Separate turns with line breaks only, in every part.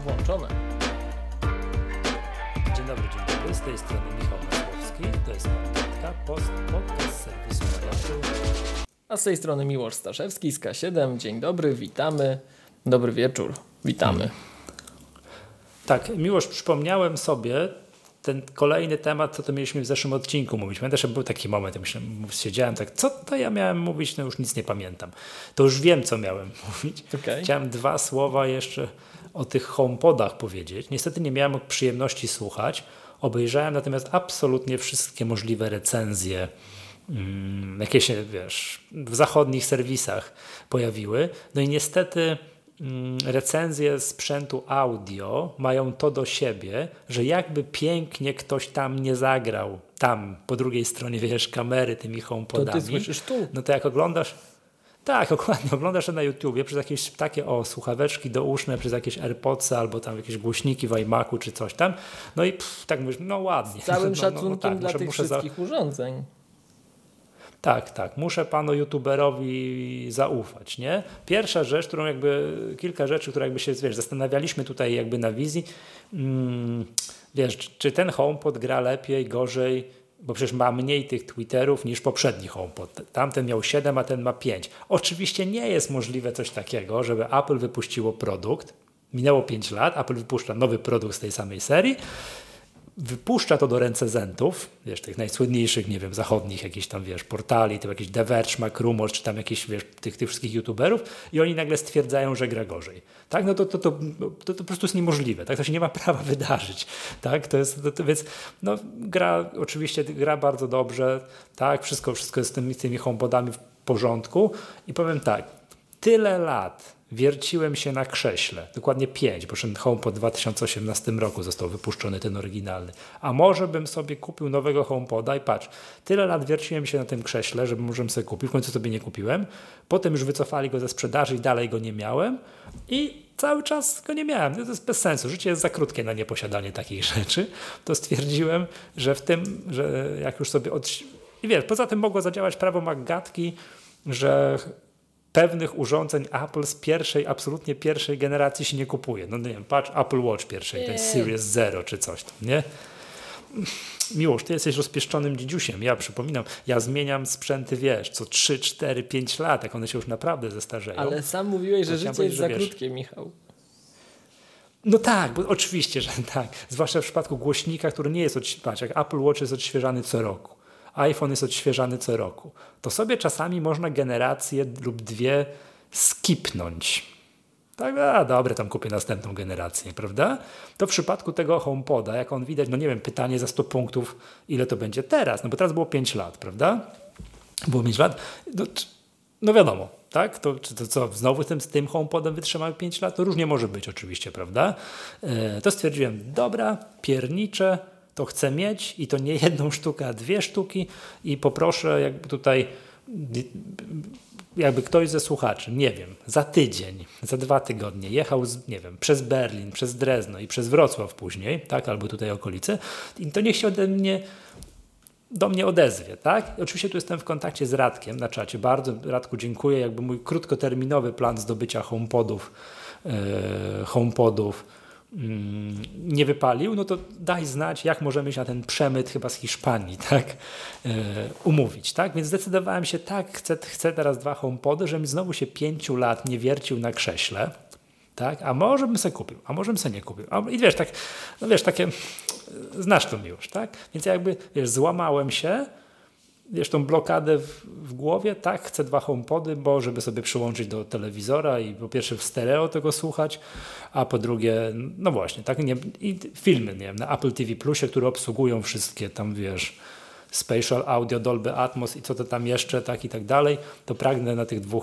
Włączone.
Dzień dobry, z tej strony Michał Masłowski, to jest Mandatka, podcast serwisu Mandatku.
A z tej strony Miłosz Staszewski z K7. Dzień dobry, witamy. Dobry wieczór, witamy.
Tak, Miłosz, przypomniałem sobie ten kolejny temat, co to mieliśmy w zeszłym odcinku mówić. Pamiętasz, że był taki moment, siedziałem tak, co to ja miałem mówić, no już nic nie pamiętam. To już wiem, co miałem mówić.
Okay.
Chciałem 2 słowa jeszcze o tych HomePodach powiedzieć. Niestety nie miałem przyjemności słuchać. Obejrzałem natomiast absolutnie wszystkie możliwe recenzje, jakie się, w zachodnich serwisach pojawiły. No i niestety recenzje sprzętu audio mają to do siebie, że jakby pięknie ktoś tam nie zagrał, tam po drugiej stronie, kamery tymi HomePodami.
To ty słyszysz tu.
No to jak oglądasz, tak, dokładnie, oglądasz to na YouTubie przez jakieś takie słuchaweczki douszne, przez jakieś AirPodsy albo tam jakieś głośniki w iMacu czy coś tam. No i tak mówisz, no ładnie.
Z całym szacunkiem
tak,
dla tych wszystkich urządzeń.
Tak, muszę panu youtuberowi zaufać, nie? Pierwsza rzecz, kilka rzeczy, które się, zastanawialiśmy tutaj na wizji, czy ten HomePod gra lepiej, gorzej, bo przecież ma mniej tych Twitterów niż poprzedni HomePod. Tamten miał 7, a ten ma 5. Oczywiście nie jest możliwe coś takiego, żeby Apple wypuściło produkt, minęło 5 lat, Apple wypuszcza nowy produkt z tej samej serii, wypuszcza to do recenzentów, tych najsłynniejszych, zachodnich jakichś tam, portali, typu jakiś The Verge, MacRumors, czy tam jakiś, tych wszystkich youtuberów i oni nagle stwierdzają, że gra gorzej. Tak? No to po prostu jest niemożliwe. Tak? To się nie ma prawa wydarzyć. Tak? Więc oczywiście gra bardzo dobrze, tak? Wszystko jest z tymi HomePodami w porządku i powiem tak, tyle lat wierciłem się na krześle, dokładnie 5, bo ten HomePod w 2018 roku został wypuszczony, ten oryginalny. A może bym sobie kupił nowego HomePoda i patrz, tyle lat wierciłem się na tym krześle, że możemy sobie kupić, w końcu sobie nie kupiłem, potem już wycofali go ze sprzedaży i dalej go nie miałem i cały czas go nie miałem. To jest bez sensu, życie jest za krótkie na nieposiadanie takich rzeczy. To stwierdziłem, że że jak już sobie poza tym mogło zadziałać prawo McGatki, że pewnych urządzeń Apple z absolutnie pierwszej generacji się nie kupuje. No nie wiem, patrz, Apple Watch pierwszej, ten Series Zero czy coś tam, nie? Miłosz, ty jesteś rozpieszczonym dzidziusiem. Ja przypominam, ja zmieniam sprzęty, co 3, 4, 5 lat, jak one się już naprawdę zestarzeją.
Ale sam mówiłeś, że życie jest za krótkie, Michał.
No tak, bo oczywiście, że tak. Zwłaszcza w przypadku głośnika, który nie jest jak Apple Watch jest odświeżany co roku. iPhone jest odświeżany co roku. To sobie czasami można generację lub 2 skipnąć. Tak, dobra, tam kupię następną generację, prawda? To w przypadku tego HomePoda, jak on widać, pytanie za 100 punktów, ile to będzie teraz? No bo teraz było 5 lat, prawda? Było 5 lat. No wiadomo, tak? To co, znowu z tym HomePodem wytrzymały 5 lat? To różnie może być oczywiście, prawda? To stwierdziłem, dobra, pierniczę, to chcę mieć i to nie 1 sztukę, a 2 sztuki i poproszę jakby ktoś ze słuchaczy, nie wiem, za tydzień, za 2 tygodnie jechał przez Berlin, przez Drezno i przez Wrocław później, tak, albo tutaj okolice i to niech się do mnie odezwie, tak? I oczywiście tu jestem w kontakcie z Radkiem na czacie. Bardzo Radku dziękuję, mój krótkoterminowy plan zdobycia HomePodów nie wypalił, no to daj znać, jak możemy się na ten przemyt chyba z Hiszpanii, tak, umówić, tak, więc zdecydowałem się, tak, chcę teraz 2 HomePody, żebym znowu się 5 lat nie wiercił na krześle, tak, a może bym sobie kupił, a może bym sobie nie kupił, i takie, znasz to Miłosz, tak, więc złamałem się, tą blokadę w głowie, tak, chcę 2 HomePody, bo żeby sobie przyłączyć do telewizora i po pierwsze w stereo tego słuchać, a po drugie, no właśnie, tak, i filmy, na Apple TV Plusie, które obsługują wszystkie tam, Spatial Audio, Dolby Atmos i co to tam jeszcze, tak i tak dalej, to pragnę na tych 2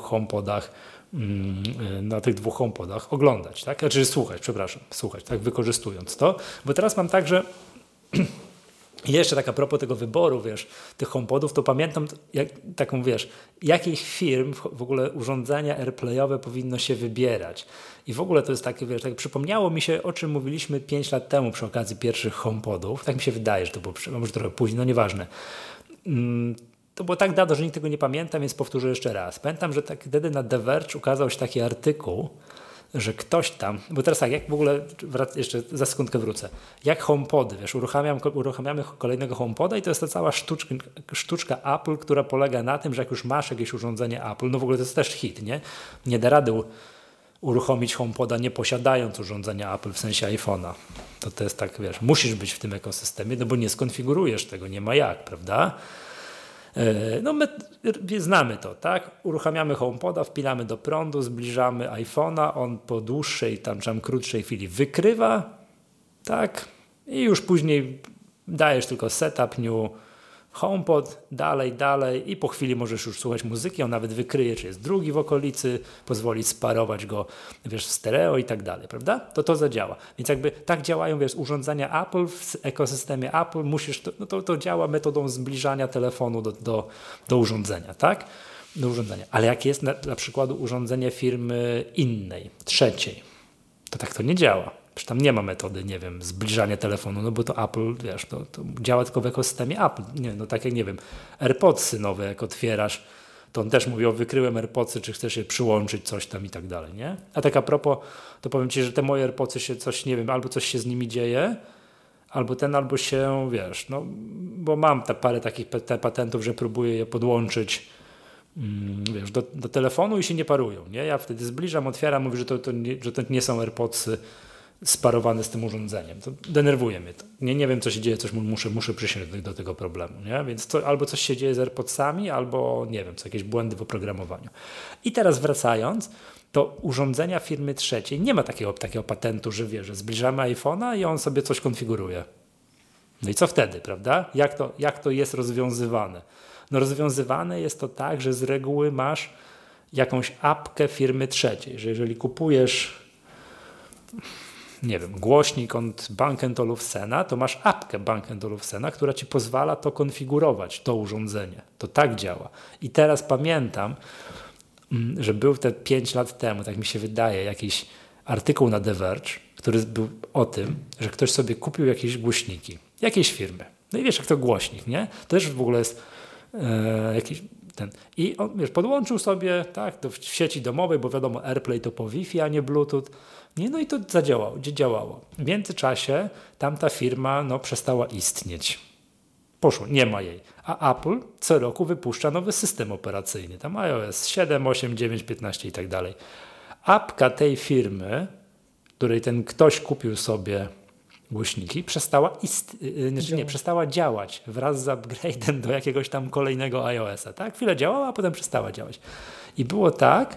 HomePodach oglądać, tak, znaczy słuchać, tak, wykorzystując to, bo teraz mam tak, że i jeszcze tak a propos tego wyboru, tych HomePodów, to pamiętam jakich firm w ogóle urządzenia AirPlayowe powinno się wybierać. I w ogóle to jest takie, tak przypomniało mi się, o czym mówiliśmy 5 lat temu przy okazji pierwszych HomePodów. Tak mi się wydaje, że to było, może trochę później, no nieważne. To było tak dawno, że nikt tego nie pamięta, więc powtórzę jeszcze raz. Pamiętam, że wtedy na The Verge ukazał się taki artykuł, że ktoś tam, bo teraz tak, jak w ogóle, jeszcze za sekundkę wrócę, jak HomePody, wiesz, uruchamiamy kolejnego HomePoda i to jest ta cała sztuczka Apple, która polega na tym, że jak już masz jakieś urządzenie Apple, no w ogóle to jest też hit, nie? Nie da rady uruchomić HomePoda nie posiadając urządzenia Apple, w sensie iPhone'a. To jest tak, wiesz, musisz być w tym ekosystemie, no bo nie skonfigurujesz tego, nie ma jak, prawda? No my znamy to, tak? Uruchamiamy HomePoda, wpinamy do prądu, zbliżamy iPhone'a, on po dłuższej, tam krótszej chwili wykrywa, tak? I już później dajesz tylko setup new HomePod, dalej i po chwili możesz już słuchać muzyki, on nawet wykryje, czy jest drugi w okolicy, pozwoli sparować go, wiesz, w stereo i tak dalej, prawda? To zadziała. Więc jakby tak działają, wiesz, urządzenia Apple w ekosystemie Apple, musisz, to działa metodą zbliżania telefonu do urządzenia, tak? Do urządzenia. Ale jak jest na przykład urządzenie firmy innej, trzeciej, to tak to nie działa. Przecież tam nie ma metody, nie wiem, zbliżania telefonu, no bo to Apple, wiesz, to działa tylko w ekosystemie Apple. Nie, no tak jak, nie wiem, AirPodsy nowe, jak otwierasz, to on też mówi, wykryłem AirPodsy, czy chcesz je przyłączyć, coś tam i tak dalej, nie? A tak a propos, to powiem Ci, że te moje AirPodsy się coś, nie wiem, albo coś się z nimi dzieje, albo się, wiesz, no, bo mam parę takich patentów, że próbuję je podłączyć, wiesz, do telefonu i się nie parują, nie? Ja wtedy zbliżam, otwieram, mówię, że to nie są AirPodsy sparowane z tym urządzeniem. To denerwuje mnie to. Nie wiem, co się dzieje, muszę przysiąść do tego problemu, nie? Więc albo coś się dzieje z AirPodsami, albo nie wiem, jakieś błędy w oprogramowaniu. I teraz wracając, to urządzenia firmy trzeciej nie ma takiego patentu, że wie, że zbliżamy iPhone'a i on sobie coś konfiguruje. No i co wtedy, prawda? Jak to jest rozwiązywane? No rozwiązywane jest to tak, że z reguły masz jakąś apkę firmy trzeciej, że jeżeli kupujesz, nie wiem, głośnik od Bang & Olufsena, to masz apkę Bang & Olufsena, która ci pozwala to konfigurować, to urządzenie. To tak działa. I teraz pamiętam, że był te 5 lat temu, tak mi się wydaje, jakiś artykuł na The Verge, który był o tym, że ktoś sobie kupił jakieś głośniki, jakiejś firmy. No i wiesz, jak to głośnik, nie? To też w ogóle jest jakiś ten. I on, wiesz, podłączył sobie, tak, w sieci domowej, bo wiadomo, AirPlay to po Wi-Fi, a nie Bluetooth. Nie, no i to działało. W międzyczasie tamta firma przestała istnieć. Poszło, nie ma jej. A Apple co roku wypuszcza nowy system operacyjny. Tam iOS 7, 8, 9, 15 i tak dalej. Apka tej firmy, której ten ktoś kupił sobie głośniki, przestała działać wraz z upgrade'em do jakiegoś tam kolejnego iOS-a. Tak? Chwilę działała, a potem przestała działać. I było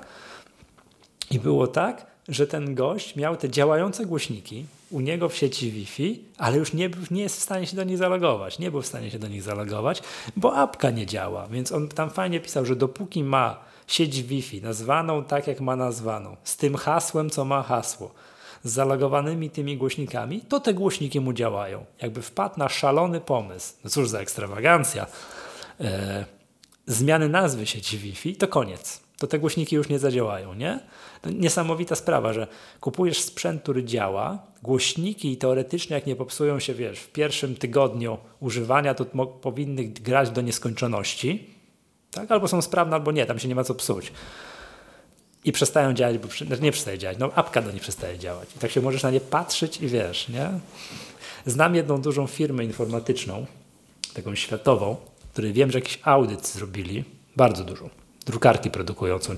tak, że ten gość miał te działające głośniki u niego w sieci Wi-Fi, ale już nie jest w stanie się do nich zalogować. Nie był w stanie się do nich zalogować, bo apka nie działa. Więc on tam fajnie pisał, że dopóki ma sieć Wi-Fi nazwaną tak, jak ma nazwaną, z tym hasłem, co ma hasło, z zalogowanymi tymi głośnikami, to te głośniki mu działają. Jakby wpadł na szalony pomysł. No cóż za ekstrawagancja. Zmiany nazwy sieci Wi-Fi, to koniec. To te głośniki już nie zadziałają, nie? To niesamowita sprawa, że kupujesz sprzęt, który działa, głośniki teoretycznie, jak nie popsują się, wiesz, w pierwszym tygodniu używania, to powinny grać do nieskończoności, tak? Albo są sprawne, albo nie, tam się nie ma co psuć. I przestają działać, nie przestaje działać, apka do nich przestaje działać. I tak się możesz na nie patrzeć i wiesz, nie? Znam jedną dużą firmę informatyczną, taką światową, której wiem, że jakiś audyt zrobili, bardzo dużą, drukarki produkującą,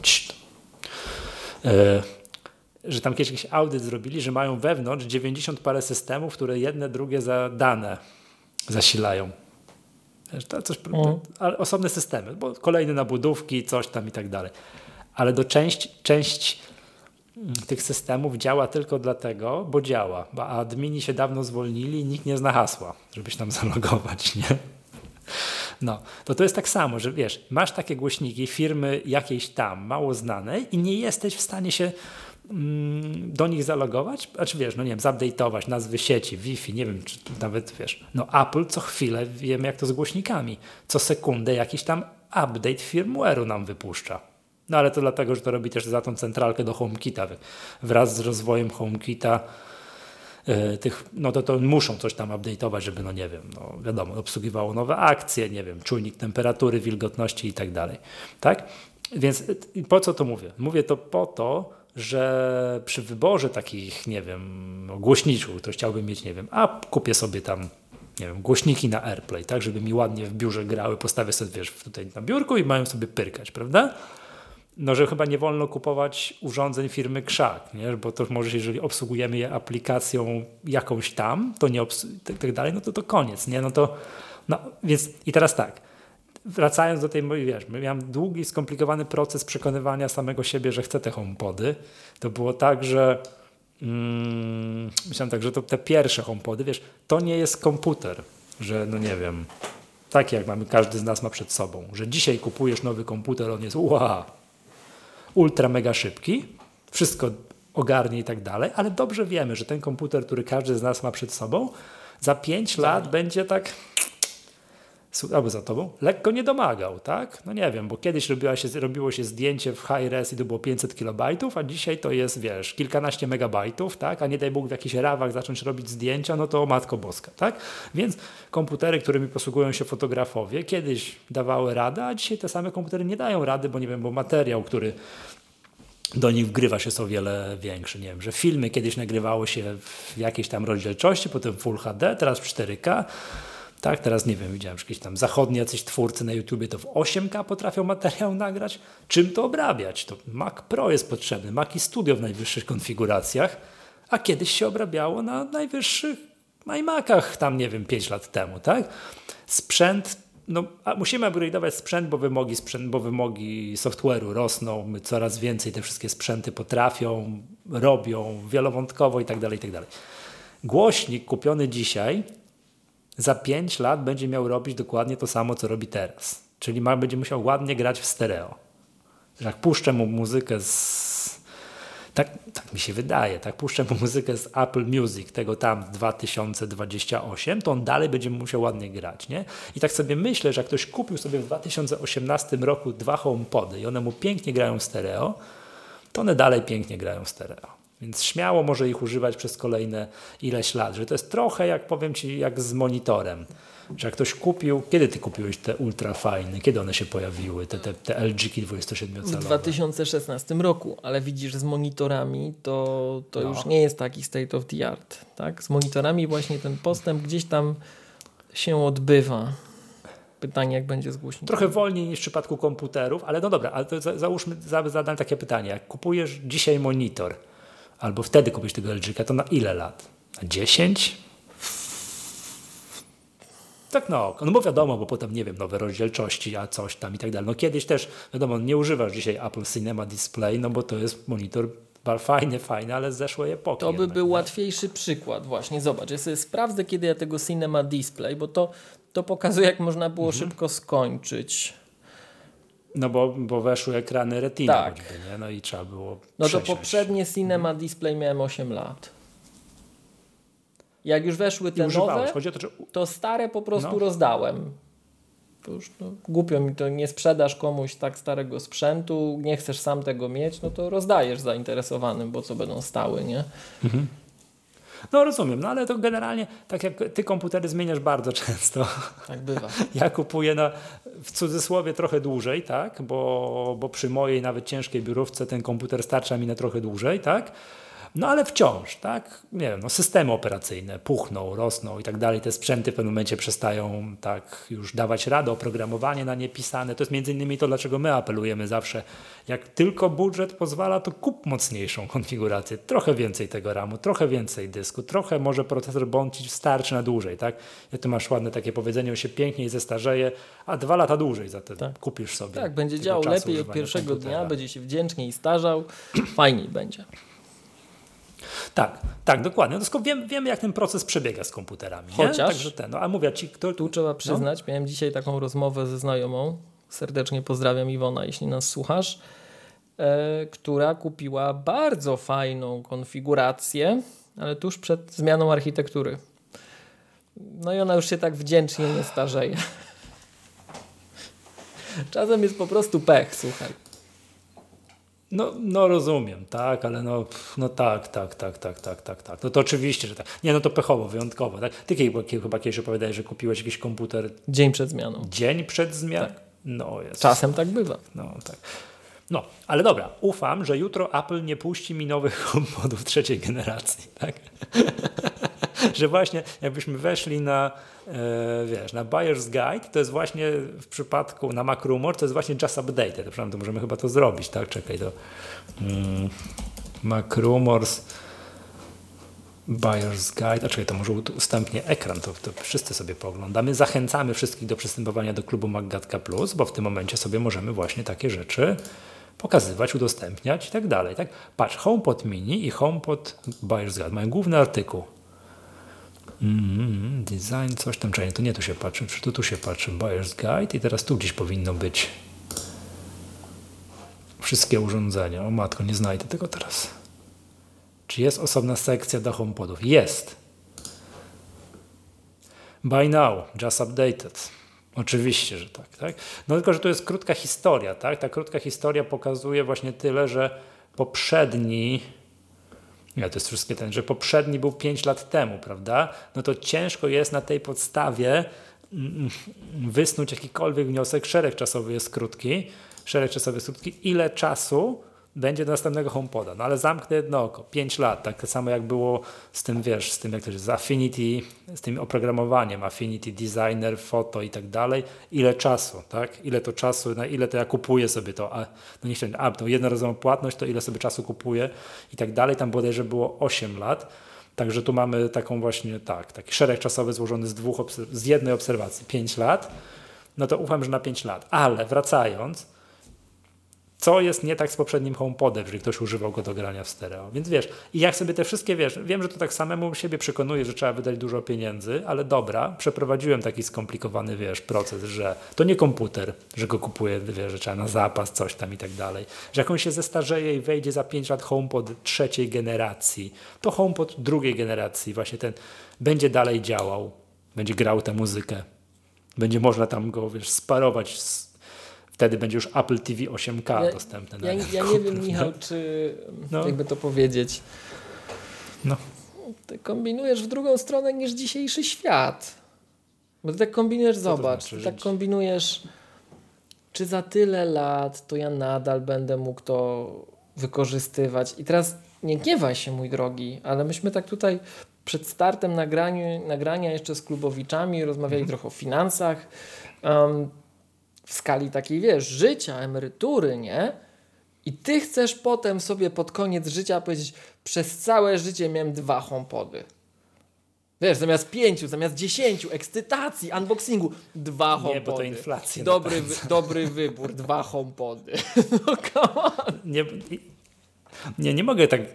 że tam jakiś audyt zrobili, że mają wewnątrz 90 parę systemów, które jedne, drugie za dane zasilają. Ale osobne systemy, bo kolejne nabudówki, coś tam i tak dalej. Ale część tych systemów działa tylko dlatego, bo działa. Bo admini się dawno zwolnili i nikt nie zna hasła, żeby się tam zalogować, nie? No, to jest tak samo, że wiesz, masz takie głośniki firmy jakiejś tam, mało znanej i nie jesteś w stanie się do nich zalogować, znaczy wiesz, nie wiem, zupdate'ować nazwy sieci, Wi-Fi, nie wiem, czy nawet wiesz, Apple co chwilę, wiemy jak to z głośnikami, co sekundę jakiś tam update firmware'u nam wypuszcza. No ale to dlatego, że to robi też za tą centralkę do HomeKita. Wraz z rozwojem HomeKita to muszą coś tam update'ować, żeby, nie wiem, wiadomo, obsługiwało nowe akcje, nie wiem, czujnik temperatury, wilgotności i tak dalej. Tak? Więc po co to mówię? Mówię to po to, że przy wyborze takich, nie wiem, głośniczków, to chciałbym mieć, nie wiem, a kupię sobie tam, nie wiem, głośniki na AirPlay, tak, żeby mi ładnie w biurze grały, postawię sobie, wiesz, tutaj na biurku i mają sobie pyrkać, prawda? No, że chyba nie wolno kupować urządzeń firmy Krzak, nie? Bo to może, jeżeli obsługujemy je aplikacją jakąś tam, to nie tak dalej, no to koniec, nie? No to, no, więc i teraz tak, wracając do tej mojej, wiesz, miałem długi, skomplikowany proces przekonywania samego siebie, że chcę te HomePody. To było tak, że myślałem tak, że to te pierwsze HomePody, wiesz, to nie jest komputer, że no nie wiem, taki jak każdy z nas ma przed sobą, że dzisiaj kupujesz nowy komputer, on jest ultra mega szybki, wszystko ogarnie i tak dalej, ale dobrze wiemy, że ten komputer, który każdy z nas ma przed sobą, za 5 lat będzie tak, albo za tobą, lekko nie domagał, tak? No nie wiem, bo kiedyś robiło się zdjęcie w high res i to było 500 kilobajtów, a dzisiaj to jest, wiesz, kilkanaście megabajtów, tak? A nie daj Bóg w jakichś rawach zacząć robić zdjęcia, no to Matko Boska, tak? Więc komputery, którymi posługują się fotografowie, kiedyś dawały radę, a dzisiaj te same komputery nie dają rady, bo nie wiem, bo materiał, który do nich wgrywa się, jest o wiele większy. Nie wiem, że filmy kiedyś nagrywało się w jakiejś tam rozdzielczości, potem Full HD, teraz w 4K. Tak, teraz nie wiem, widziałem, że jakieś tam zachodnie jacyś twórcy na YouTubie to w 8K potrafią materiał nagrać. Czym to obrabiać? To Mac Pro jest potrzebny, Mac i Studio w najwyższych konfiguracjach, a kiedyś się obrabiało na najwyższych iMacach tam, nie wiem, 5 lat temu, tak? Sprzęt, no, a musimy upgrade'ować sprzęt, bo wymogi software'u rosną, my coraz więcej te wszystkie sprzęty potrafią, robią wielowątkowo i tak dalej, i tak dalej. Głośnik kupiony dzisiaj za 5 lat będzie miał robić dokładnie to samo, co robi teraz. Czyli będzie musiał ładnie grać w stereo. Jak puszczę mu muzykę tak mi się wydaje, tak puszczę mu muzykę z Apple Music, tego tam 2028, to on dalej będzie musiał ładnie grać, nie? I tak sobie myślę, że jak ktoś kupił sobie w 2018 roku 2 HomePody i one mu pięknie grają w stereo, to one dalej pięknie grają w stereo. Więc śmiało może ich używać przez kolejne ileś lat. Że to jest trochę, jak powiem ci, jak z monitorem. Że jak ktoś kupił, kiedy ty kupiłeś te ultra fajne? Kiedy one się pojawiły? Te LG-ki 27-calowe?
W 2016 roku, ale widzisz, z monitorami to już nie jest taki state of the art. Tak? Z monitorami właśnie ten postęp gdzieś tam się odbywa. Pytanie, jak będzie z głośnikami.
Trochę wolniej niż w przypadku komputerów, ale no dobra, ale to załóżmy, zadam takie pytanie. Jak kupujesz dzisiaj monitor, albo wtedy kupisz tego LG-ka, to na ile lat? Na 10? Tak no bo wiadomo, bo potem, nie wiem, nowe rozdzielczości, a coś tam i tak dalej. No kiedyś też, wiadomo, nie używasz dzisiaj Apple Cinema Display, no bo to jest monitor fajny, ale z zeszłej epoki.
To by był łatwiejszy przykład właśnie. Zobacz, ja sobie sprawdzę, kiedy ja tego Cinema Display, bo to pokazuje, jak można było szybko skończyć.
No bo weszły ekrany Retina,
tak.
Choćby, nie? No i trzeba było
No to
przesiąść.
poprzednie Cinema Display miałem 8 lat. Jak już weszły te nowe,
Chodzi o to, że...
to stare po prostu rozdałem. To już głupio mi to, nie sprzedasz komuś tak starego sprzętu, nie chcesz sam tego mieć, no to rozdajesz zainteresowanym, bo co będą stały, nie?
Mhm. No rozumiem, no ale to generalnie, tak jak ty komputery zmieniasz bardzo często.
Tak bywa.
Ja kupuję w cudzysłowie trochę dłużej, tak, bo przy mojej nawet ciężkiej biurówce ten komputer starcza mi na trochę dłużej, tak. No ale wciąż, tak, nie wiem, no systemy operacyjne puchną, rosną i tak dalej, te sprzęty w pewnym momencie przestają tak już dawać radę, oprogramowanie na nie pisane. To jest między innymi to, dlaczego my apelujemy zawsze, jak tylko budżet pozwala, to kup mocniejszą konfigurację, trochę więcej tego RAMu, trochę więcej dysku, trochę może procesor bądź starczy na dłużej, tak. Jak tu masz ładne takie powiedzenie, on się piękniej zestarzeje, a 2 lata dłużej za to kupisz sobie.
Tak, będzie działał lepiej od pierwszego dnia, będzie się wdzięczniej starzał, fajniej będzie.
Tak, dokładnie. No, wiemy, jak ten proces przebiega z komputerami.
Chociaż,
nie? Także a mówię ci,
tu trzeba przyznać, miałem dzisiaj taką rozmowę ze znajomą, serdecznie pozdrawiam Iwona, jeśli nas słuchasz, która kupiła bardzo fajną konfigurację, ale tuż przed zmianą architektury. No i ona już się tak wdzięcznie nie starzeje. Czasem jest po prostu pech, słuchaj.
No rozumiem, tak, ale tak. No to oczywiście, że tak. Nie, no to pechowo, wyjątkowo. Tak? Ty chyba kiedyś opowiadałeś, że kupiłeś jakiś komputer...
Dzień przed zmianą.
Dzień przed zmianą?
Tak.
No jest.
Czasem tak bywa.
No tak. No, ale dobra, ufam, że jutro Apple nie puści mi nowych HomePodów trzeciej generacji, tak? Że właśnie jakbyśmy weszli na, na Buyer's Guide, to jest właśnie w przypadku, na Mac Rumor, to jest właśnie just updated. To możemy chyba to zrobić, tak? Czekaj, to Mac Rumors, Buyer's Guide, a czekaj, to może ustępnie ekran, to wszyscy sobie pooglądamy. Zachęcamy wszystkich do przystępowania do klubu MacGadka Plus, bo w tym momencie sobie możemy właśnie takie rzeczy pokazywać, udostępniać i tak dalej. Tak? Patrz, HomePod Mini i HomePod Buyer's Guide mają główny artykuł. Design, coś tam, to nie tu się patrzy, tu się patrzy Buyer's Guide i teraz tu gdzieś powinno być wszystkie urządzenia. O matko, nie znajdę tego teraz. Czy jest osobna sekcja do HomePodów? Jest. Buy now, just updated. Oczywiście, że tak. No tylko, że to jest krótka historia, tak? Ta krótka historia pokazuje właśnie tyle, że poprzedni że poprzedni był 5 lat temu, prawda? No to ciężko jest na tej podstawie wysnuć jakikolwiek wniosek. Szereg czasowy jest krótki. Ile czasu będzie do następnego HomePoda? No ale zamknę jedno oko. 5 lat. Tak samo jak było z tym, z tym jak to jest, z Affinity, z tym oprogramowaniem Affinity, Designer, Foto i tak dalej. Ile czasu, tak? Ile to czasu, na ile to ja kupuję sobie to, to jednorazową płatność, to ile sobie czasu kupuję i tak dalej. Tam bodajże było 8 lat. Także tu mamy taką właśnie, taki szereg czasowy złożony z jednej obserwacji. 5 lat. No to ufam, że na 5 lat. Ale wracając, co jest nie tak z poprzednim HomePodem, jeżeli ktoś używał go do grania w stereo. Więc i jak sobie te wszystkie, wiem, że to tak samemu siebie przekonuje, że trzeba wydać dużo pieniędzy, ale dobra, przeprowadziłem taki skomplikowany, proces, że to nie komputer, że go kupuję, że trzeba na zapas, coś tam i tak dalej. Że jak on się zestarzeje i wejdzie za 5 lat HomePod trzeciej generacji, to HomePod drugiej generacji, właśnie ten, będzie dalej działał, będzie grał tę muzykę, będzie można tam go, sparować wtedy będzie już Apple TV 8K dostępne.
Ja nie wiem, Michał, czy jakby to powiedzieć.
No.
Ty kombinujesz w drugą stronę niż dzisiejszy świat. Bo ty tak kombinujesz, zobacz, ty tak kombinujesz, czy za tyle lat to ja nadal będę mógł to wykorzystywać. I teraz nie gniewaj się, mój drogi, ale myśmy tak tutaj przed startem nagrania jeszcze z klubowiczami rozmawiali trochę o finansach, w skali takiej, życia, emerytury, nie? I ty chcesz potem sobie pod koniec życia powiedzieć, przez całe życie miałem 2 HomePody. Zamiast 5, zamiast 10, ekscytacji, unboxingu, 2 HomePody.
Nie, bo to inflacja.
Dobry wybór, 2 HomePody. No come on.
Nie mogę tak,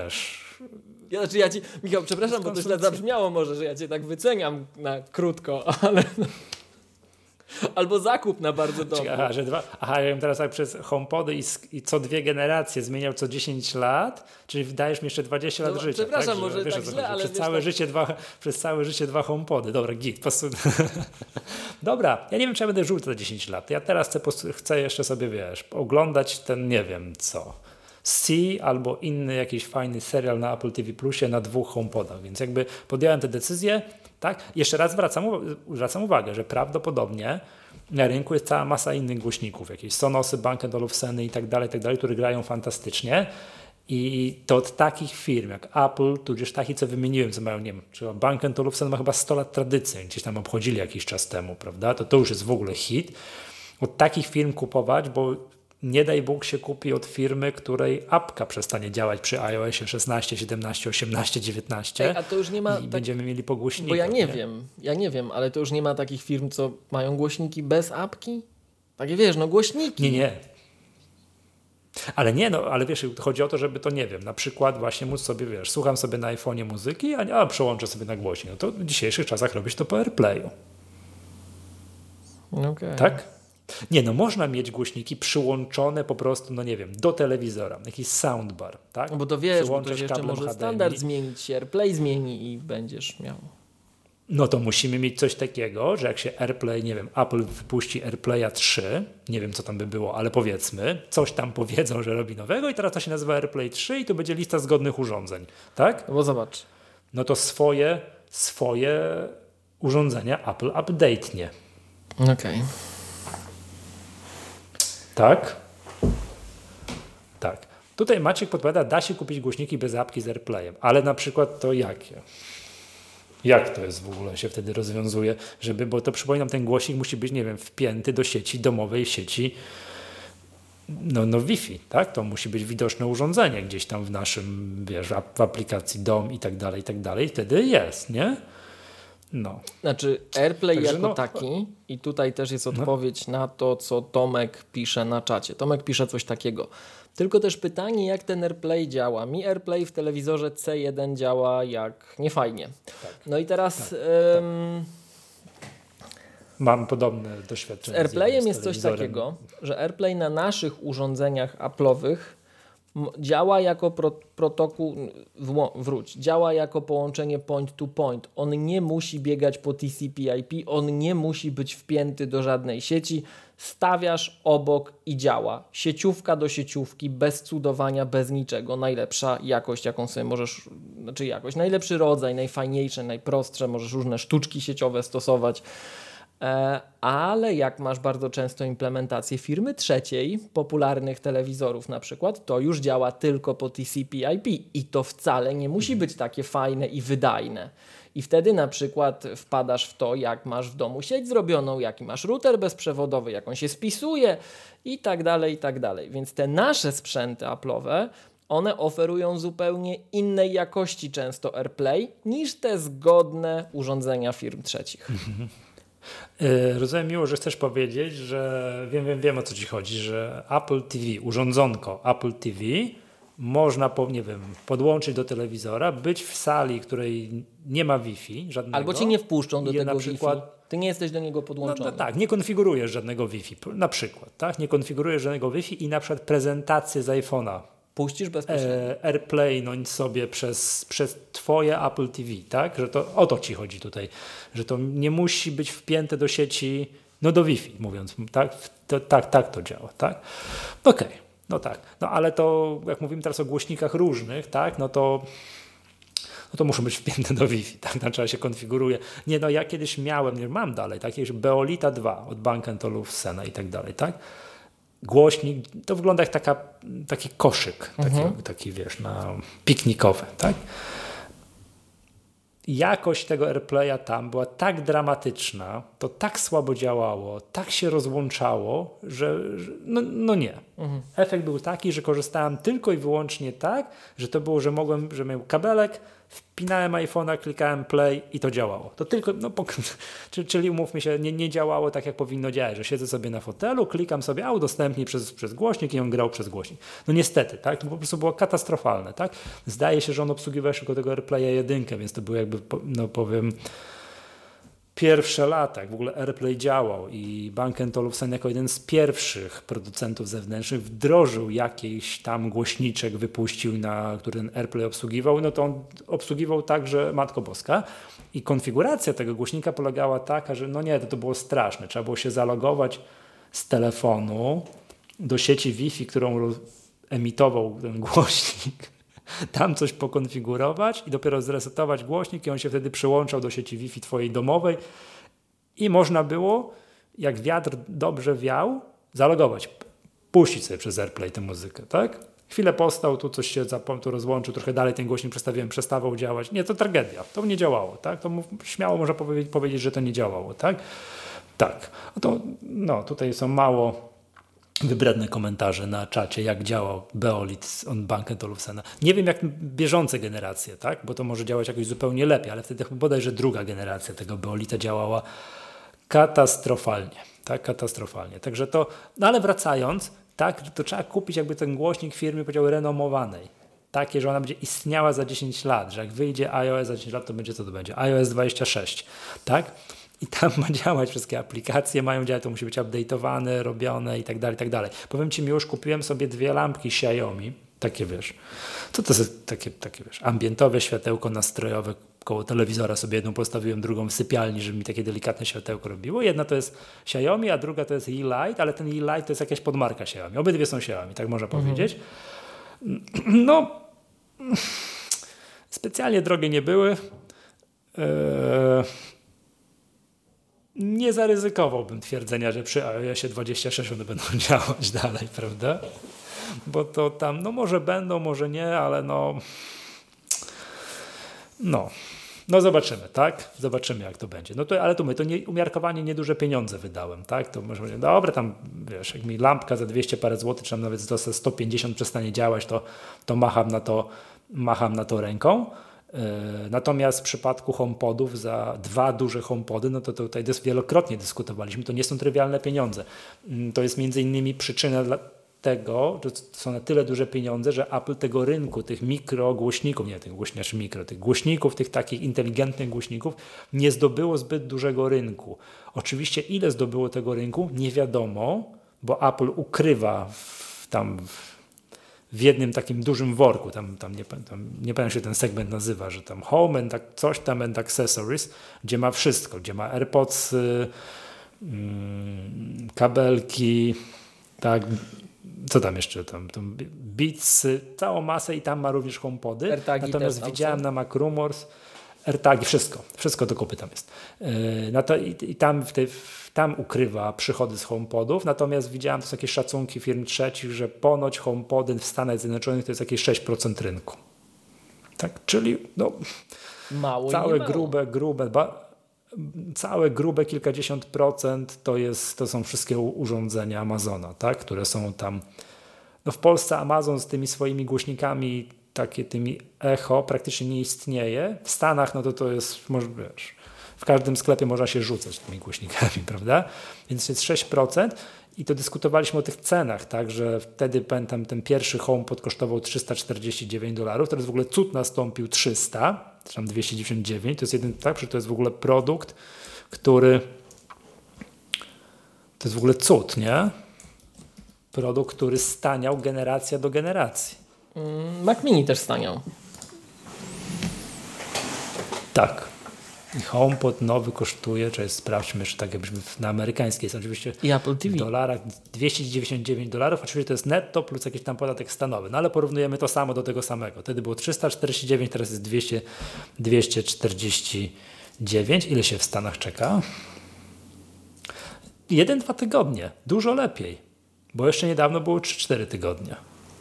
Michał, przepraszam, bo to źle zabrzmiało może, że ja cię tak wyceniam na krótko, ale... Albo zakup na bardzo dobry.
Ja bym teraz tak przez HomePody i co 2 generacje zmieniał co 10 lat, czyli dajesz mi jeszcze 20 lat życia.
Przepraszam, tak? Może tak źle, ale
przez całe życie 2 HomePody. Dobra, git. Dobra, ja nie wiem, czy ja będę żył te 10 lat. Ja teraz chcę jeszcze sobie, oglądać ten, nie wiem co, albo inny jakiś fajny serial na Apple TV Plusie na 2 HomePodach, więc jakby podjąłem tę decyzję. Tak? Jeszcze raz zwracam uwagę, że prawdopodobnie na rynku jest cała masa innych głośników, jakieś Sonosy, Bang & Olufseny i tak dalej, które grają fantastycznie i to od takich firm jak Apple, tudzież takich, co wymieniłem, co mają, nie wiem, czy Bang & Olufsen ma chyba 100 lat tradycji, gdzieś tam obchodzili jakiś czas temu, prawda? To już jest w ogóle hit. Od takich firm kupować, bo nie daj Bóg się kupi od firmy, której apka przestanie działać przy iOSie 16, 17, 18, 19
a to już nie ma
i będziemy mieli po głośnikach.
Bo ja nie wiem, ale to już nie ma takich firm, co mają głośniki bez apki? Takie głośniki.
Nie. Ale chodzi o to, żeby to, na przykład właśnie móc sobie, słucham sobie na iPhone'ie muzyki, a przełączę sobie na głośnik. No to w dzisiejszych czasach robisz to po AirPlayu.
Okay.
Tak? Można mieć głośniki przyłączone po prostu, do telewizora, jakiś soundbar, tak?
No bo to bo to jeszcze może HDMI. Standard zmienić się, AirPlay zmieni i będziesz miał.
No to musimy mieć coś takiego, że jak się AirPlay, Apple wypuści AirPlaya 3, nie wiem co tam by było, ale powiedzmy, coś tam powiedzą, że robi nowego i teraz to się nazywa AirPlay 3 i tu będzie lista zgodnych urządzeń, tak?
No bo zobacz.
No to swoje urządzenia Apple update'nie.
Okej.
Tak? Tutaj Maciek podpowiada, da się kupić głośniki bez apki z AirPlayem, ale na przykład to jakie? Jak to jest w ogóle się wtedy rozwiązuje, bo to przypominam, ten głośnik musi być, nie wiem, wpięty do sieci domowej, sieci Wi-Fi, tak? To musi być widoczne urządzenie gdzieś tam w naszym, wiesz, w aplikacji dom i tak dalej, wtedy jest, nie? No.
Znaczy AirPlay
Także
jako taki i tutaj też jest odpowiedź na to, co Tomek pisze na czacie. Tomek pisze coś takiego. Tylko też pytanie, jak ten AirPlay działa. Mi AirPlay w telewizorze C1 działa jak niefajnie. Tak. No i teraz...
Mam podobne doświadczenie.
Z AirPlayem jest coś takiego, że AirPlay na naszych urządzeniach Apple'owych działa jako protokół, działa jako połączenie point to point. On nie musi biegać po TCP/IP, on nie musi być wpięty do żadnej sieci. Stawiasz obok i działa. Sieciówka do sieciówki, bez cudowania, bez niczego. Najlepsza jakość, jaką sobie możesz, najlepszy rodzaj, najfajniejsze, najprostsze, możesz różne sztuczki sieciowe stosować. Ale jak masz bardzo często implementację firmy trzeciej, popularnych telewizorów na przykład, to już działa tylko po TCP/IP i to wcale nie musi być takie fajne i wydajne. I wtedy na przykład wpadasz w to, jak masz w domu sieć zrobioną, jaki masz router bezprzewodowy, jak on się spisuje i tak dalej, i tak dalej. Więc te nasze sprzęty Apple'owe, one oferują zupełnie innej jakości często AirPlay niż te zgodne urządzenia firm trzecich.
Rozumiem, Miło, że chcesz powiedzieć, że wiem o co ci chodzi, że Apple TV, urządzonko Apple TV można, podłączyć do telewizora, być w sali, której nie ma Wi-Fi żadnego.
Albo ci nie wpuszczą do tego
przykład,
Wi-Fi. Ty nie jesteś do niego podłączony.
Tak, nie konfigurujesz żadnego Wi-Fi, na przykład, tak? Nie konfigurujesz żadnego Wi-Fi i na przykład prezentację z iPhone'a
puścisz bezpośrednio.
AirPlay sobie przez twoje Apple TV, tak? Że to o to ci chodzi tutaj, że to nie musi być wpięte do sieci, do Wi-Fi, mówiąc, tak? Tak to działa, tak? Okej, tak. Ale to, jak mówimy teraz o głośnikach różnych, tak? To muszą być wpięte do Wi-Fi, tak? Trzeba się konfiguruje. Ja kiedyś mam dalej, tak? Beolita 2 od Bang & Olufsena i tak dalej, tak? Głośnik, to wygląda jak taki koszyk, taki wiesz, piknikowy, tak? Jakość tego AirPlaya tam była tak dramatyczna, to tak słabo działało, tak się rozłączało, że nie. Efekt był taki, że korzystałem tylko i wyłącznie tak, że to było, że miałem kabelek, wpinałem iPhone'a, klikałem play i to działało. To tylko, czyli umówmy się, nie działało tak, jak powinno działać, że siedzę sobie na fotelu, klikam sobie, udostępnij przez głośnik i on grał przez głośnik. Niestety, tak, to po prostu było katastrofalne, tak. Zdaje się, że on obsługiwał tylko tego AirPlaya 1, więc to było jakby, pierwsze lata, jak w ogóle AirPlay działał i Bang & Olufsen jako jeden z pierwszych producentów zewnętrznych wdrożył jakiś tam głośniczek, wypuścił, który ten AirPlay obsługiwał, to on obsługiwał także Matko Boska i konfiguracja tego głośnika polegała taka, że to było straszne. Trzeba było się zalogować z telefonu do sieci Wi-Fi, którą emitował ten głośnik, tam coś pokonfigurować i dopiero zresetować głośnik i on się wtedy przyłączał do sieci Wi-Fi twojej domowej i można było, jak wiatr dobrze wiał, zalogować, puścić sobie przez AirPlay tę muzykę, tak? Chwilę postał, tu coś się tu rozłączył, trochę dalej ten głośnik przestawał działać. Nie, to tragedia, to nie działało, tak? To śmiało można powiedzieć, że to nie działało, tak? Tak. Tutaj są mało wybredne komentarze na czacie, jak działał Beolit od Bang & Olufsena. Nie wiem, jak bieżące generacje, tak? Bo to może działać jakoś zupełnie lepiej, ale wtedy bodajże druga generacja tego Beolita działała katastrofalnie, tak? Katastrofalnie. Także ale wracając, tak, to trzeba kupić jakby ten głośnik firmy, powiedział, renomowanej. Takie, że ona będzie istniała za 10 lat, że jak wyjdzie iOS za 10 lat, to będzie co to będzie? iOS 26, tak? I tam ma działać, wszystkie aplikacje mają działać, to musi być update'owane, robione i tak dalej, i tak dalej. Powiem ci, już kupiłem sobie 2 lampki Xiaomi, takie wiesz, co to jest takie wiesz, ambientowe światełko nastrojowe, koło telewizora sobie jedną postawiłem, drugą w sypialni, żeby mi takie delikatne światełko robiło. Jedna to jest Xiaomi, a druga to jest E-Light, ale ten E-Light to jest jakaś podmarka Xiaomi. Obydwie są Xiaomi, tak można powiedzieć. Specjalnie drogie nie były. Nie zaryzykowałbym twierdzenia, że przy iOSie 26 one będą działać dalej, prawda? bo to tam, no może będą, może nie, ale no zobaczymy, tak? Zobaczymy, jak to będzie. No to, ale to umiarkowanie nieduże pieniądze wydałem, tak? To może powiedzieć, dobra, tam wiesz, jak mi lampka za 200 parę złotych, czy tam nawet za 150 przestanie działać, to macham na to ręką. Natomiast w przypadku HomePodów za 2 duże HomePody, no to tutaj wielokrotnie dyskutowaliśmy, to nie są trywialne pieniądze. To jest między innymi przyczyna tego, że są na tyle duże pieniądze, że Apple tego rynku, tych mikrogłośników, tych głośników, tych takich inteligentnych głośników nie zdobyło zbyt dużego rynku. Oczywiście ile zdobyło tego rynku, nie wiadomo, bo Apple ukrywa w jednym takim dużym worku, tam nie pamiętam się ten segment nazywa, że tam Home and coś tam and Accessories, gdzie ma wszystko, gdzie ma AirPods, kabelki, tak, co tam jeszcze, tam Beats, całą masę i tam ma również HomePody.
AirTagi.
Natomiast widziałem na Mac Rumors AirTagi, wszystko do kupy tam jest. Tam ukrywa przychody z HomePodów, natomiast widziałem to są jakieś szacunki firm trzecich, że ponoć HomePody w Stanach Zjednoczonych to jest jakieś 6% rynku. Tak, czyli no
mało
całe grube kilkadziesiąt procent to są wszystkie urządzenia Amazona, tak, które są tam. No w Polsce Amazon z tymi swoimi głośnikami, tymi Echo praktycznie nie istnieje. W Stanach no to jest, może wiesz, w każdym sklepie można się rzucać tymi głośnikami, prawda? Więc jest 6% i to dyskutowaliśmy o tych cenach, tak, że wtedy pamiętam ten pierwszy HomePod kosztował $349, teraz w ogóle cud nastąpił 300, czy tam 299, to jest jeden, tak, że to jest w ogóle produkt, to jest w ogóle cud, nie? Produkt, który staniał generacja do generacji.
Mac Mini też staniał. Tak.
I HomePod nowy kosztuje, sprawdźmy jeszcze tak, jakbyśmy na amerykańskiej jest oczywiście
i Apple TV.
W dolarach $299, oczywiście to jest netto plus jakiś tam podatek stanowy, no ale porównujemy to samo do tego samego. Wtedy było 349, teraz jest 249. Ile się w Stanach czeka? 1-2 tygodnie, dużo lepiej, bo jeszcze niedawno było 3-4 tygodnie.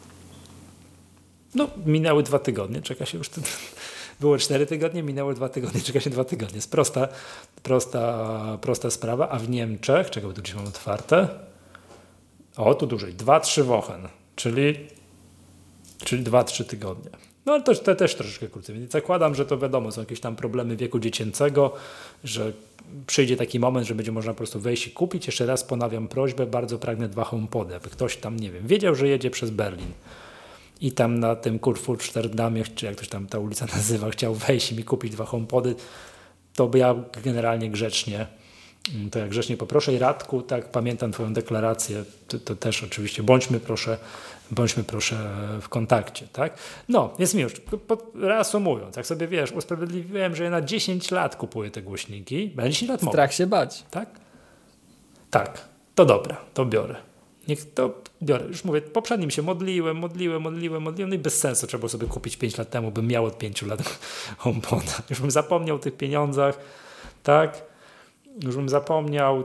No, minęły 2 tygodnie, czeka się już było 4 tygodnie, minęło 2 tygodnie, czeka się 2 tygodnie. Jest prosta sprawa, a w Niemczech, czego tu gdzieś mam otwarte? O, tu dłużej, 2-3 Wochen, czyli 2-3 tygodnie. No ale to też troszeczkę krócej. Więc zakładam, że to wiadomo, są jakieś tam problemy wieku dziecięcego, że przyjdzie taki moment, że będzie można po prostu wejść i kupić. Jeszcze raz ponawiam prośbę, bardzo pragnę 2 HomePody, aby ktoś tam, nie wiem, wiedział, że jedzie przez Berlin i tam na tym Kurfürsterdamie, czy jak ktoś tam ta ulica nazywa, chciał wejść i mi kupić 2 HomePody, to by ja generalnie grzecznie poproszę. I Radku, tak, pamiętam twoją deklarację, to też oczywiście bądźmy proszę w kontakcie, tak? No, jest mi już, reasumując, jak sobie wiesz, usprawiedliwiłem, że ja na 10 lat kupuję te głośniki, na 10 lat mogę.
Strach się bać.
Tak? Tak, to dobra, to biorę. Niech to biorę. Już mówię, poprzednim się modliłem, no i bez sensu trzeba było sobie kupić 5 lat temu, bym miał od 5 lat HomePoda. Już bym zapomniał o tych pieniądzach, tak? Już bym zapomniał,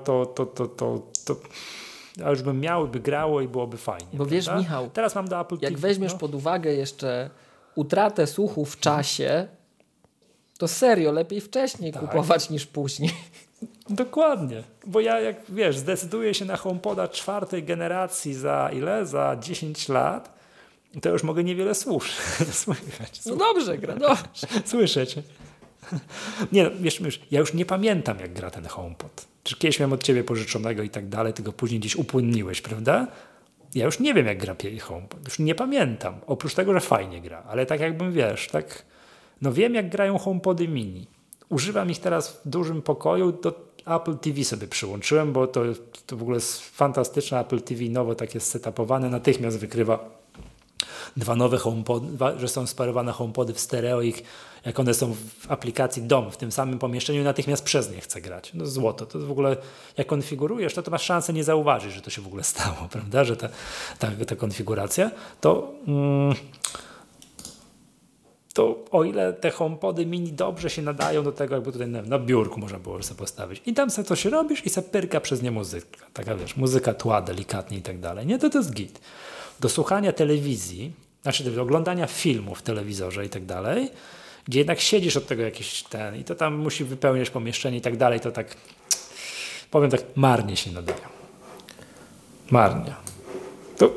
a już bym miał, by grało i byłoby fajnie.
Bo wiesz, Michał,
teraz mam do Apple TV,
jak weźmiesz pod uwagę jeszcze utratę słuchu w czasie, to serio, lepiej wcześniej kupować niż później.
Dokładnie, bo ja jak wiesz, zdecyduję się na HomePoda 4. generacji za ile? Za 10 lat, to już mogę niewiele słychać.
No dobrze gra, dobrze.
Słyszeć. Nie, no, wiesz, ja już nie pamiętam, jak gra ten HomePod. Czy kiedyś miałem od ciebie pożyczonego i tak dalej, ty go później gdzieś upłynniłeś, prawda? Ja już nie wiem, jak gra HomePod. Już nie pamiętam. Oprócz tego, że fajnie gra, ale tak jakbym, wiesz, tak, no wiem, jak grają HomePody mini. Używam ich teraz w dużym pokoju, do Apple TV sobie przyłączyłem, bo to w ogóle jest fantastyczne. Apple TV nowo tak jest setupowane, natychmiast wykrywa 2 nowe HomePody, że są sparowane HomePody w stereo, jak one są w aplikacji dom, w tym samym pomieszczeniu, natychmiast przez nie chce grać. No złoto, to w ogóle jak konfigurujesz, to masz szansę nie zauważyć, że to się w ogóle stało, prawda, że ta konfiguracja, to to o ile te HomePody mini dobrze się nadają do tego, jakby tutaj na biurku można było sobie postawić. I tam sobie coś robisz i sobie pyrka przez nie muzyka. Taka wiesz, muzyka tła delikatnie i tak dalej. Nie, to jest git. Do słuchania telewizji, znaczy do oglądania filmu w telewizorze i tak dalej, gdzie jednak siedzisz od tego jakiś i to tam musi wypełniać pomieszczenie i tak dalej, to tak, powiem tak, marnie się nadają. Marnie. To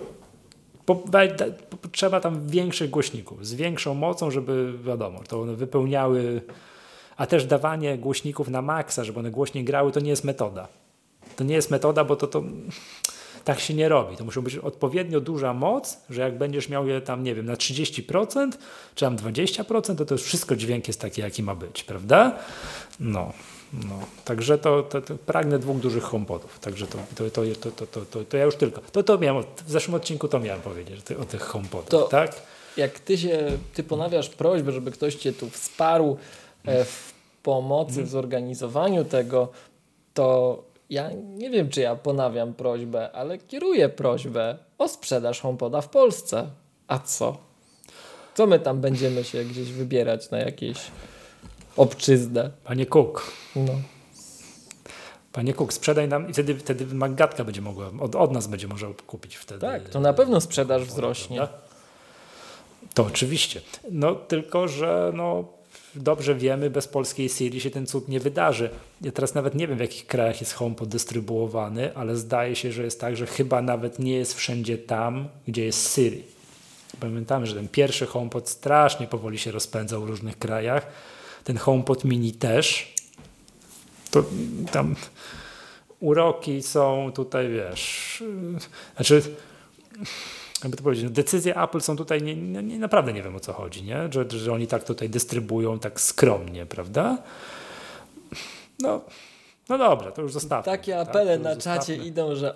trzeba tam większych głośników, z większą mocą, żeby wiadomo, to one wypełniały, a też dawanie głośników na maksa, żeby one głośniej grały, to nie jest metoda. To nie jest metoda, bo to tak się nie robi. To musi być odpowiednio duża moc, że jak będziesz miał je tam, nie wiem, na 30%, czy tam 20%, to już wszystko dźwięk jest taki, jaki ma być, prawda? No. Także to pragnę 2 dużych HomePodów. Także to ja już tylko. To miałem, w zeszłym odcinku to miałem powiedzieć o tych HomePodach, tak?
Jak ty ponawiasz prośbę, żeby ktoś cię tu wsparł w pomocy, w zorganizowaniu tego, to ja nie wiem, czy ja ponawiam prośbę, ale kieruję prośbę o sprzedaż HomePoda w Polsce. A co? Co my tam będziemy się gdzieś wybierać na jakieś obczyznę?
Panie Cook.
No.
Panie Cook, sprzedaj nam i wtedy Magatka będzie mogła, od nas będzie można kupić wtedy.
Tak, to na pewno sprzedaż wzrośnie.
Prawda? To oczywiście. No tylko, że dobrze wiemy, bez polskiej Siri się ten cud nie wydarzy. Ja teraz nawet nie wiem, w jakich krajach jest HomePod dystrybuowany, ale zdaje się, że jest tak, że chyba nawet nie jest wszędzie tam, gdzie jest Siri. Pamiętamy, że ten pierwszy HomePod strasznie powoli się rozpędzał w różnych krajach. Ten HomePod mini też. To tam uroki są tutaj, wiesz, znaczy, jakby to powiedzieć, decyzje Apple są tutaj, naprawdę nie wiem, o co chodzi, nie? Że oni tak tutaj dystrybuują tak skromnie, prawda? No dobra, to już zostawmy.
Takie apele
tak?
na czacie idą, że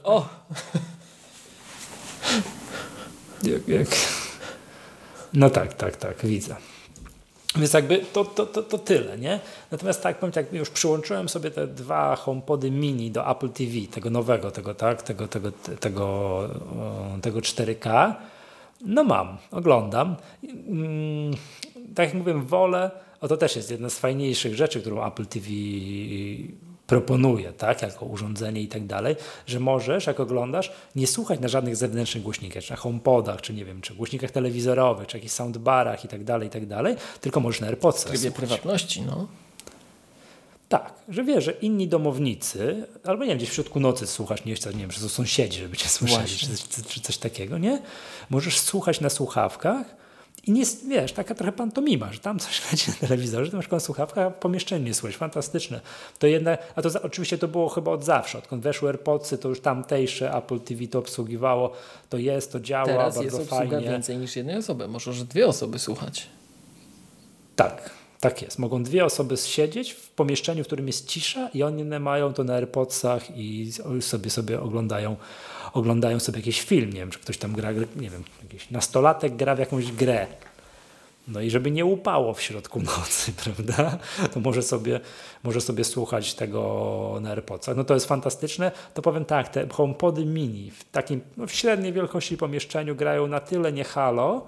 No tak, widzę. Więc jakby to tyle, nie? Natomiast tak, powiem tak, już przyłączyłem sobie te 2 HomePody mini do Apple TV, tego nowego, tego 4K. No mam, oglądam. Tak jak mówię, wolę, to też jest jedna z fajniejszych rzeczy, którą Apple TV proponuje, tak, jako urządzenie i tak dalej, że możesz, jak oglądasz, nie słuchać na żadnych zewnętrznych głośnikach, czy na HomePodach, czy nie wiem, czy głośnikach telewizorowych, czy jakichś soundbarach i tak dalej, tylko możesz na AirPodsach
w trybie
słuchać.
prywatności, no.
Tak, że wiesz, że inni domownicy, albo nie wiem, gdzieś w środku nocy słuchasz, nie wiem, że to sąsiedzi, żeby cię słyszeli, czy coś takiego, nie? Możesz słuchać na słuchawkach i nie, wiesz, taka trochę pantomima, że tam coś leci na telewizorze, ty masz taką słuchawkę, a w pomieszczeniu nie słychać. Fantastyczne. To jednak, oczywiście to było chyba od zawsze. Odkąd weszły AirPodsy, to już tamtejsze Apple TV to obsługiwało. To jest, to działa
teraz
bardzo
jest
fajnie.
obsługa więcej niż jednej osoby. Możesz 2 osoby słuchać.
Tak jest. Mogą 2 osoby siedzieć w pomieszczeniu, w którym jest cisza i one mają to na AirPodsach i sobie oglądają sobie jakiś film, nie wiem, czy ktoś tam gra, nie wiem, jakiś nastolatek gra w jakąś grę. No i żeby nie upało w środku nocy, prawda, to może sobie słuchać tego na AirPodsach. No to jest fantastyczne. To powiem tak, te HomePody mini w takim w średniej wielkości pomieszczeniu grają na tyle nie halo,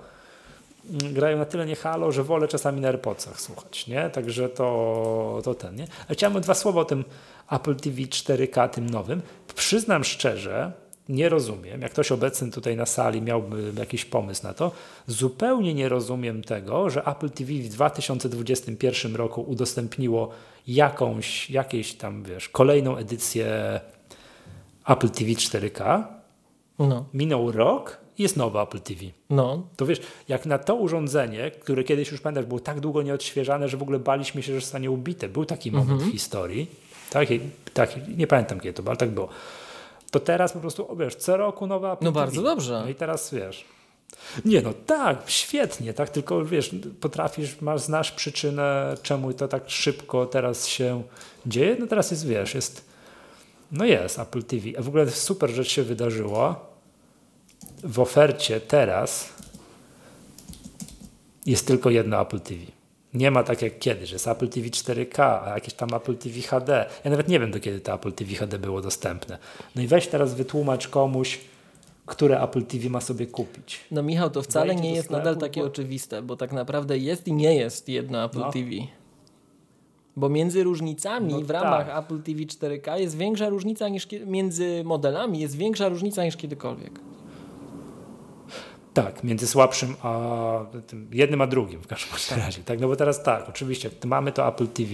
że wolę czasami na AirPodsach słuchać, nie? Także to ten, nie? Ale chciałem 2 słowa o tym Apple TV 4K, tym nowym. Przyznam szczerze, nie rozumiem, jak ktoś obecny tutaj na sali miałby jakiś pomysł na to, zupełnie nie rozumiem tego, że Apple TV w 2021 roku udostępniło jakieś tam, wiesz, kolejną edycję Apple TV 4K.
No.
Minął rok i jest nowa Apple TV.
No.
To wiesz, jak na to urządzenie, które kiedyś już pamiętasz, było tak długo nieodświeżane, że w ogóle baliśmy się, że zostanie ubite. Był taki moment w historii. Tak, nie pamiętam kiedy to było, ale tak było. To teraz po prostu, wiesz, co roku nowa Apple TV.
Bardzo dobrze.
No i teraz, wiesz, nie no tak, świetnie, tak, tylko wiesz, znasz przyczynę, czemu to tak szybko teraz się dzieje. No teraz jest, wiesz, jest Apple TV. A w ogóle super rzecz się wydarzyła. W ofercie teraz jest tylko jedno Apple TV. Nie ma tak jak kiedyś, że jest Apple TV 4K, a jakieś tam Apple TV HD. Ja nawet nie wiem, do kiedy to Apple TV HD było dostępne. No i weź teraz wytłumacz komuś, które Apple TV ma sobie kupić.
No Michał, to wcale
Wejdzie
nie
do
jest
sklepu,
nadal takie oczywiste, bo tak naprawdę jest i nie jest jedno Apple TV. Bo między różnicami w ramach Apple TV 4K jest większa różnica niż między modelami jest większa różnica niż kiedykolwiek.
Tak, między słabszym a tym jednym a drugim w każdym razie. Tak, no bo teraz tak, oczywiście mamy to Apple TV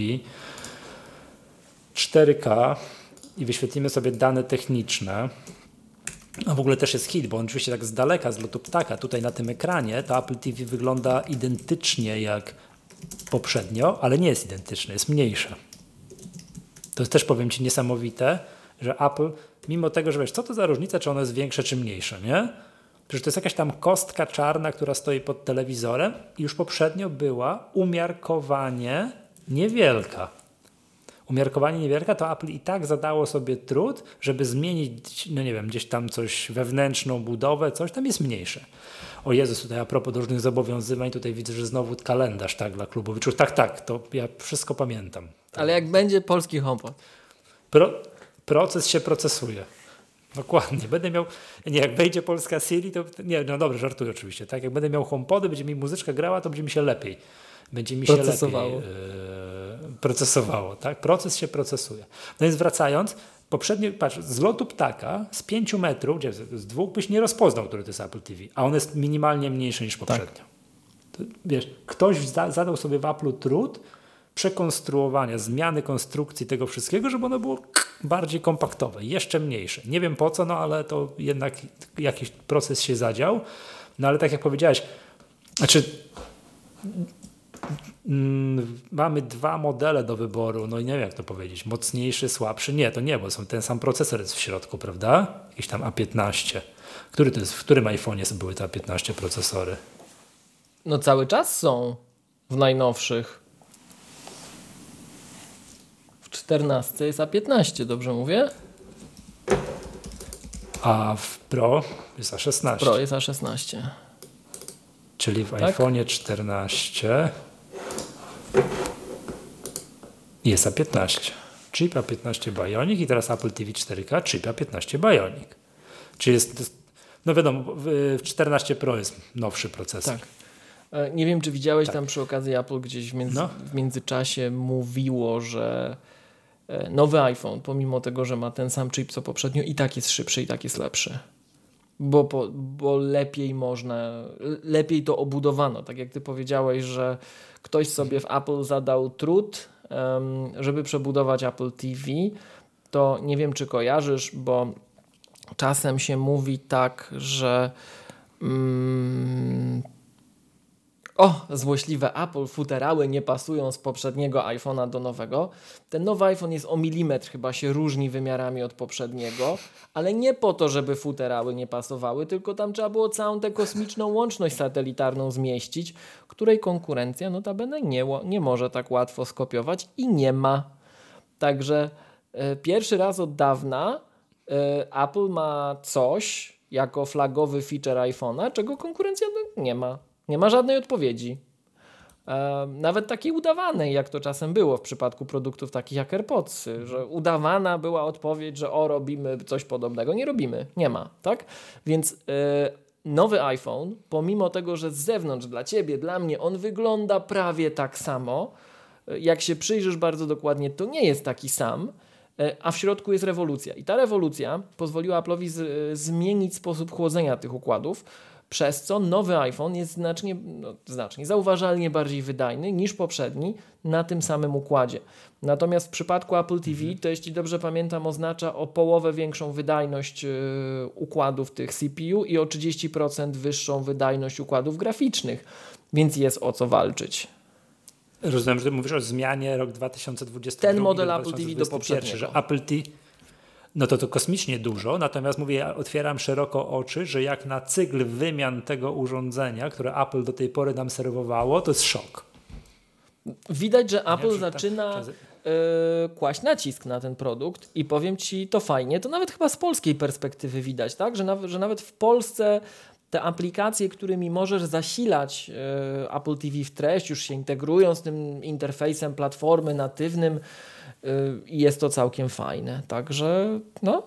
4K i wyświetlimy sobie dane techniczne. A w ogóle też jest hit, bo on oczywiście tak z daleka, z lotu ptaka, tutaj na tym ekranie to Apple TV wygląda identycznie jak poprzednio, ale nie jest identyczne, jest mniejsze. To jest też, powiem Ci, niesamowite, że Apple, mimo tego, że wiesz, co to za różnica, czy ono jest większe, czy mniejsze, nie? Przecież to jest jakaś tam kostka czarna, która stoi pod telewizorem i już poprzednio była umiarkowanie niewielka. Umiarkowanie niewielka, to Apple i tak zadało sobie trud, żeby zmienić, no nie wiem, gdzieś tam coś, wewnętrzną budowę, coś tam jest mniejsze. O Jezus, tutaj a propos różnych zobowiązywań, tutaj widzę, że znowu kalendarz tak dla klubowiczów. Tak, to ja wszystko pamiętam.
Ale jak będzie polski HomePod?
Proces się procesuje. Dokładnie. Będę miał, nie, jak wejdzie polska Siri, to nie, no dobrze, żartuję oczywiście, tak? Jak będę miał HomePody, będzie mi muzyczka grała, to będzie mi się lepiej. Będzie mi się lepiej procesowało, tak? Proces się procesuje. No więc wracając, poprzednio, patrz, z lotu ptaka z 5 metrów, gdzie z 2 byś nie rozpoznał, który to jest Apple TV, a on jest minimalnie mniejszy niż poprzednio. Tak. To, wiesz, ktoś zadał sobie w Apple'u trud przekonstruowania, zmiany konstrukcji tego wszystkiego, żeby ono było bardziej kompaktowe, jeszcze mniejsze. Nie wiem po co, no ale to jednak jakiś proces się zadział. No ale tak jak powiedziałeś, znaczy mamy 2 modele do wyboru, no i nie wiem jak to powiedzieć, mocniejszy, słabszy, nie, to nie, bo są ten sam procesor jest w środku, prawda? Jakiś tam A15. Który to jest, w którym iPhone'ie były te A15 procesory?
No cały czas są w najnowszych. W 14 jest A15, dobrze mówię?
A w Pro jest A16.
Pro jest A16.
Czyli w iPhone'ie 14 jest A15. Chip A15 Bionic i teraz Apple TV 4K, chip A15 Bionic. Czyli jest, no wiadomo, w 14 Pro jest nowszy procesor.
Tak. Nie wiem, czy widziałeś tam przy okazji Apple gdzieś w międzyczasie mówiło, że nowy iPhone, pomimo tego, że ma ten sam chip co poprzednio, i tak jest szybszy, i tak jest lepszy. Bo lepiej to obudowano. Tak jak ty powiedziałeś, że ktoś sobie w Apple zadał trud, żeby przebudować Apple TV, to nie wiem, czy kojarzysz, bo czasem się mówi tak, że złośliwe Apple, futerały nie pasują z poprzedniego iPhone'a do nowego. Ten nowy iPhone jest o milimetr, chyba się różni wymiarami od poprzedniego, ale nie po to, żeby futerały nie pasowały, tylko tam trzeba było całą tę kosmiczną łączność satelitarną zmieścić, której konkurencja notabene nie może tak łatwo skopiować i nie ma. Także pierwszy raz od dawna Apple ma coś jako flagowy feature iPhone'a, czego konkurencja nie ma. Nie ma żadnej odpowiedzi. Nawet takiej udawanej, jak to czasem było w przypadku produktów takich jak AirPods, że udawana była odpowiedź, że robimy coś podobnego. Nie robimy. Nie ma. Tak? Więc nowy iPhone, pomimo tego, że z zewnątrz dla ciebie, dla mnie on wygląda prawie tak samo, jak się przyjrzysz bardzo dokładnie, to nie jest taki sam, a w środku jest rewolucja. I ta rewolucja pozwoliła Apple'owi zmienić sposób chłodzenia tych układów, przez co nowy iPhone jest znacznie, zauważalnie bardziej wydajny niż poprzedni na tym samym układzie. Natomiast w przypadku Apple TV, to jeśli dobrze pamiętam, oznacza o połowę większą wydajność układów tych CPU i o 30% wyższą wydajność układów graficznych, więc jest o co walczyć.
Rozumiem, że ty mówisz o zmianie rok 2022.
Ten model Apple TV do poprzedniego.
Że Apple TV, no to kosmicznie dużo, natomiast mówię, ja otwieram szeroko oczy, że jak na cykl wymian tego urządzenia, które Apple do tej pory nam serwowało, to jest szok.
Widać, że Apple zaczyna kłaść nacisk na ten produkt i powiem Ci, to fajnie, to nawet chyba z polskiej perspektywy widać, tak? Że nawet w Polsce te aplikacje, którymi możesz zasilać Apple TV w treść, już się integrują z tym interfejsem platformy natywnym i jest to całkiem fajne. Także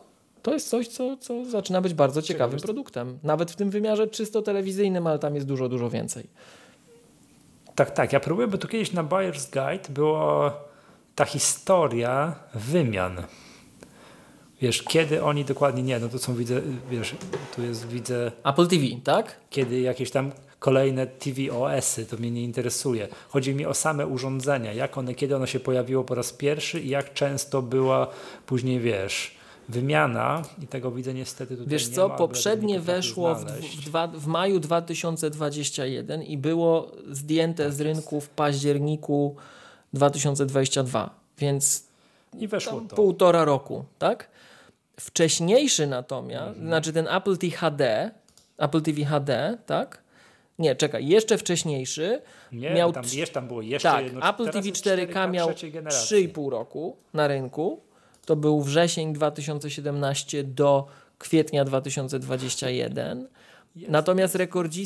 To jest coś, co zaczyna być bardzo ciekawym produktem. Nawet w tym wymiarze czysto telewizyjnym, ale tam jest dużo, dużo więcej.
Tak. Ja próbuję, bo tu kiedyś na Buyer's Guide była ta historia wymian. Wiesz, kiedy oni dokładnie, nie, no to są, widzę, wiesz, tu jest, widzę...
Apple TV, tak?
Kiedy jakieś tam kolejne TVOS-y, to mnie nie interesuje. Chodzi mi o same urządzenia, kiedy ono się pojawiło po raz pierwszy i jak często była później, wiesz, wymiana i tego widzę niestety tutaj
wiesz
nie
co,
ma,
poprzednie weszło w maju 2021 i było zdjęte z rynku w październiku 2022, więc
i weszło to.
1,5 roku, tak? Wcześniejszy natomiast, znaczy ten Apple TV HD, tak? Nie, czekaj, jeszcze wcześniejszy miał...
Tam było jeszcze
tak,
jedno.
Apple TV 4K miał 3,5 roku na rynku. To był wrzesień 2017 do kwietnia 2021. Natomiast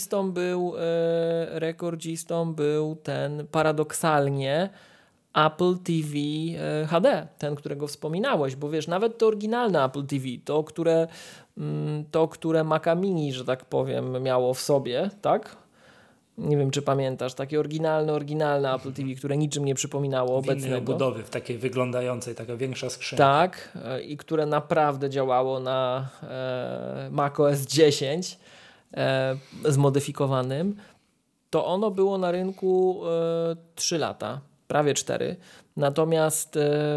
rekordzistą był ten paradoksalnie Apple TV HD, ten, którego wspominałeś, bo wiesz, nawet to oryginalne Apple TV, które Maca Mini, że tak powiem, miało w sobie, tak? Nie wiem, czy pamiętasz, takie oryginalne Apple TV, które niczym nie przypominało obecnego. W innej
obudowy, w takiej wyglądającej, taka większa skrzynka.
Tak, i które naprawdę działało na macOS 10 zmodyfikowanym, to ono było na rynku 3 lata, prawie 4. Natomiast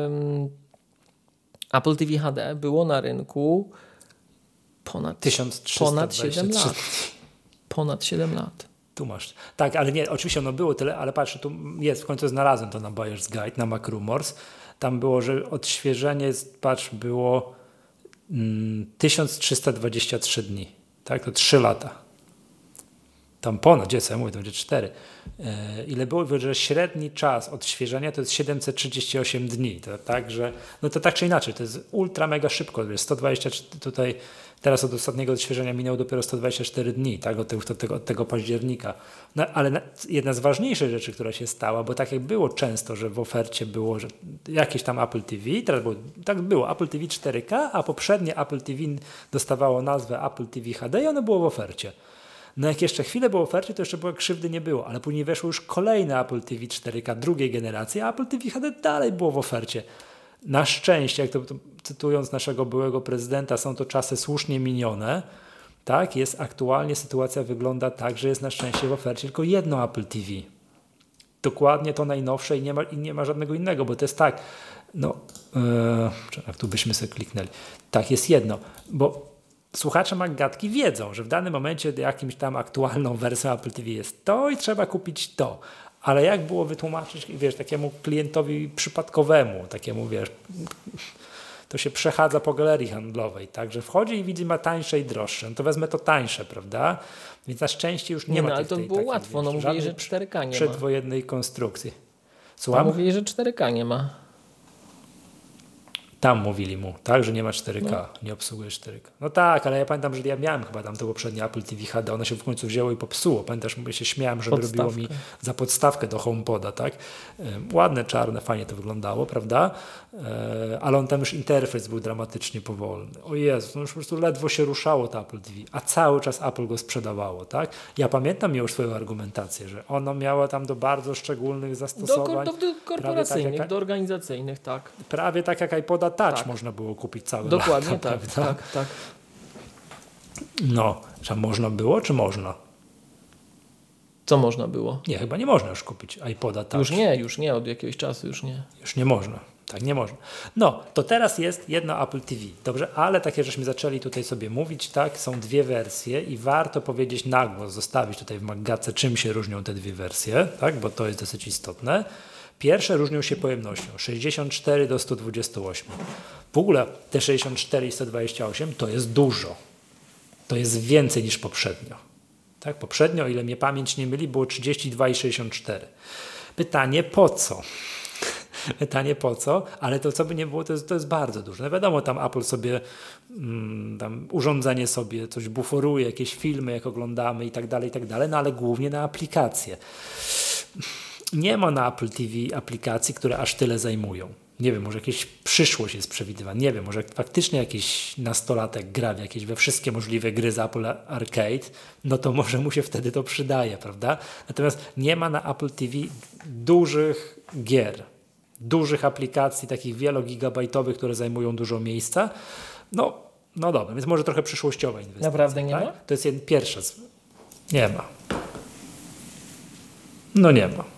Apple TV HD było na rynku ponad 7 lat. Ponad 7 lat.
Tu masz. Tak, ale nie, oczywiście ono było tyle, ale patrz, tu jest, w końcu znalazłem to na Buyer's Guide, na MacRumors. Tam było, że odświeżenie, patrz, było 1323 dni. Tak, to 3 lata. Tam ponad, gdzie co ja mówię, to będzie 4. Ile było, że średni czas odświeżenia to jest 738 dni. To tak, że, no to tak czy inaczej, to jest ultra mega szybko. 120 tutaj, teraz od ostatniego odświeżenia minęło dopiero 124 dni, tak, od tego października. No, ale jedna z ważniejszych rzeczy, która się stała, bo tak jak było często, że w ofercie było, że jakieś tam Apple TV, teraz było Apple TV 4K, a poprzednie Apple TV dostawało nazwę Apple TV HD i ono było w ofercie. No jak jeszcze chwilę było w ofercie, to jeszcze było krzywdy nie było, ale później weszło już kolejne Apple TV 4K drugiej generacji, a Apple TV HD dalej było w ofercie. Na szczęście, jak to cytując naszego byłego prezydenta, są to czasy słusznie minione, tak? Aktualnie sytuacja wygląda tak, że jest na szczęście w ofercie tylko jedno Apple TV. Dokładnie to najnowsze i nie ma żadnego innego, bo to jest tak, tu byśmy sobie kliknęli. Tak, jest jedno, bo słuchacze Maggatki wiedzą, że w danym momencie jakimś tam aktualną wersją Apple TV jest to i trzeba kupić to. Ale jak było wytłumaczyć, wiesz, takiemu klientowi przypadkowemu, takiemu, wiesz, to się przechadza po galerii handlowej, tak, że wchodzi i widzi, ma tańsze i droższe, no to wezmę to tańsze, prawda? Więc na szczęście już nie ma
ale to było łatwo,
wiesz,
mówili, że 4K nie ma.
Przedwojennej konstrukcji. Słucham?
Mówili, że 4K nie ma.
Tam mówili mu, tak, że nie ma 4K, nie obsługuje 4K. No tak, ale ja pamiętam, że ja miałem chyba tam to poprzednie Apple TV HD, ono się w końcu wzięło i popsuło. Pamiętasz, ja się śmiałem, że robiło mi za podstawkę do HomePoda, tak? Ładne, czarne, fajnie to wyglądało, prawda? Ale on tam już interfejs był dramatycznie powolny. O Jezu, no już po prostu ledwo się ruszało to Apple TV, a cały czas Apple go sprzedawało, tak? Ja pamiętam już swoją argumentację, że ono miało tam do bardzo szczególnych zastosowań.
Do korporacyjnych, tak do organizacyjnych, tak.
Prawie tak jak iPoda Touch można było kupić cały
Dokładnie
lata,
tak.
No, czy można było, czy można?
Co można było?
Nie, chyba nie można już kupić iPoda Touch.
Już nie, od jakiegoś czasu już nie.
Już nie można, tak nie można. No, to teraz jest jedno Apple TV, dobrze, ale takie żeśmy zaczęli tutaj sobie mówić, tak, są dwie wersje i warto powiedzieć na głos, zostawić tutaj w Maggatce, czym się różnią te dwie wersje, tak, bo to jest dosyć istotne. Pierwsze różnią się pojemnością, 64 do 128. W ogóle te 64 i 128 to jest dużo. To jest więcej niż poprzednio. Tak? Poprzednio, o ile mnie pamięć nie myli, było 32 i 64. Pytanie po co? Pytanie po co? Ale to co by nie było, to jest bardzo dużo. No wiadomo, tam Apple sobie, tam urządzenie sobie coś buforuje, jakieś filmy jak oglądamy i tak dalej, no ale głównie na aplikacje. Nie ma na Apple TV aplikacji, które aż tyle zajmują. nie wiem, może jakaś przyszłość jest przewidywana, nie wiem, może faktycznie jakiś nastolatek gra we wszystkie możliwe gry z Apple Arcade, no to może mu się wtedy to przydaje, prawda? Natomiast nie ma na Apple TV dużych gier, dużych aplikacji, takich wielogigabajtowych, które zajmują dużo miejsca. No dobra, więc może trochę przyszłościowa inwestycja.
Naprawdę nie ma?
To jest pierwsza. Nie ma. No nie ma.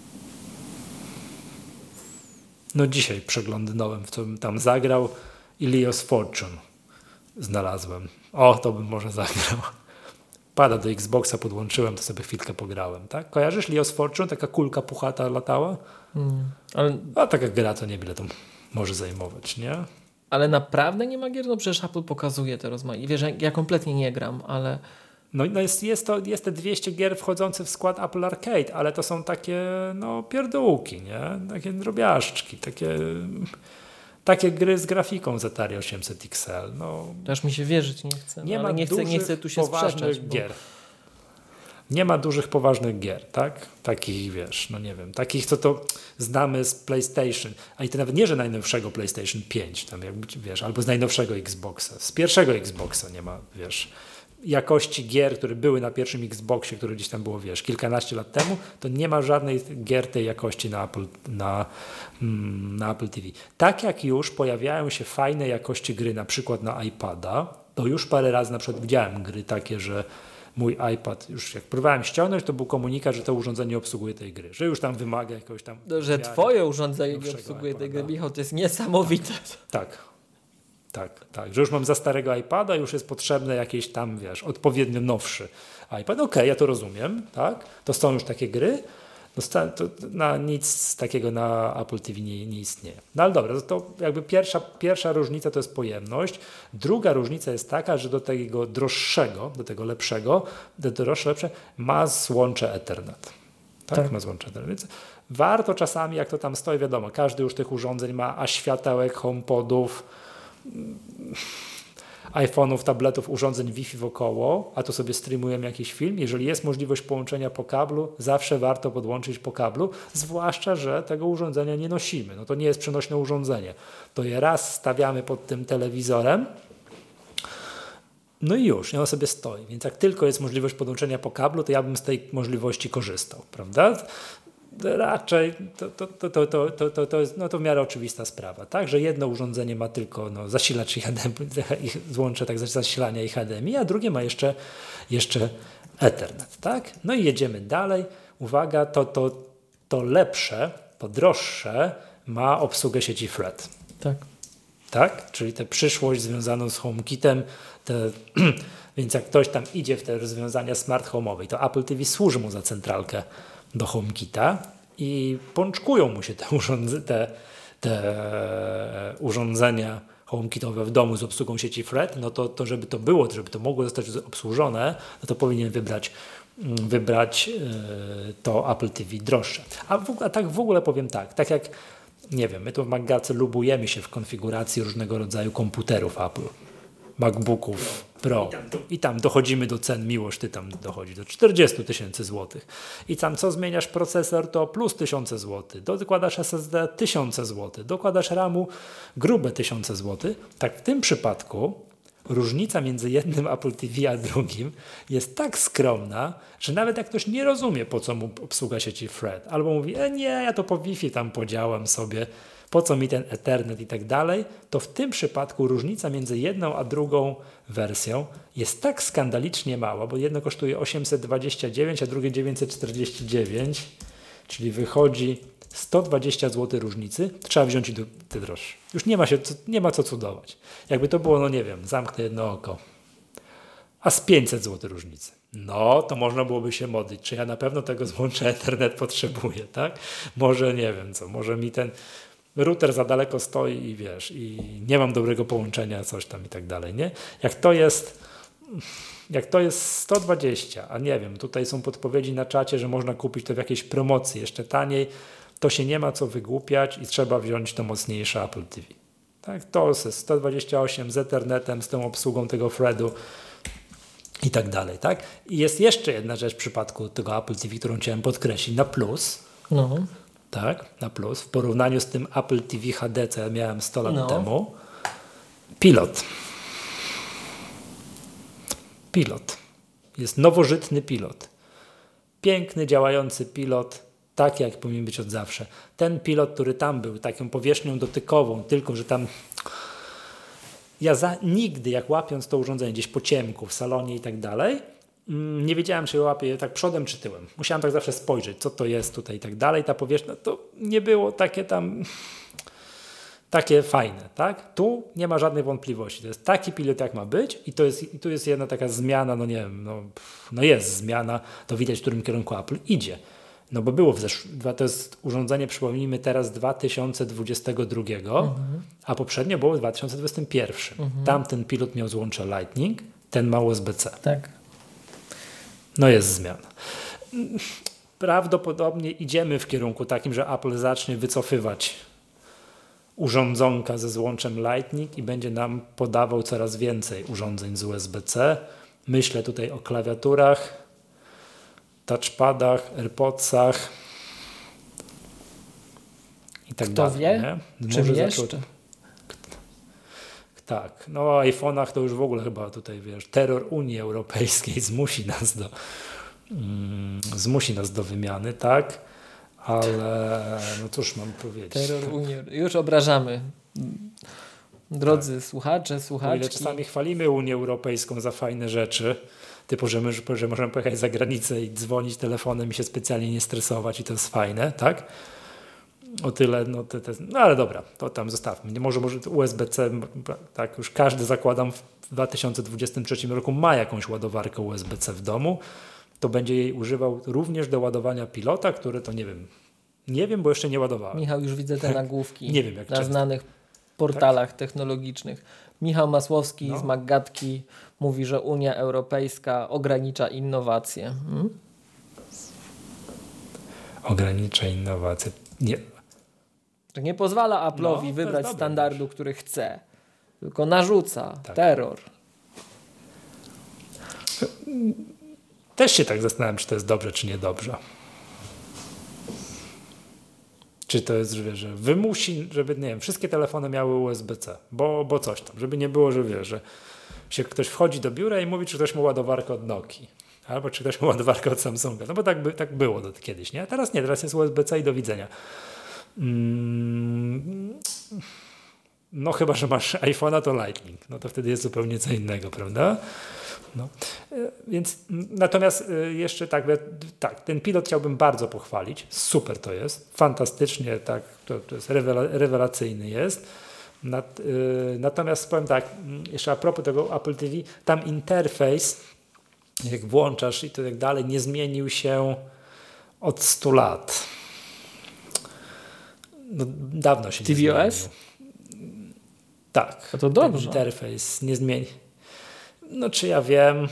No dzisiaj przeglądnąłem, w co bym tam zagrał i Leo's Fortune znalazłem. O, to bym może zagrał. Pada do Xboxa podłączyłem, to sobie chwilkę pograłem, tak? Kojarzysz Leo's Fortune? Taka kulka puchata latała?
Ale...
A taka gra to niewiele to może zajmować, nie?
Ale naprawdę nie ma gier? No przecież Apple pokazuje te rozmaite. Wiesz, ja kompletnie nie gram, ale...
No jest te 200 gier wchodzące w skład Apple Arcade, ale to są takie pierdółki, nie? Takie drobiażdżki, takie gry z grafiką z Atari 800 XL. No,
też mi się wierzyć nie chce. Nie chcę tu się sprzeczać.
Gier. Nie ma dużych, poważnych gier, tak? Takich, wiesz, no nie wiem, takich, co to znamy z PlayStation, a i to nawet nie, że najnowszego PlayStation 5, tam jakby, wiesz, albo z najnowszego Xboxa, z pierwszego Xboxa nie ma, wiesz, jakości gier, które były na pierwszym Xboxie, które gdzieś tam było, wiesz, kilkanaście lat temu, to nie ma żadnej gier tej jakości na Apple TV. Tak jak już pojawiają się fajne jakości gry, na przykład na iPada, to już parę razy na przykład widziałem gry takie, że mój iPad, już jak próbowałem ściągnąć, to był komunikat, że to urządzenie obsługuje tej gry, że już tam wymaga jakiegoś tam...
Że twoje urządzenie nie obsługuje tej gry, Michał, to jest niesamowite.
Tak, że już mam za starego iPada, już jest potrzebny jakiś tam, wiesz, odpowiednio nowszy iPad. Okej, ja to rozumiem, tak? To są już takie gry, nic takiego na Apple TV nie istnieje. No ale dobra, to jakby pierwsza różnica to jest pojemność. Druga różnica jest taka, że do tego droższego, do tego lepszego, lepsze ma złącze Ethernet. Tak, ma złącze Ethernet. Więc warto czasami, jak to tam stoi, wiadomo, każdy już tych urządzeń ma, a światełek, HomePodów, iPhone'ów, tabletów, urządzeń Wi-Fi wokoło, a tu sobie streamujemy jakiś film. Jeżeli jest możliwość połączenia po kablu, zawsze warto podłączyć po kablu, zwłaszcza, że tego urządzenia nie nosimy. No to nie jest przenośne urządzenie. To je raz stawiamy pod tym telewizorem, no i już, ono sobie stoi. Więc jak tylko jest możliwość podłączenia po kablu, to ja bym z tej możliwości korzystał, prawda? Raczej to jest to w miarę oczywista sprawa, tak? Że jedno urządzenie ma tylko zasilacz i HDMI, złącze tak zasilania i HDMI, a drugie ma jeszcze Ethernet, tak? No i jedziemy dalej. Uwaga, to lepsze, to droższe ma obsługę sieci Thread. Tak? Czyli tę przyszłość związaną z HomeKitem, więc jak ktoś tam idzie w te rozwiązania smart home'owe, to Apple TV służy mu za centralkę do HomeKita i pączkują mu się te urządzenia HomeKitowe w domu z obsługą sieci Thread, no to żeby to mogło zostać obsłużone, no to powinien wybrać to Apple TV droższe. A tak w ogóle powiem tak jak nie wiem, my tu w Maggacy lubujemy się w konfiguracji różnego rodzaju komputerów Apple, MacBooków Pro i tam dochodzimy do cen, Miłosz, ty tam dochodzi do 40 000 złotych i tam co zmieniasz procesor, to plus 1000 zł, dokładasz SSD 1000 zł, dokładasz RAMu grube 1000 zł. Tak w tym przypadku różnica między jednym Apple TV a drugim jest tak skromna, że nawet jak ktoś nie rozumie, po co mu obsługa sieci Thread, albo mówi, nie, ja to po Wi-Fi tam podziałam sobie, po co mi ten Ethernet i tak dalej, to w tym przypadku różnica między jedną a drugą wersją jest tak skandalicznie mała, bo jedno kosztuje 829, a drugie 949, czyli wychodzi 120 zł różnicy, trzeba wziąć i te droższe. Już nie ma co cudować. Jakby to było, nie wiem, zamknę jedno oko, a z 500 zł różnicy. No, to można byłoby się modlić, czy ja na pewno tego złącza Ethernet potrzebuję, tak? Może nie wiem co, może mi ten router za daleko stoi i wiesz, i nie mam dobrego połączenia, coś tam i tak dalej, nie? Jak to jest 120, a nie wiem, tutaj są podpowiedzi na czacie, że można kupić to w jakiejś promocji jeszcze taniej, to się nie ma co wygłupiać i trzeba wziąć to mocniejsze Apple TV. Tak? To jest 128 z Ethernetem, z tą obsługą tego Threadu i tak dalej. Tak? I jest jeszcze jedna rzecz w przypadku tego Apple TV, którą chciałem podkreślić na plus. tak, na plus, w porównaniu z tym Apple TV HD, co ja miałem 100 lat temu. Pilot. Jest nowożytny pilot. Piękny, działający pilot, taki jak powinien być od zawsze. Ten pilot, który tam był, taką powierzchnią dotykową, tylko że tam nigdy, jak łapiąc to urządzenie gdzieś po ciemku, w salonie i tak dalej, nie wiedziałem, czy łapię tak przodem, czy tyłem. Musiałem tak zawsze spojrzeć, co to jest tutaj i tak dalej. Ta powierzchnia to nie było takie fajne, tak? Tu nie ma żadnej wątpliwości. To jest taki pilot, jak ma być i tu jest jedna taka zmiana, no nie wiem, jest zmiana, to widać, w którym kierunku Apple idzie. No bo było to jest urządzenie, przypomnijmy teraz 2022, a poprzednio było w 2021. Tamten pilot miał złącze Lightning, ten ma USB-C.
Tak.
No jest zmiana. Prawdopodobnie idziemy w kierunku takim, że Apple zacznie wycofywać urządzonka ze złączem Lightning i będzie nam podawał coraz więcej urządzeń z USB-C. Myślę tutaj o klawiaturach, touchpadach, AirPodsach i tak dalej.
Kto wie? Czym jeszcze?
Tak, no o iPhone'ach to już w ogóle chyba tutaj, terror Unii Europejskiej zmusi nas do wymiany, tak? Ale no cóż mam powiedzieć.
Terror Unii, już obrażamy. Drodzy słuchacze, słuchaczki.
O ile czasami chwalimy Unię Europejską za fajne rzeczy, typu, że możemy pojechać za granicę i dzwonić telefonem i się specjalnie nie stresować i to jest fajne, tak? O tyle, no ale dobra, to tam zostawmy. Może USB-C, tak już każdy, zakładam, w 2023 roku ma jakąś ładowarkę USB-C w domu, to będzie jej używał również do ładowania pilota, który to nie wiem, bo jeszcze nie ładowałem.
Michał, już widzę te nagłówki
nie wiem, jak
na znanych portalach technologicznych. Michał Masłowski z Maggatki mówi, że Unia Europejska ogranicza innowacje.
Ogranicza innowacje.
Nie pozwala Apple'owi wybrać standardu, który chce, tylko narzuca terror.
Też się tak zastanawiam, czy to jest dobrze, czy niedobrze. Czy to jest, że wymusi, żeby, nie wiem, wszystkie telefony miały USB-C, bo coś tam, żeby nie było, że się ktoś wchodzi do biura i mówi, czy ktoś ma ładowarkę od Nokii, albo czy ktoś ma ładowarkę od Samsunga, no bo tak było kiedyś, nie? A teraz nie, teraz jest USB-C i do widzenia. No chyba, że masz iPhone'a, to Lightning, no to wtedy jest zupełnie co innego, prawda? No. Więc natomiast jeszcze tak, ten pilot chciałbym bardzo pochwalić. Super to jest, fantastycznie, tak, to jest rewelacyjny jest. Natomiast powiem tak, jeszcze a propos tego Apple TV, tam interfejs, jak włączasz i tak dalej, nie zmienił się od 100 lat. No, dawno się nie zmienił.
tvOS?
Tak.
No to dobrze.
Interfejs nie zmieni. No czy ja wiem.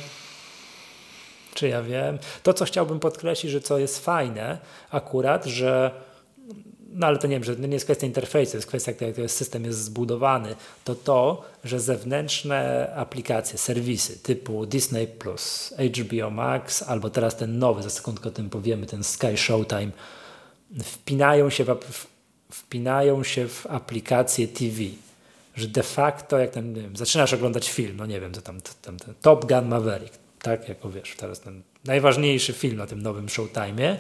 To, co chciałbym podkreślić, że co jest fajne akurat, że no ale to nie wiem, że nie jest kwestia interfejsu, jest kwestia, jak ten system jest zbudowany, to, że zewnętrzne aplikacje, serwisy typu Disney+, HBO Max, albo teraz ten nowy, za sekundkę o tym powiemy, ten Sky Showtime, wpinają się w aplikację TV. Że de facto, jak tam, nie wiem, zaczynasz oglądać film, no nie wiem, co tam ten Top Gun Maverick, tak, jako wiesz, teraz ten najważniejszy film na tym nowym Showtime'ie,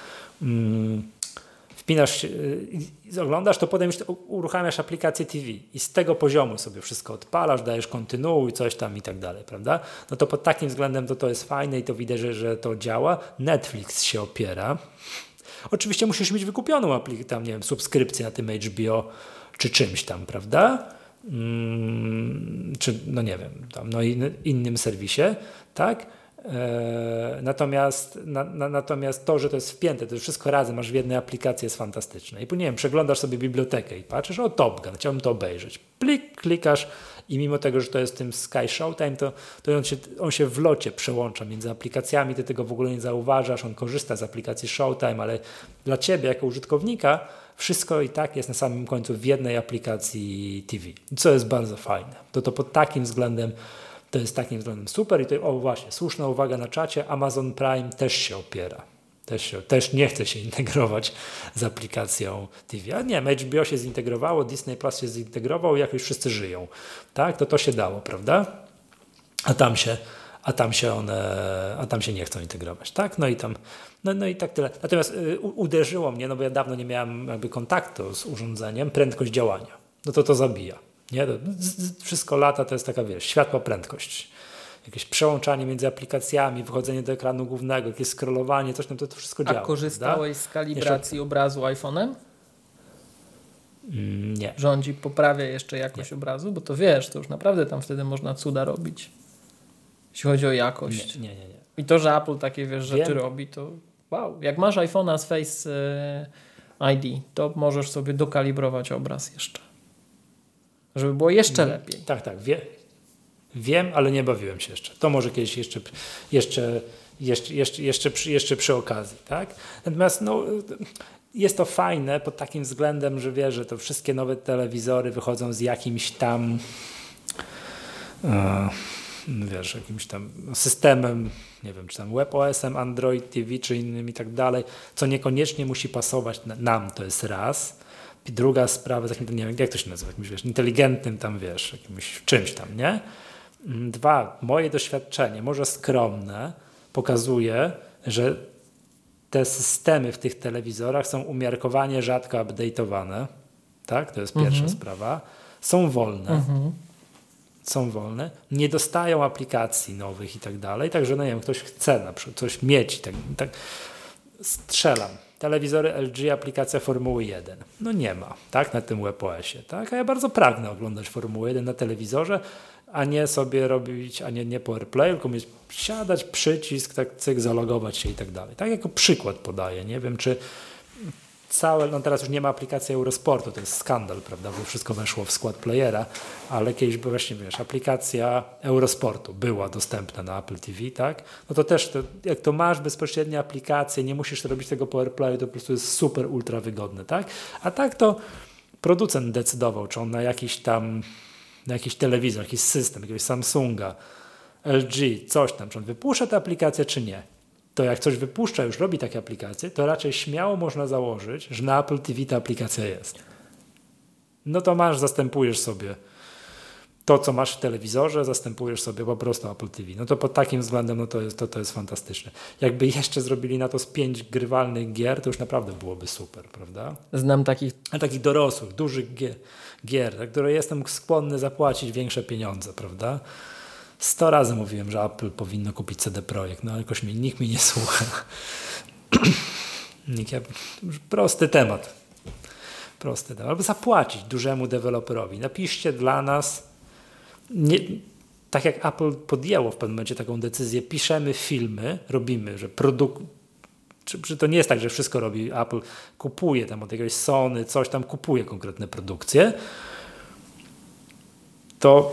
wpinasz się i oglądasz, to potem już uruchamiasz aplikację TV i z tego poziomu sobie wszystko odpalasz, dajesz kontynuuj, coś tam i tak dalej, prawda? No to pod takim względem to jest fajne i to widać, że to działa. Netflix się opiera. Oczywiście musisz mieć wykupioną tam, nie wiem, subskrypcję na tym HBO czy czymś tam, prawda? Czy, no nie wiem, tam, no innym serwisie, tak? Natomiast to, że to jest wpięte, to wszystko razem masz w jednej aplikacji, jest fantastyczne. I nie wiem, przeglądasz sobie bibliotekę i patrzysz, o Top Gun, chciałbym to obejrzeć. Klikasz i mimo tego, że to jest tym Sky Showtime, to on się w locie przełącza między aplikacjami, ty tego w ogóle nie zauważasz, on korzysta z aplikacji Showtime, ale dla ciebie jako użytkownika wszystko i tak jest na samym końcu w jednej aplikacji TV, co jest bardzo fajne. To pod takim względem to jest takim względem super i tutaj, o właśnie, słuszna uwaga na czacie, Amazon Prime też się opiera. Też nie chce się integrować z aplikacją TV. A nie, HBO się zintegrowało, Disney Plus się zintegrował i jakoś wszyscy żyją. Tak, to się dało, prawda? A tam się nie chcą integrować, tak? No i tak tyle. Natomiast uderzyło mnie, no bo ja dawno nie miałem jakby kontaktu z urządzeniem, prędkość działania. No to zabija. Nie? Wszystko lata to jest taka, światła prędkość. Jakieś przełączanie między aplikacjami, wychodzenie do ekranu głównego, jakieś scrollowanie, coś tam, to wszystko działa.
A korzystałeś z kalibracji obrazu iPhone'em?
Nie.
Że on ci poprawia jeszcze jakość obrazu? Bo to wiesz, to już naprawdę tam wtedy można cuda robić. Jeśli chodzi o jakość.
Nie.
I to, że Apple takie rzeczy robi, to wow. Jak masz iPhone'a z Face ID, to możesz sobie dokalibrować obraz jeszcze. Żeby było jeszcze lepiej.
Tak, wiem, ale nie bawiłem się jeszcze. To może kiedyś jeszcze przy okazji, tak? Natomiast jest to fajne pod takim względem, że wiesz, że to wszystkie nowe telewizory wychodzą z jakimś tam jakimś tam systemem, nie wiem, czy tam WebOS-em, Android TV, czy innym i tak dalej, co niekoniecznie musi pasować nam, to jest raz. I druga sprawa, nie wiem, jak to się nazywa, jakimś inteligentnym tam, jakimś czymś tam, nie? Dwa, moje doświadczenie, może skromne, pokazuje, że te systemy w tych telewizorach są umiarkowanie rzadko update'owane, tak? To jest pierwsza sprawa. Są wolne. Są wolne, nie dostają aplikacji nowych i tak dalej, także nie wiem, ktoś chce na przykład coś mieć, tak strzelam. Telewizory LG, aplikacja Formuły 1. No nie ma, tak, na tym WebOSie, tak, a ja bardzo pragnę oglądać Formułę 1 na telewizorze, a nie sobie robić, a nie po AirPlay, tylko mieć, siadać, przycisk, tak, cyk, zalogować się i tak dalej. Tak jako przykład podaję, nie wiem, czy teraz już nie ma aplikacji Eurosportu, to jest skandal, prawda, bo wszystko weszło w skład playera, ale kiedyś była właśnie, aplikacja Eurosportu była dostępna na Apple TV, tak? No to też, jak to masz bezpośrednie aplikacje, nie musisz robić tego po AirPlayu, to po prostu jest super, ultra wygodne, tak? A tak to producent decydował, czy on na jakiś telewizor, jakiś system, jakiegoś Samsunga, LG, coś tam, czy on wypuszcza tę aplikację, czy nie. To jak coś wypuszcza, już robi takie aplikacje, to raczej śmiało można założyć, że na Apple TV ta aplikacja jest. No to zastępujesz sobie to, co masz w telewizorze, zastępujesz sobie po prostu Apple TV. No to pod takim względem to jest fantastyczne. Jakby jeszcze zrobili na to z 5 grywalnych gier, to już naprawdę byłoby super, prawda?
Znam takich
dorosłych, dużych gier, za które jestem skłonny zapłacić większe pieniądze, prawda? 100 razy mówiłem, że Apple powinno kupić CD Projekt, no ale jakoś nikt mnie nie słucha. Prosty temat. Albo zapłacić dużemu deweloperowi. Napiszcie dla nas, tak jak Apple podjęło w pewnym momencie taką decyzję, piszemy filmy, robimy, że czy to nie jest tak, że wszystko robi Apple, kupuje tam od jakiegoś Sony, coś tam kupuje konkretne produkcje, to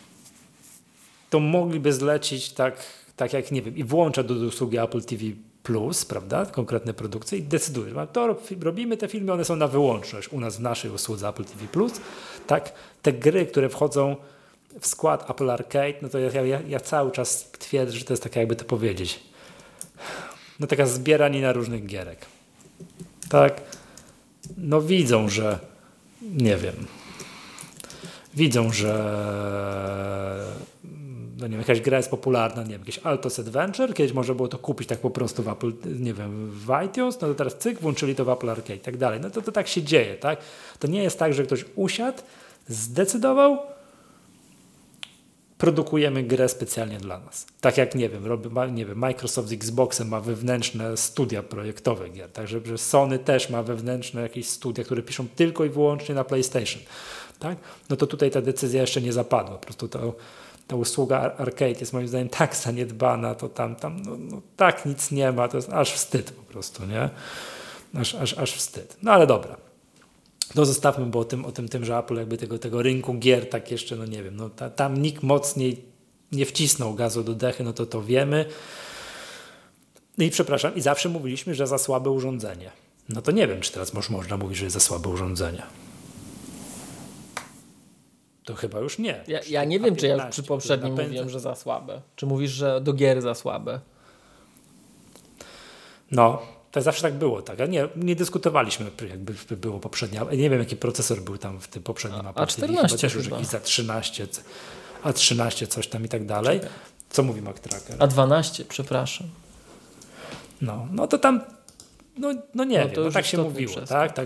mogliby zlecić tak jak, nie wiem, i włącza do usługi Apple TV Plus, prawda, konkretne produkcje i decyduje, to robimy te filmy, one są na wyłączność u nas w naszej usłudze Apple TV Plus, tak, te gry, które wchodzą w skład Apple Arcade, no to ja cały czas twierdzę, że to jest taka, jakby to powiedzieć, no taka zbieranina różnych gierek, tak, no widzą, że nie wiem, no nie wiem, jakaś gra jest popularna, nie wiem, jakiś Altos Adventure, kiedyś można było to kupić tak po prostu w Apple, nie wiem, w iTunes, no to teraz cyk, włączyli to w Apple Arcade i tak dalej. No to tak się dzieje, tak? To nie jest tak, że ktoś usiadł, zdecydował, produkujemy grę specjalnie dla nas. Tak jak, nie wiem, Microsoft z Xboxem ma wewnętrzne studia projektowe gier, tak, że Sony też ma wewnętrzne jakieś studia, które piszą tylko i wyłącznie na PlayStation, tak? No to tutaj ta decyzja jeszcze nie zapadła, po prostu ta usługa Arcade jest moim zdaniem tak zaniedbana, to tam no tak nic nie ma, to jest aż wstyd po prostu, nie? Aż wstyd. No ale dobra. To zostawmy, bo o tym, że Apple jakby tego rynku gier tak jeszcze, no nie wiem, no tam nikt mocniej nie wcisnął gazu do dechy, no to wiemy. I przepraszam, i zawsze mówiliśmy, że za słabe urządzenie. No to nie wiem, czy teraz można mówić, że jest za słabe urządzenie. To chyba już nie.
Ja nie wiem, czy ja przy poprzednim mówiłem, że za słabe. Czy mówisz, że do gier za słabe?
No, to zawsze tak było, tak? Nie dyskutowaliśmy, jakby było poprzednie. Nie wiem, jaki procesor był tam w tym poprzednim Apple TV.
A14
też już
chyba.
jakiś za 13, A13 coś tam i tak dalej. Co mówi Mac Tracker?
A12, przepraszam.
No to tam, no nie wiem,
to już
tak się
istotny
mówiło,
przeskok.
tak?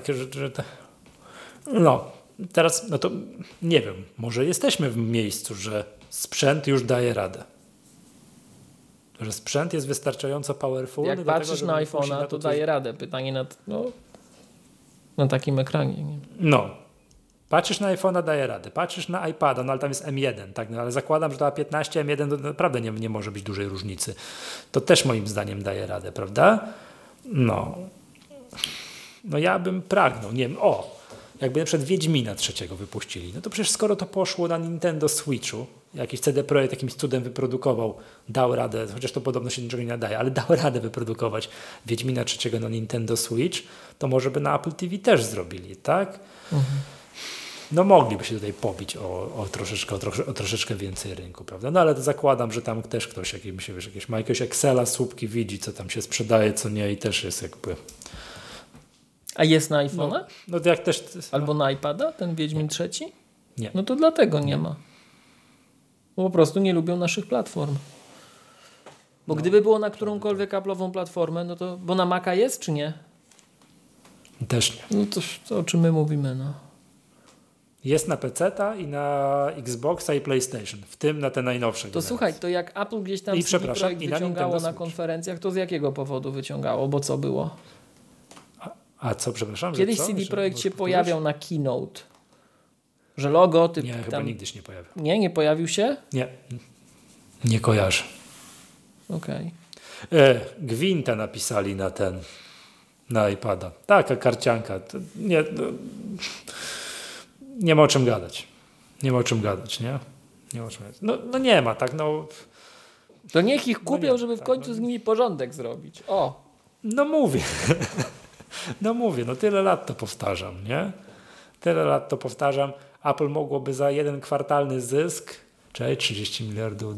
No, teraz, no to nie wiem, może jesteśmy w miejscu, że sprzęt już daje radę. Że sprzęt jest wystarczająco powerful.
Jak patrzysz na iPhone'a, to daje radę. Pytanie na takim ekranie. Nie?
No. Patrzysz na iPhone'a, daje radę. Patrzysz na iPada, no ale tam jest M1, tak? No, ale zakładam, że to A15, M1 to naprawdę nie może być dużej różnicy. To też moim zdaniem daje radę, prawda? No ja bym pragnął, nie wiem, jakby na przykład Wiedźmina trzeciego wypuścili, no to przecież skoro to poszło na Nintendo Switchu, jakiś CD Projekt jakimś cudem wyprodukował, dał radę, chociaż to podobno się niczego nie nadaje, ale dał radę wyprodukować Wiedźmina trzeciego na Nintendo Switch, to może by na Apple TV też zrobili, tak? No mogliby się tutaj pobić o troszeczkę więcej rynku, prawda? No ale to zakładam, że tam też ktoś jakieś ma jakiegoś Excela, słupki, widzi, co tam się sprzedaje, co nie i też jest jakby...
A jest na iPhone'a?
No to jak też...
Albo na iPada, ten Wiedźmin trzeci?
Nie.
No to dlatego nie ma. Bo po prostu nie lubią naszych platform. Bo gdyby było na którąkolwiek Apple'ową platformę, no to... Bo na Maca jest, czy nie?
Też nie.
No to o czym my mówimy, no.
Jest na PC-ta i na Xboxa i PlayStation, w tym na te najnowsze
To słuchaj, to jak Apple gdzieś tam CD Projekt wyciągało na konferencjach, to z jakiego powodu wyciągało? Bo co było?
A co, przepraszam?
Kiedyś CD Projekt się pojawiał na Keynote. Że logotyp...
Nie, chyba nigdy się nie pojawił.
Nie pojawił się?
Nie kojarzę.
Okej.
Gwinta napisali na iPada. Taka karcianka. Nie ma o czym gadać. Nie? Nie ma o czym gadać. No nie ma, tak?
To niech ich kupią, żeby w końcu z nimi porządek zrobić.
No mówię. Tyle lat to powtarzam, nie? Tyle lat to powtarzam. Apple mogłoby za jeden kwartalny zysk, czyli $30 miliardów,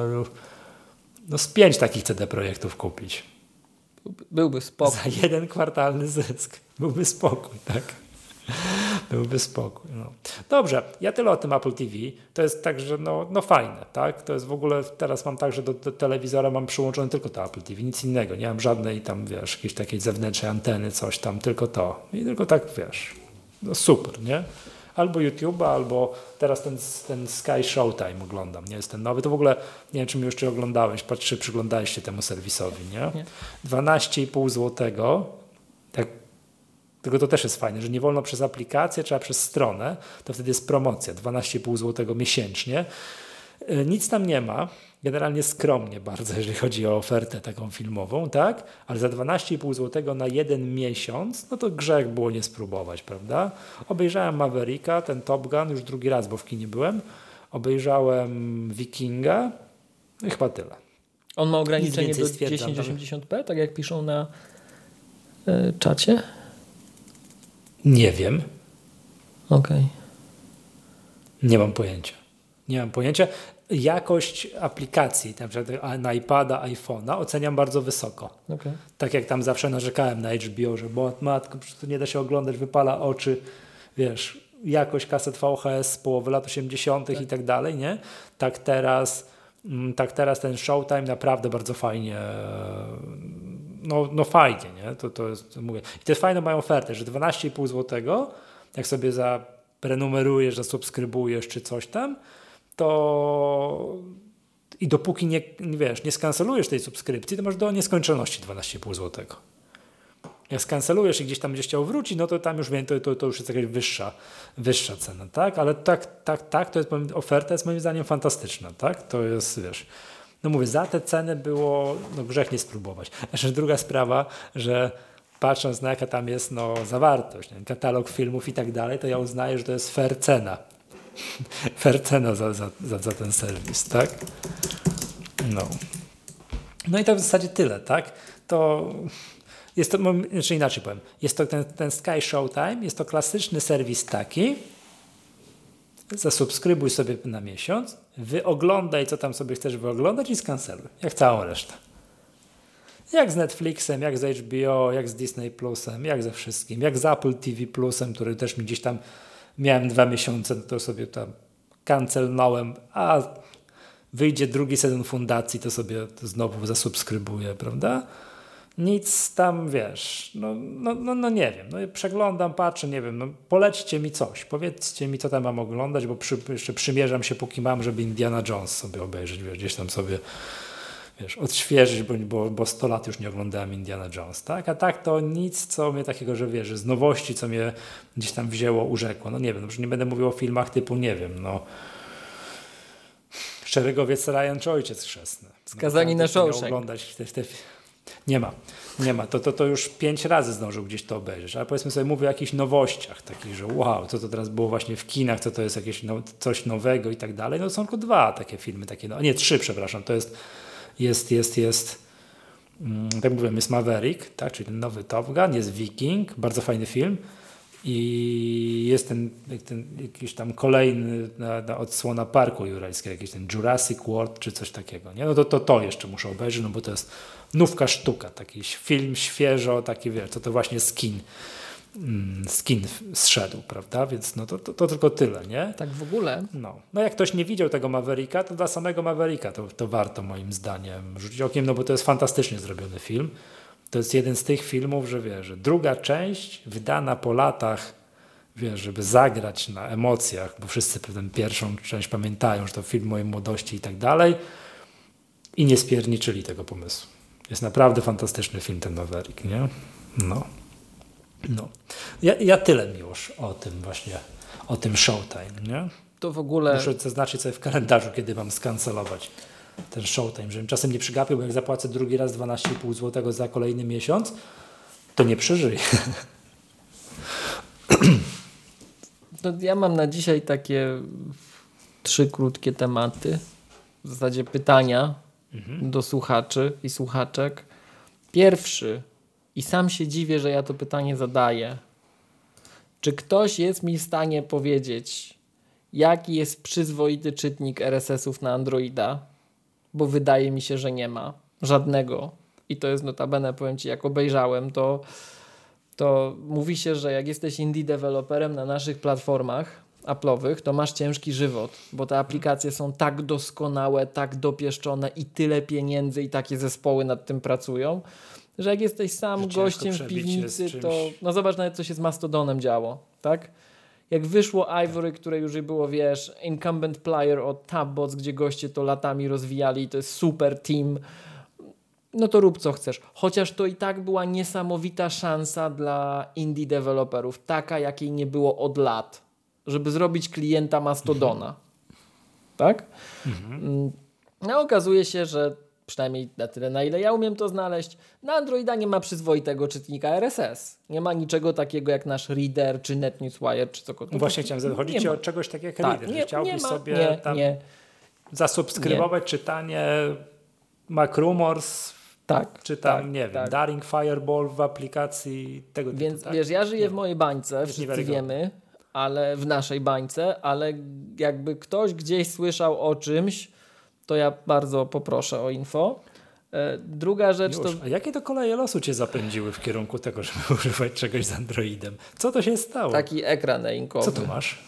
z 5 takich CD Projektów kupić.
Byłby spokój.
Za jeden kwartalny zysk. Byłby spokój, tak? Byłby spokój. No. Dobrze, ja tyle o tym Apple TV. To jest tak, że fajne, tak? To jest w ogóle, teraz mam tak, że do telewizora mam przyłączone tylko to Apple TV, nic innego. Nie mam żadnej tam, jakiejś takiej zewnętrznej anteny, coś tam, tylko to. I tylko tak, super, nie? Albo YouTube'a, albo teraz ten Sky Showtime oglądam, nie? Jest ten nowy. To w ogóle, nie wiem, czy mi jeszcze oglądałeś, czy przyglądałeś się temu serwisowi, nie? 12,5 zł, tak. Tylko to też jest fajne, że nie wolno przez aplikację, trzeba przez stronę, to wtedy jest promocja, 12,5 zł miesięcznie. Nic tam nie ma, generalnie skromnie bardzo, jeżeli chodzi o ofertę taką filmową, tak? Ale za 12,5 zł na jeden miesiąc, no to grzech było nie spróbować, prawda? Obejrzałem Mavericka, ten Top Gun, już drugi raz, bo w kinie byłem. Obejrzałem Wikinga, no i chyba tyle.
On ma ograniczenie do 1080p, tak jak piszą na czacie?
Nie wiem.
Okej.
Nie mam pojęcia. Jakość aplikacji, na przykład na iPada, iPhone'a oceniam bardzo wysoko.
Okay.
Tak jak tam zawsze narzekałem na HBO, że matko, przecież to nie da się oglądać, wypala oczy, jakość kaset VHS z połowy lat 80. i tak dalej, nie? Tak teraz ten Showtime naprawdę bardzo fajnie, fajnie, nie? To jest, mówię. I to jest fajne, mają ofertę, że 12,5 zł, jak sobie prenumerujesz, zasubskrybujesz czy coś tam, to i dopóki nie skancelujesz tej subskrypcji, to masz do nieskończoności 12,5 zł. Jak skancelujesz i gdzieś tam chciał wrócić, no to tam już wiem, to już jest jakaś wyższa cena, tak? Ale tak, to jest, oferta jest moim zdaniem fantastyczna, tak? To jest, no mówię, za te ceny było grzech nie spróbować. Zresztą druga sprawa, że patrząc na jaka tam jest zawartość, katalog filmów i tak dalej, to ja uznaję, że to jest fair cena. Fair cena za ten serwis, tak? No i to w zasadzie tyle, tak? To jest to, znaczy inaczej powiem, jest to ten Sky Showtime, jest to klasyczny serwis taki, zasubskrybuj sobie na miesiąc, wyoglądaj, co tam sobie chcesz wyoglądać i skanceluj, jak całą resztę. Jak z Netflixem, jak z HBO, jak z Disney Plusem, jak ze wszystkim, jak z Apple TV Plusem, który też mi gdzieś tam miałem 2 miesiące, to sobie tam cancelnąłem, a wyjdzie drugi sezon Fundacji, to sobie znowu zasubskrybuję, prawda? Nic tam, wiesz, no nie wiem, no przeglądam, patrzę, nie wiem, no polećcie mi coś, powiedzcie mi, co tam mam oglądać, bo jeszcze przymierzam się, póki mam, żeby Indiana Jones sobie obejrzeć, wiesz, gdzieś tam sobie, wiesz, odświeżyć, bo 100 lat już nie oglądałem Indiana Jones, tak? A tak to nic, co mnie takiego, że wiesz, z nowości, co mnie gdzieś tam wzięło, urzekło, no nie wiem, już nie będę mówił o filmach typu, nie wiem, no Szeregowiec Ryan czy Ojciec Chrzestny.
Skazani na Shawshank.
Oglądać Nie ma. To już 5 razy zdążył gdzieś to obejrzeć. Ale powiedzmy sobie, mówię o jakichś nowościach takich, że wow, co to teraz było właśnie w kinach, co to jest jakieś coś nowego i tak dalej. No są tylko 2 takie filmy, nie 3, przepraszam. To jest tak mówiłem, jest Maverick, tak, czyli ten nowy Top Gun, jest Viking, bardzo fajny film. I jest ten jakiś tam kolejny na odsłona Parku Jurajskiego, jakiś ten Jurassic World czy coś takiego. Nie? No to jeszcze muszę obejrzeć, no bo to jest nówka sztuka, taki film świeżo, taki wiesz, to właśnie skin zszedł, prawda? Więc no to tylko tyle, nie?
Tak w ogóle.
No jak ktoś nie widział tego Mavericka, to dla samego Mavericka to warto moim zdaniem rzucić okiem, no bo to jest fantastycznie zrobiony film. To jest jeden z tych filmów, że wiesz, że druga część wydana po latach, wiesz, żeby zagrać na emocjach, bo wszyscy tę pierwszą część pamiętają, że to film mojej młodości i tak dalej, i nie spierniczyli tego pomysłu. Jest naprawdę fantastyczny film ten Maverick, nie? No. Ja tyle, Miłosz, o tym właśnie, o tym Showtime, nie?
To w ogóle...
Muszę zaznaczyć sobie w kalendarzu, kiedy mam skancelować ten Showtime, żebym czasem nie przygapił, bo jak zapłacę drugi raz 12,5 zł za kolejny miesiąc, to nie przeżyję.
No, ja mam na dzisiaj takie 3 krótkie tematy, w zasadzie pytania do słuchaczy i słuchaczek. Pierwszy, i sam się dziwię, że ja to pytanie zadaję. Czy ktoś jest mi w stanie powiedzieć, jaki jest przyzwoity czytnik RSS-ów na Androida? Bo wydaje mi się, że nie ma żadnego. I to jest notabene, powiem Ci, jak obejrzałem, to mówi się, że jak jesteś indie deweloperem na naszych platformach Apple'owych, to masz ciężki żywot, bo te aplikacje są tak doskonałe, tak dopieszczone i tyle pieniędzy i takie zespoły nad tym pracują, że jak jesteś sam gościem w piwnicy, to no zobacz nawet, co się z Mastodonem działo, tak? Jak wyszło Ivory, które już było, wiesz, incumbent player od Tabbots, gdzie goście to latami rozwijali i to jest super team, no to rób co chcesz. Chociaż to i tak była niesamowita szansa dla indie deweloperów, taka jakiej nie było od lat, żeby zrobić klienta Mastodona. Tak? No okazuje się, że przynajmniej na tyle, na ile ja umiem to znaleźć, na Androida nie ma przyzwoitego czytnika RSS. Nie ma niczego takiego jak nasz Reader, czy NetNewsWire, czy cokolwiek.
No właśnie chciałem zapytać, chodzi Ci o czegoś takiego jak Reader, że chciałbyś sobie tam zasubskrybować czytanie MacRumors, czy tam, nie wiem, Daring Fireball w aplikacji tego typu.
Więc wiesz, ja żyję w mojej bańce, wszyscy wiemy, ale w naszej bańce, ale jakby ktoś gdzieś słyszał o czymś, to ja bardzo poproszę o info. Druga rzecz to...
A jakie to koleje losu Cię zapędziły w kierunku tego, żeby używać czegoś z Androidem? Co to się stało?
Taki ekran e-inkowy.
Co tu masz?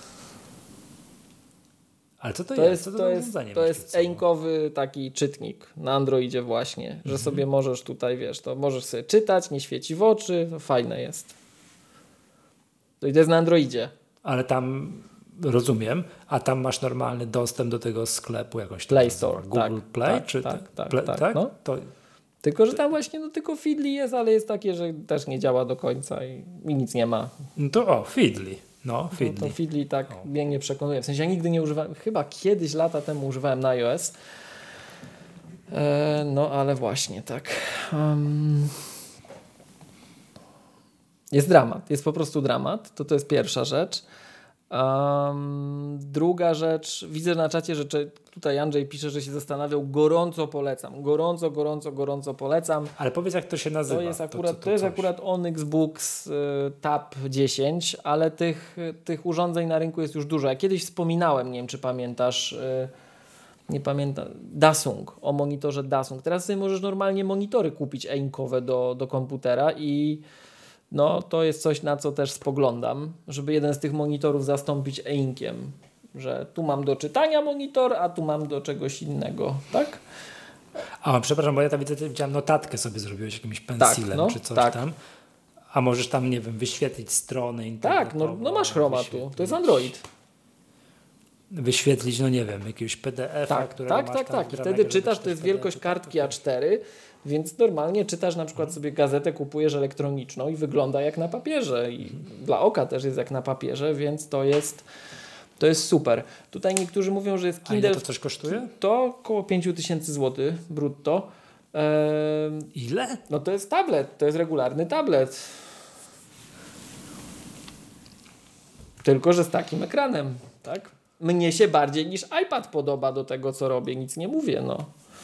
Ale co to jest?
To jest e-inkowy taki czytnik na Androidzie właśnie, że sobie możesz tutaj, wiesz, to możesz sobie czytać, nie świeci w oczy, to fajne jest. To jest na Androidzie.
Ale tam... Rozumiem, a tam masz normalny dostęp do tego sklepu jakoś
Play Store,
Google Play?
Tak. No. Tylko, że tam właśnie tylko Feedly jest, ale jest takie, że też nie działa do końca i nic nie ma.
No to Feedly.
Feedly. To Feedly mnie nie przekonuje. W sensie ja nigdy nie używałem, chyba kiedyś lata temu używałem na iOS. No ale właśnie tak. Jest dramat, jest po prostu dramat. To jest pierwsza rzecz. Druga rzecz, widzę na czacie, że tutaj Andrzej pisze, że się zastanawiał, gorąco polecam, gorąco polecam.
Ale powiedz, jak to się nazywa.
To jest akurat Onyx Books Tab 10, ale tych urządzeń na rynku jest już dużo. Ja kiedyś wspominałem, nie wiem czy pamiętasz, nie pamiętam, Dasung, o monitorze Dasung. Teraz sobie możesz normalnie monitory kupić e-inkowe do komputera i no to jest coś, na co też spoglądam, żeby jeden z tych monitorów zastąpić e-inkiem, że tu mam do czytania monitor, a tu mam do czegoś innego, tak?
A przepraszam, bo ja tam widziałem notatkę sobie zrobiłeś jakimś pensilem
no,
czy coś
tak.
tam. A możesz tam, nie wiem, wyświetlić strony internetowe.
Tak, no masz Chromatu, to jest Android.
Wyświetlić, no nie wiem, jakiegoś PDF-a, którego masz tam
tak. I wtedy czytasz, to jest wielkość kartki A4, więc normalnie czytasz na przykład sobie gazetę, kupujesz elektroniczną i wygląda jak na papierze. I dla oka też jest jak na papierze, więc to jest super. Tutaj niektórzy mówią, że jest Kindle.
A ile to coś kosztuje?
To około 5000 zł brutto.
Ile?
No to jest tablet, to jest regularny tablet. Tylko że z takim ekranem, tak? Mnie się bardziej niż iPad podoba do tego, co robię, nic nie mówię, no.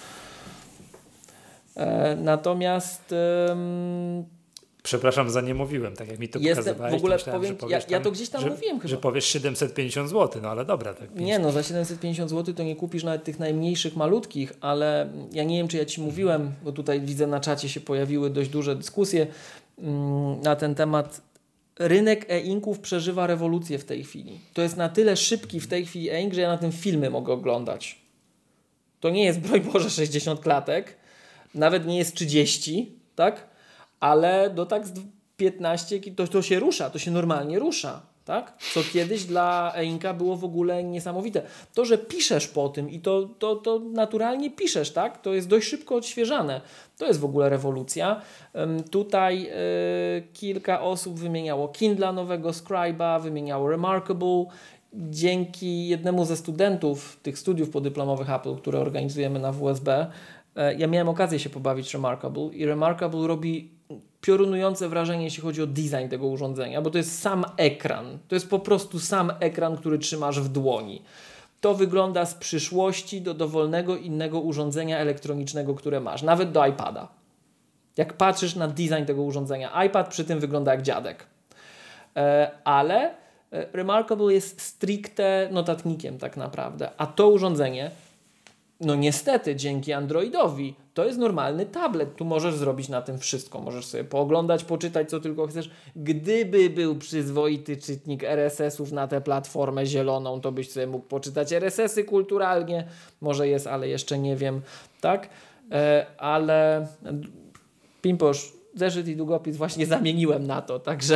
Natomiast
przepraszam, za nie mówiłem, tak jak mi to pokazywałeś.
W ogóle
myślałem,
powiem, ja to gdzieś tam mówiłem chyba.
Że powiesz 750 zł, no ale dobra. Tak
nie, no za 750 zł to nie kupisz nawet tych najmniejszych, malutkich, ale ja nie wiem, czy ja Ci mówiłem, bo tutaj widzę na czacie się pojawiły dość duże dyskusje na ten temat. Rynek e-inków przeżywa rewolucję w tej chwili. To jest na tyle szybki w tej chwili e-ink, że ja na tym filmy mogę oglądać. To nie jest, broń Boże, 60 klatek, nawet nie jest 30, tak? Ale do tak z 15 to się rusza, to się normalnie rusza, tak? Co kiedyś dla e-inka było w ogóle niesamowite. To, że piszesz po tym i to naturalnie piszesz, tak? To jest dość szybko odświeżane. To jest w ogóle rewolucja. Tutaj kilka osób wymieniało Kindla nowego, Scribe'a, wymieniało Remarkable. Dzięki jednemu ze studentów tych studiów podyplomowych Apple, które organizujemy na WSB, ja miałem okazję się pobawić Remarkable i Remarkable robi piorunujące wrażenie, jeśli chodzi o design tego urządzenia, bo to jest sam ekran. To jest po prostu sam ekran, który trzymasz w dłoni. To wygląda z przyszłości do dowolnego innego urządzenia elektronicznego, które masz, nawet do iPada. Jak patrzysz na design tego urządzenia, iPad przy tym wygląda jak dziadek. Ale Remarkable jest stricte notatnikiem tak naprawdę, a to urządzenie, no niestety dzięki Androidowi, to jest normalny tablet. Tu możesz zrobić na tym wszystko. Możesz sobie pooglądać, poczytać co tylko chcesz. Gdyby był przyzwoity czytnik RSS-ów na tę platformę zieloną, to byś sobie mógł poczytać RSS-y kulturalnie. Może jest, ale jeszcze nie wiem. Tak? Ale Pimposz, zeszyt i długopis właśnie zamieniłem na to. Także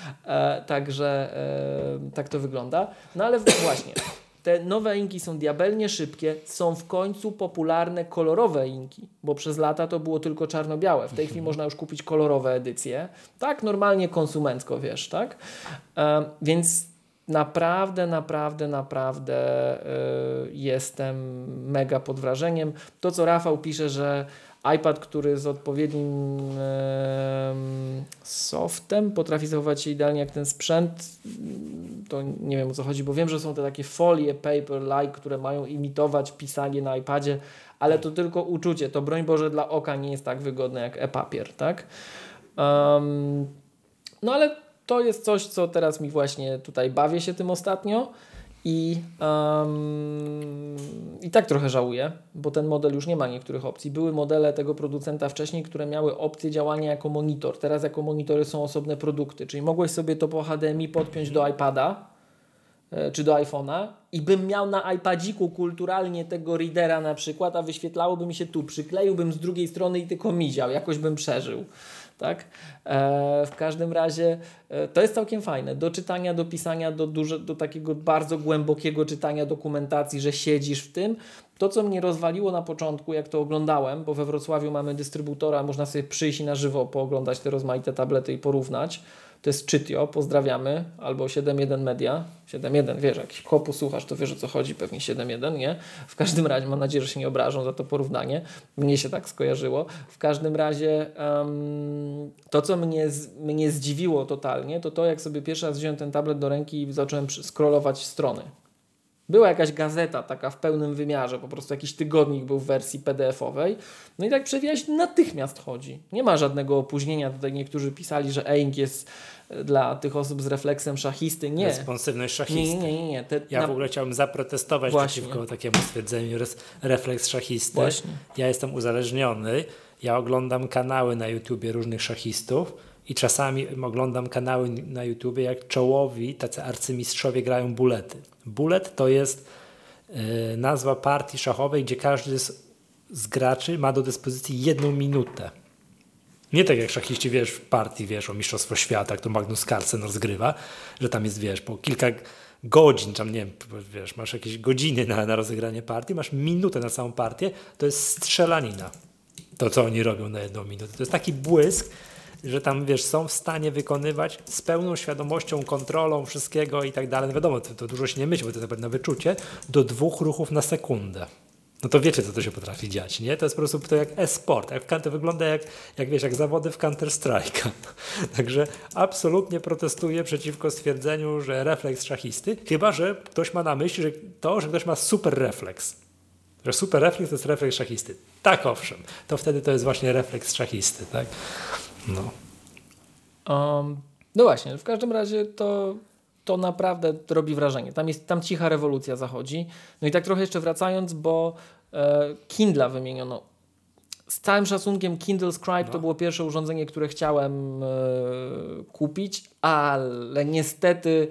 tak to wygląda. No ale właśnie... Te nowe inki są diabelnie szybkie, są w końcu popularne kolorowe inki, bo przez lata to było tylko czarno-białe. W tej chwili można już kupić kolorowe edycje. Tak, normalnie konsumencko, wiesz, tak? Więc naprawdę jestem mega pod wrażeniem. To, co Rafał pisze, że iPad, który z odpowiednim softem potrafi zachować się idealnie jak ten sprzęt, to nie wiem, o co chodzi, bo wiem, że są te takie folie paper-like, które mają imitować pisanie na iPadzie, ale to tylko uczucie. To broń Boże dla oka nie jest tak wygodne jak e-papier, tak? No ale to jest coś, co teraz mi właśnie tutaj bawię się tym ostatnio i tak trochę żałuję, bo ten model już nie ma niektórych opcji. Były modele tego producenta wcześniej, które miały opcję działania jako monitor. Teraz jako monitory są osobne produkty, czyli mogłeś sobie to po HDMI podpiąć do iPada czy do iPhone'a i bym miał na iPadziku kulturalnie tego readera na przykład, a wyświetlałoby mi się tu, przykleiłbym z drugiej strony i tylko miział, jakoś bym przeżył. Tak? W każdym razie to jest całkiem fajne. Do czytania, do pisania, do takiego bardzo głębokiego czytania dokumentacji, że siedzisz w tym. To, co mnie rozwaliło na początku, jak to oglądałem, bo we Wrocławiu mamy dystrybutora, można sobie przyjść i na żywo pooglądać te rozmaite tablety i porównać. To jest Czytio, pozdrawiamy, albo 7.1 Media. 7.1, wiesz, jakiś kopu słuchasz, to wiesz, o co chodzi, pewnie 7.1, nie? W każdym razie, mam nadzieję, że się nie obrażą za to porównanie. Mnie się tak skojarzyło. W każdym razie to, co mnie zdziwiło totalnie, to jak sobie pierwszy raz wziąłem ten tablet do ręki i zacząłem scrollować strony. Była jakaś gazeta taka w pełnym wymiarze, po prostu jakiś tygodnik był w wersji PDF-owej. No i tak przewijać natychmiast chodzi. Nie ma żadnego opóźnienia. Tutaj niektórzy pisali, że e-ink jest dla tych osób z refleksem szachisty. Nie.
Responsywność szachisty.
Nie.
W ogóle chciałbym zaprotestować przeciwko takiemu stwierdzeniu, refleks szachisty.
Właśnie.
Ja jestem uzależniony. Ja oglądam kanały na YouTubie różnych szachistów i czasami oglądam kanały na YouTubie, jak czołowi, tacy arcymistrzowie grają bulety. Bulet to jest nazwa partii szachowej, gdzie każdy z graczy ma do dyspozycji 1 minutę. Nie tak jak szachiści, w partii, o Mistrzostwo Świata, jak to Magnus Carlsen rozgrywa, że tam jest, po kilka godzin, tam nie wiem, masz jakieś godziny na rozegranie partii, masz minutę na całą partię, to jest strzelanina. To, co oni robią na 1 minutę. To jest taki błysk, że tam, są w stanie wykonywać z pełną świadomością, kontrolą wszystkiego i tak dalej. No wiadomo, to dużo się nie myśli, bo to jest na wyczucie, do 2 ruchów na sekundę. No to wiecie, co to się potrafi dziać, nie? To jest po prostu to jak e-sport, to wygląda jak zawody w Counter-Strike'a. Także absolutnie protestuję przeciwko stwierdzeniu, że refleks szachisty, chyba że ktoś ma na myśli, że ktoś ma super refleks. Że super refleks to jest refleks szachisty. Tak, owszem. To wtedy to jest właśnie refleks szachisty, tak? No.
No właśnie, w każdym razie to naprawdę robi wrażenie. Tam cicha rewolucja zachodzi. No i tak trochę jeszcze wracając, bo Kindla wymieniono. Z całym szacunkiem Kindle Scribe to było pierwsze urządzenie, które chciałem kupić, ale niestety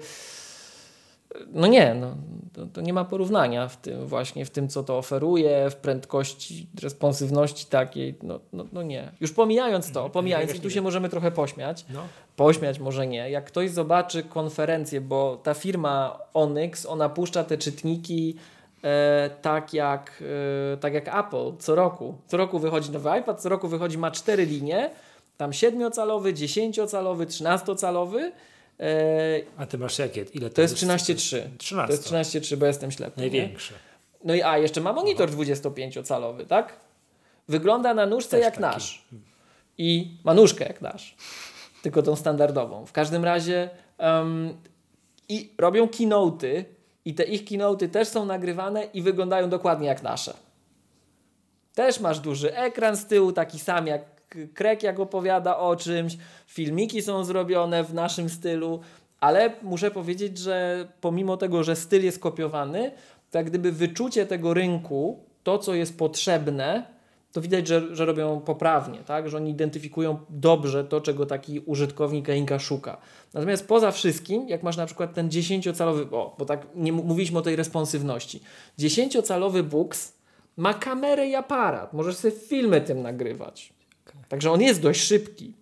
to nie ma porównania w tym, co to oferuje, w prędkości, responsywności takiej, nie. Już pomijając i tu się możemy trochę pośmiać. Pośmiać może nie. Jak ktoś zobaczy konferencję, bo ta firma Onyx, ona puszcza te czytniki tak jak Apple co roku. Co roku wychodzi nowy iPad, co roku ma 4 linie, tam 7-calowy, 10-calowy, 13-calowy.
A ty masz jakie? Ile
to jest 13,3.
13.
To jest 13,3, bo jestem ślepy.
Największe.
No i jeszcze ma monitor 25-calowy, tak? Wygląda na nóżce jak nasz. I ma nóżkę jak nasz. Tylko tą standardową. W każdym razie i robią keynote'y i te ich keynote'y też są nagrywane i wyglądają dokładnie jak nasze. Też masz duży ekran z tyłu, taki sam jak Craig, jak opowiada o czymś, filmiki są zrobione w naszym stylu, ale muszę powiedzieć, że pomimo tego, że styl jest kopiowany, to jak gdyby wyczucie tego rynku, to co jest potrzebne, to widać, że robią poprawnie, tak? Że oni identyfikują dobrze to, czego taki użytkownik e-inka szuka. Natomiast poza wszystkim, jak masz na przykład ten 10-calowy, bo tak nie mówiliśmy o tej responsywności, 10-calowy Boox ma kamerę i aparat, możesz sobie filmy tym nagrywać. Także on jest dość szybki.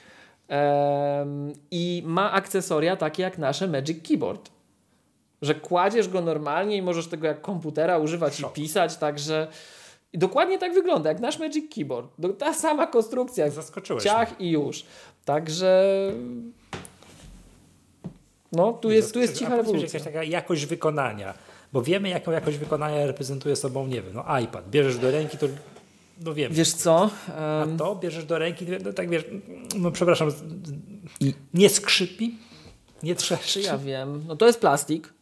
I ma akcesoria takie jak nasze Magic Keyboard. Że kładziesz go normalnie i możesz tego jak komputera używać i pisać, także i dokładnie tak wygląda jak nasz Magic Keyboard. Ta sama konstrukcja.
Zaskoczyłeś
ciach
mnie.
I już. Także tu jest cicha rewolucja.
Jakaś taka jakość wykonania. Bo wiemy, jaką jakość wykonania reprezentuje sobą, nie wiem, iPad. Bierzesz do ręki, to wiem.
Wiesz co?
A to bierzesz do ręki, tak wiesz, przepraszam, nie skrzypi, nie trzeszczy.
Ja wiem. To jest plastik.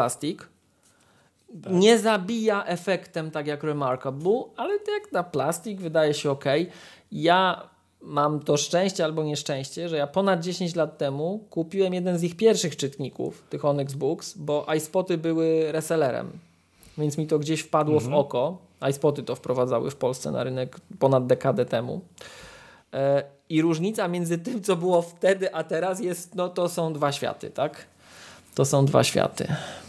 Tak. Nie zabija efektem tak jak Remarkable, ale jak na plastik wydaje się ok. Ja mam to szczęście albo nieszczęście, że ja ponad 10 lat temu kupiłem jeden z ich pierwszych czytników, tych Onyx Books, bo iSpoty były resellerem, więc mi to gdzieś wpadło w oko. iSpoty to wprowadzały w Polsce na rynek ponad dekadę temu. I różnica między tym, co było wtedy, a teraz jest, to są 2 światy, tak? To są 2 światy.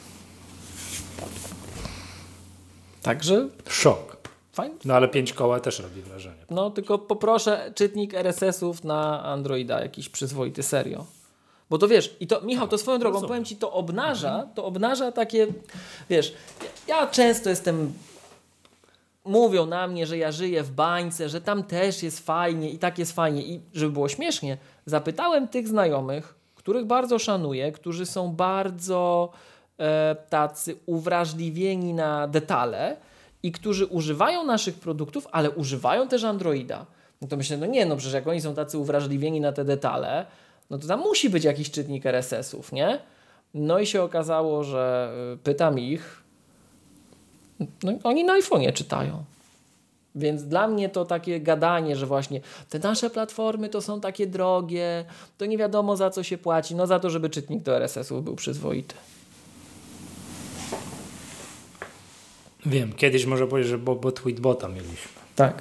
Także
szok.
Fajnie.
Ale 5 koła też robi wrażenie.
Tylko poproszę czytnik RSS-ów na Androida, jakiś przyzwoity, serio. Bo to wiesz, i to Michał, to swoją drogą, powiem ci, to obnaża takie, wiesz, ja często mówią na mnie, że ja żyję w bańce, że tam też jest fajnie i tak jest fajnie. I żeby było śmiesznie, zapytałem tych znajomych, których bardzo szanuję, którzy są bardzo tacy uwrażliwieni na detale i którzy używają naszych produktów, ale używają też Androida. To myślę, przecież jak oni są tacy uwrażliwieni na te detale, to tam musi być jakiś czytnik RSS-ów, nie? I się okazało, że pytam ich, No, oni na iPhone'ie czytają. Więc dla mnie to takie gadanie, że właśnie te nasze platformy to są takie drogie, to nie wiadomo za co się płaci. No za to, żeby czytnik do RSS-ów był przyzwoity.
Wiem, kiedyś może powiedzieć, że bo Tweetbota mieliśmy.
Tak.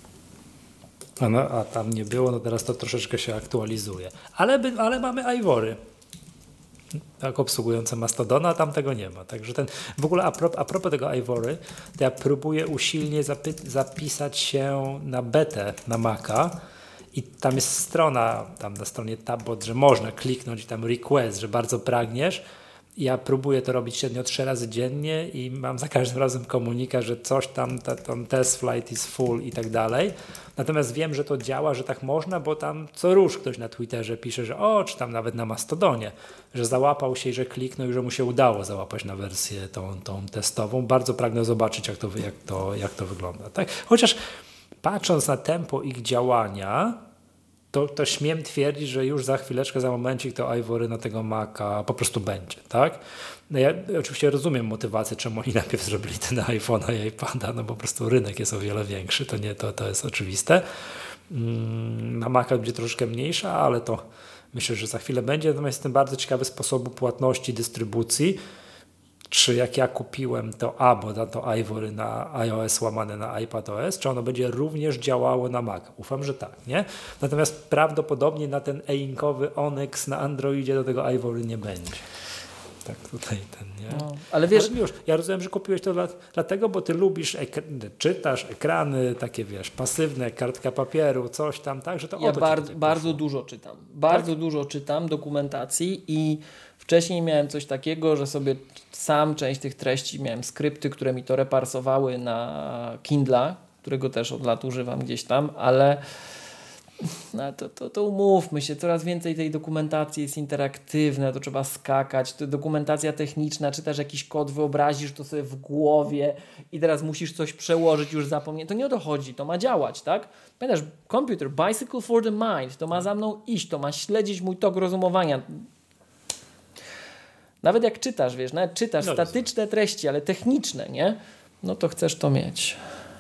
A tam nie było, no teraz to troszeczkę się aktualizuje. Ale mamy Ivory. Tak, obsługujące Mastodona, a tam tego nie ma. Także w ogóle a propos tego Ivory, to ja próbuję usilnie zapisać się na betę na Maca i tam jest strona, tam na stronie Tabbot, że można kliknąć tam request, że bardzo pragniesz. Ja próbuję to robić średnio 3 razy dziennie i mam za każdym razem komunikat, że coś tam test flight is full i tak dalej. Natomiast wiem, że to działa, że tak można, bo tam co rusz ktoś na Twitterze pisze, że czy tam nawet na Mastodonie, że załapał się i że kliknął i że mu się udało załapać na wersję tą testową. Bardzo pragnę zobaczyć, jak to wygląda. Tak? Chociaż patrząc na tempo ich działania, to śmiem twierdzić, że już za chwileczkę, za momencik to Ivory na tego Maca po prostu będzie, tak? No ja oczywiście rozumiem motywację, czemu oni najpierw zrobili ten iPhone'a i iPada, no po prostu rynek jest o wiele większy, to jest oczywiste. Na Maca będzie troszeczkę mniejsza, ale to myślę, że za chwilę będzie, natomiast jestem bardzo ciekawy sposobu płatności, dystrybucji, czy jak ja kupiłem to to Ivory na iOS łamane na iPadOS, czy ono będzie również działało na Mac? Ufam, że tak, nie? Natomiast prawdopodobnie na ten e-inkowy Onyx na Androidzie do tego Ivory nie będzie. Tak tutaj nie?
No, ale wiesz...
Ale już, ja rozumiem, że kupiłeś to dlatego, bo ty lubisz, czytasz ekrany, takie wiesz, pasywne, kartka papieru, coś tam, tak? Że to
ja bardzo dużo czytam. Bardzo dużo czytam dokumentacji i wcześniej miałem coś takiego, że sobie sam część tych treści miałem skrypty, które mi to reparsowały na Kindle, którego też od lat używam gdzieś tam, ale no to umówmy się, coraz więcej tej dokumentacji jest interaktywne, to trzeba skakać, to dokumentacja techniczna, czytasz jakiś kod, wyobrazisz to sobie w głowie i teraz musisz coś przełożyć, już zapomnieć. To nie o to chodzi, to ma działać, tak? Pamiętasz, computer, bicycle for the mind, to ma za mną iść, to ma śledzić mój tok rozumowania. Nawet jak czytasz, wiesz, nawet czytasz statyczne treści, ale techniczne, nie? No to chcesz to mieć.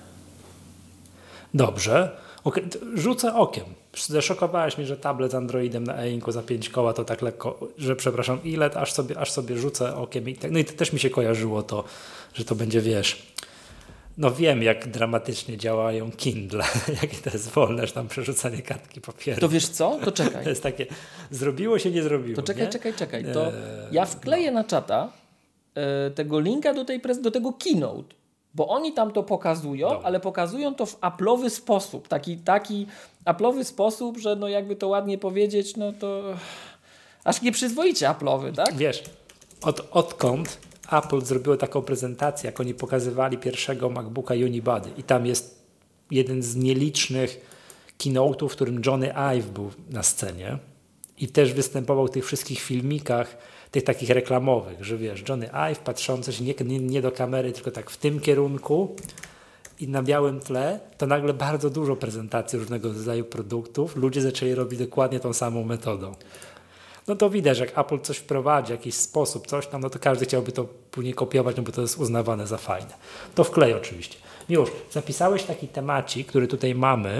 Dobrze. Rzucę okiem. Zaszokowałeś mnie, że tablet z Androidem na e-inku za 5 koła to tak lekko, że przepraszam, ile, aż sobie rzucę okiem. No i to też mi się kojarzyło to, że to będzie, wiesz, no wiem, jak dramatycznie działają Kindle, jakie to jest wolne, że tam przerzucanie kartki papieru.
To wiesz co? To czekaj.
To jest takie, zrobiło się, nie zrobiło.
To czekaj,
nie?
czekaj. To ja wkleję na czata tego linka do tego keynote, bo oni tam to pokazują, ale pokazują to w Apple'owy sposób. Taki Apple'owy sposób, że no jakby to ładnie powiedzieć, no to aż nieprzyzwoicie Apple'owy, tak?
Wiesz, odkąd Apple zrobiło taką prezentację, jak oni pokazywali pierwszego MacBooka Unibody i tam jest jeden z nielicznych keynote'ów, w którym Johnny Ive był na scenie i też występował w tych wszystkich filmikach, tych takich reklamowych, że wiesz, Johnny Ive patrzący się nie do kamery, tylko tak w tym kierunku i na białym tle, to nagle bardzo dużo prezentacji różnego rodzaju produktów ludzie zaczęli robić dokładnie tą samą metodą. No to widać, że jak Apple coś wprowadzi, jakiś sposób, coś tam, no to każdy chciałby to później kopiować, no bo to jest uznawane za fajne. To wkleję oczywiście. Już, zapisałeś taki temacik, który tutaj mamy,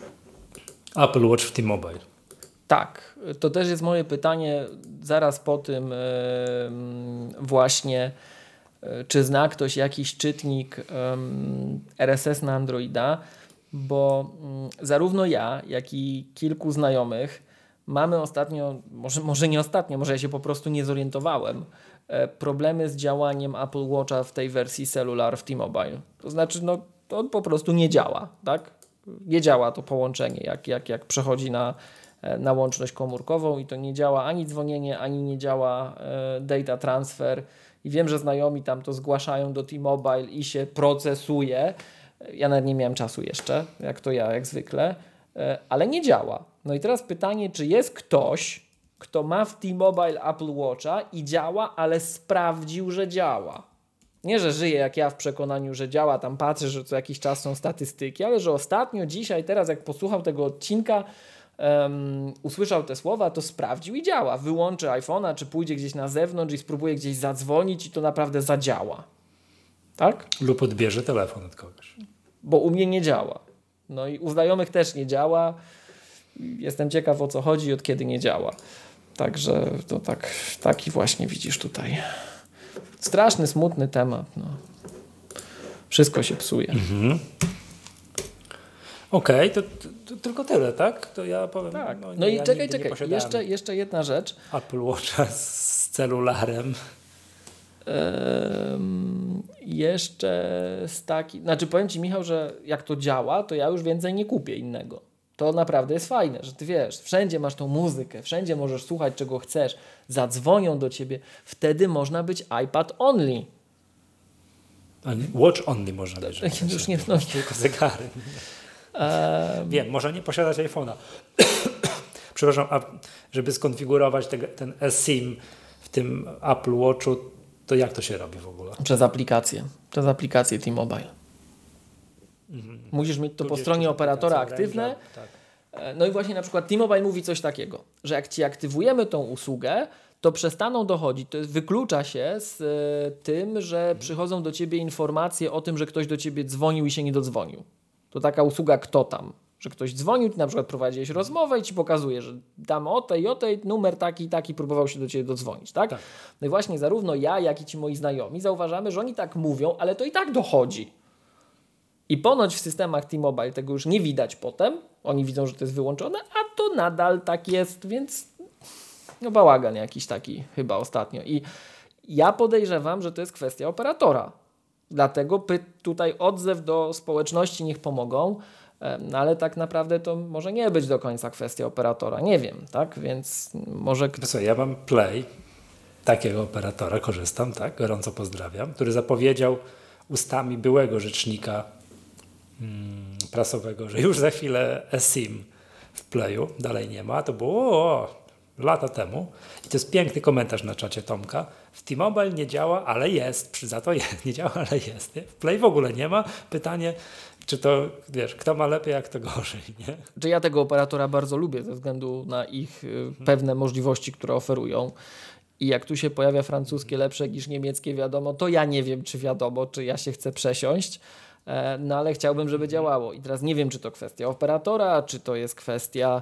Apple Watch w T-Mobile.
Tak, to też jest moje pytanie zaraz po tym właśnie, czy zna ktoś jakiś czytnik RSS na Androida, bo zarówno ja, jak i kilku znajomych mamy ostatnio, może nie ostatnio, może ja się po prostu nie zorientowałem, problemy z działaniem Apple Watcha w tej wersji Cellular w T-Mobile. To znaczy, no to on po prostu nie działa, tak? Nie działa to połączenie, jak przechodzi na łączność komórkową i to nie działa ani dzwonienie, ani nie działa data transfer i wiem, że znajomi tam to zgłaszają do T-Mobile i się procesuje. Ja nawet nie miałem czasu jeszcze, jak zwykle, ale nie działa. No i teraz pytanie, czy jest ktoś, kto ma w T-Mobile Apple Watcha i działa, ale sprawdził, że działa. Nie, że żyje jak ja w przekonaniu, że działa, tam patrzę, że co jakiś czas są statystyki, ale że ostatnio, dzisiaj, teraz jak posłuchał tego odcinka, usłyszał te słowa, to sprawdził i działa. Wyłączy iPhone'a, czy pójdzie gdzieś na zewnątrz i spróbuje gdzieś zadzwonić i to naprawdę zadziała. Tak?
Lub odbierze telefon od kogoś.
Bo u mnie nie działa. No i u znajomych też nie działa. Jestem ciekaw, o co chodzi i od kiedy nie działa. Także to taki właśnie widzisz tutaj. Straszny, smutny temat. No. Wszystko się psuje.
Mhm. Okej, to tylko tyle, tak? To ja powiem.
Tak.
No
i
ja
czekaj. Jeszcze jedna rzecz.
Apple Watcha z celularem.
Jeszcze z taki... Znaczy powiem Ci, Michał, że jak to działa, to ja już więcej nie kupię innego. To naprawdę jest fajne, że Ty wiesz, wszędzie masz tą muzykę, wszędzie możesz słuchać czego chcesz, zadzwonią do Ciebie, wtedy można być iPad only.
Watch only można być.
Już nie,
tylko zegary. Wiem, można nie posiadać iPhone'a. Przepraszam, a żeby skonfigurować ten eSIM w tym Apple Watchu, to jak to się robi w ogóle?
Przez aplikację T-Mobile. Musisz mieć to po stronie operatora aktywne.
Tak.
No i właśnie na przykład T-Mobile mówi coś takiego, że jak Ci aktywujemy tą usługę, to przestaną dochodzić, to wyklucza się z tym, że przychodzą do Ciebie informacje o tym, że ktoś do Ciebie dzwonił i się nie dodzwonił. To taka usługa kto tam, że ktoś dzwonił, Ty na przykład prowadziłeś rozmowę i Ci pokazuje, że dam o tej, numer taki i taki próbował się do Ciebie dodzwonić, tak? No i właśnie zarówno ja, jak i ci moi znajomi zauważamy, że oni tak mówią, ale to i tak dochodzi. I ponoć w systemach T-Mobile tego już nie widać potem, oni widzą, że to jest wyłączone, a to nadal tak jest, więc no bałagan jakiś taki chyba ostatnio. I ja podejrzewam, że to jest kwestia operatora. Dlatego tutaj odzew do społeczności niech pomogą, no ale tak naprawdę to może nie być do końca kwestia operatora. Nie wiem, tak? Więc może...
Ja mam Play, takiego operatora, korzystam, tak? Gorąco pozdrawiam, który zapowiedział ustami byłego rzecznika prasowego, że już za chwilę eSIM w Playu, dalej nie ma. To było lata temu. I to jest piękny komentarz na czacie Tomka. W T-Mobile nie działa, ale jest. Za to jest. Nie działa, ale jest. Nie? W Play w ogóle nie ma. Pytanie, czy to, wiesz, kto ma lepiej, jak kto gorzej, nie?
Czy ja tego operatora bardzo lubię ze względu na ich pewne możliwości, które oferują. I jak tu się pojawia francuskie lepsze niż niemieckie, wiadomo, to ja nie wiem, czy wiadomo, czy ja się chcę przesiąść. No ale chciałbym, żeby działało. I teraz nie wiem, czy to kwestia operatora, czy to jest kwestia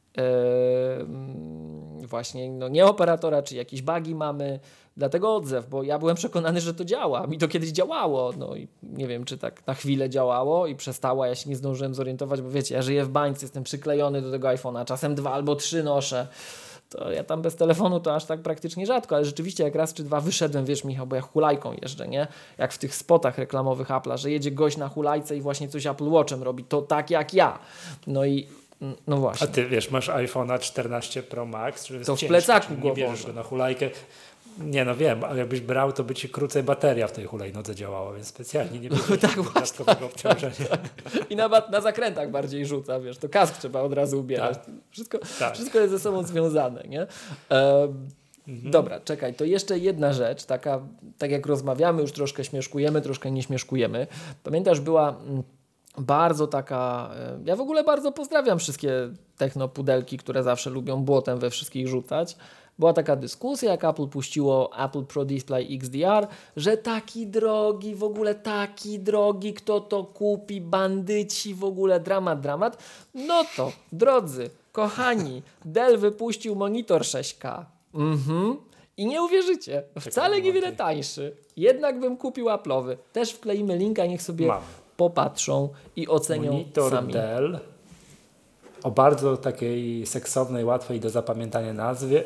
właśnie nie operatora, czy jakieś bugi mamy. Dlatego odzew, bo ja byłem przekonany, że to działa. Mi to kiedyś działało. No i nie wiem, czy tak na chwilę działało i przestało. Ja się nie zdążyłem zorientować, bo wiecie, ja żyję w bańce, jestem przyklejony do tego iPhone'a. Czasem 2 albo 3 noszę. To ja tam bez telefonu to aż tak praktycznie rzadko, ale rzeczywiście jak raz czy dwa wyszedłem, wiesz Michał, bo ja hulajką jeżdżę, nie? Jak w tych spotach reklamowych Apple'a, że jedzie gość na hulajce i właśnie coś Apple Watchem robi, to tak jak ja. No i no właśnie.
A ty wiesz, masz iPhone'a 14 Pro Max, że
to w plecaku
nie bierzesz go na hulajkę. Nie no wiem, ale jakbyś brał, to by ci krócej bateria w tej hulajnodze działała, więc specjalnie nie bierzesz dodatkowego obciążenia.
I na zakrętach bardziej rzuca, wiesz, to kask trzeba od razu ubierać. Tak. Wszystko jest ze sobą związane, nie? Dobra, czekaj, to jeszcze jedna rzecz, taka, tak jak rozmawiamy, już troszkę śmieszkujemy, troszkę nie śmieszkujemy. Pamiętasz, była bardzo taka, ja w ogóle bardzo pozdrawiam wszystkie technopudelki, które zawsze lubią błotem we wszystkich rzucać. Była taka dyskusja, jak Apple puściło Apple Pro Display XDR, że taki drogi, w ogóle taki drogi, kto to kupi, bandyci, w ogóle dramat. No to, drodzy, kochani, Dell wypuścił monitor 6K. I nie uwierzycie, wcale niewiele tańszy. Jednak bym kupił Apple'owy. Też wkleimy linka, niech sobie popatrzą i ocenią
monitor
sami.
Dell o bardzo takiej seksownej, łatwej do zapamiętania nazwie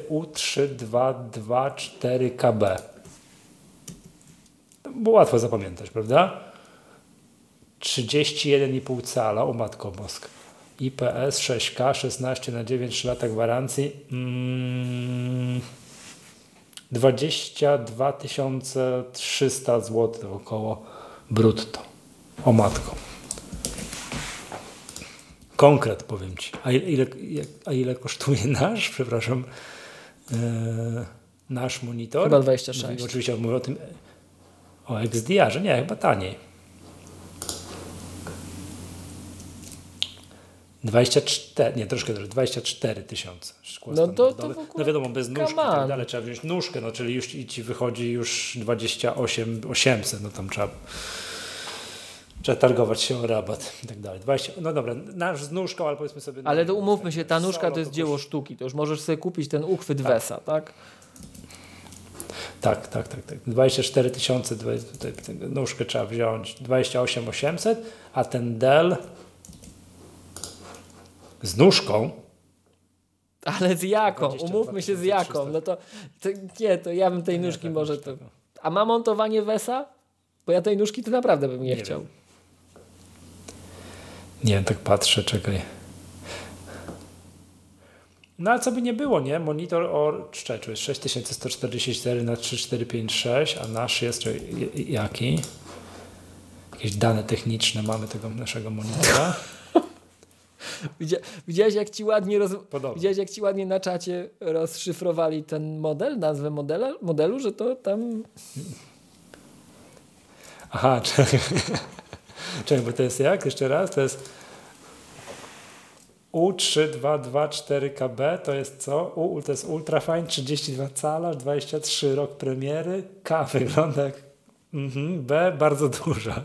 U3224KB. Było łatwo zapamiętać, prawda? 31,5 cala, o matko boska. IPS 6K, 16/9, 3 lata gwarancji. 22 300 zł około brutto. O matko. Konkret powiem Ci. A ile kosztuje nasz, przepraszam, nasz monitor?
Chyba 26.
Oczywiście mówię o tym, o XDR-ze, nie, chyba taniej. 24, nie, troszkę drożej, 24 tysiące.
No to
no wiadomo, bez nóżki i tak dalej, trzeba wziąć nóżkę, no czyli już i ci wychodzi już 28 800, no tam trzeba targować się o rabat i tak dalej. 20, no dobra, nasz z nóżką, ale powiedzmy sobie...
Ale to umówmy się, ta nóżka to jest dzieło sztuki, to już możesz sobie kupić ten uchwyt Wesa, tak?
Tak. 24 tysiące, tutaj nóżkę trzeba wziąć, 28 800, a ten Dell z nóżką.
Ale z jaką? Umówmy się z jaką. No to nie, to ja bym tej nóżki może... To... A ma montowanie Wesa? Bo ja tej nóżki to naprawdę bym nie chciał.
Wiem. Nie wiem, tak patrzę, czekaj. No ale co by nie było, nie? Monitor to jest 6144 na 3456, a nasz jest jaki? Jakieś dane techniczne mamy tego naszego monitora.
Widziałeś, jak ci ładnie Widziałeś, jak ci ładnie na czacie rozszyfrowali ten model, nazwę modelu, że to tam...
Aha, czekaj, bo to jest jak? Jeszcze raz, to jest U3224KB, to jest co? To jest ultrafine, 32 cala, 23 rok premiery, K wygląda jak B, bardzo duża.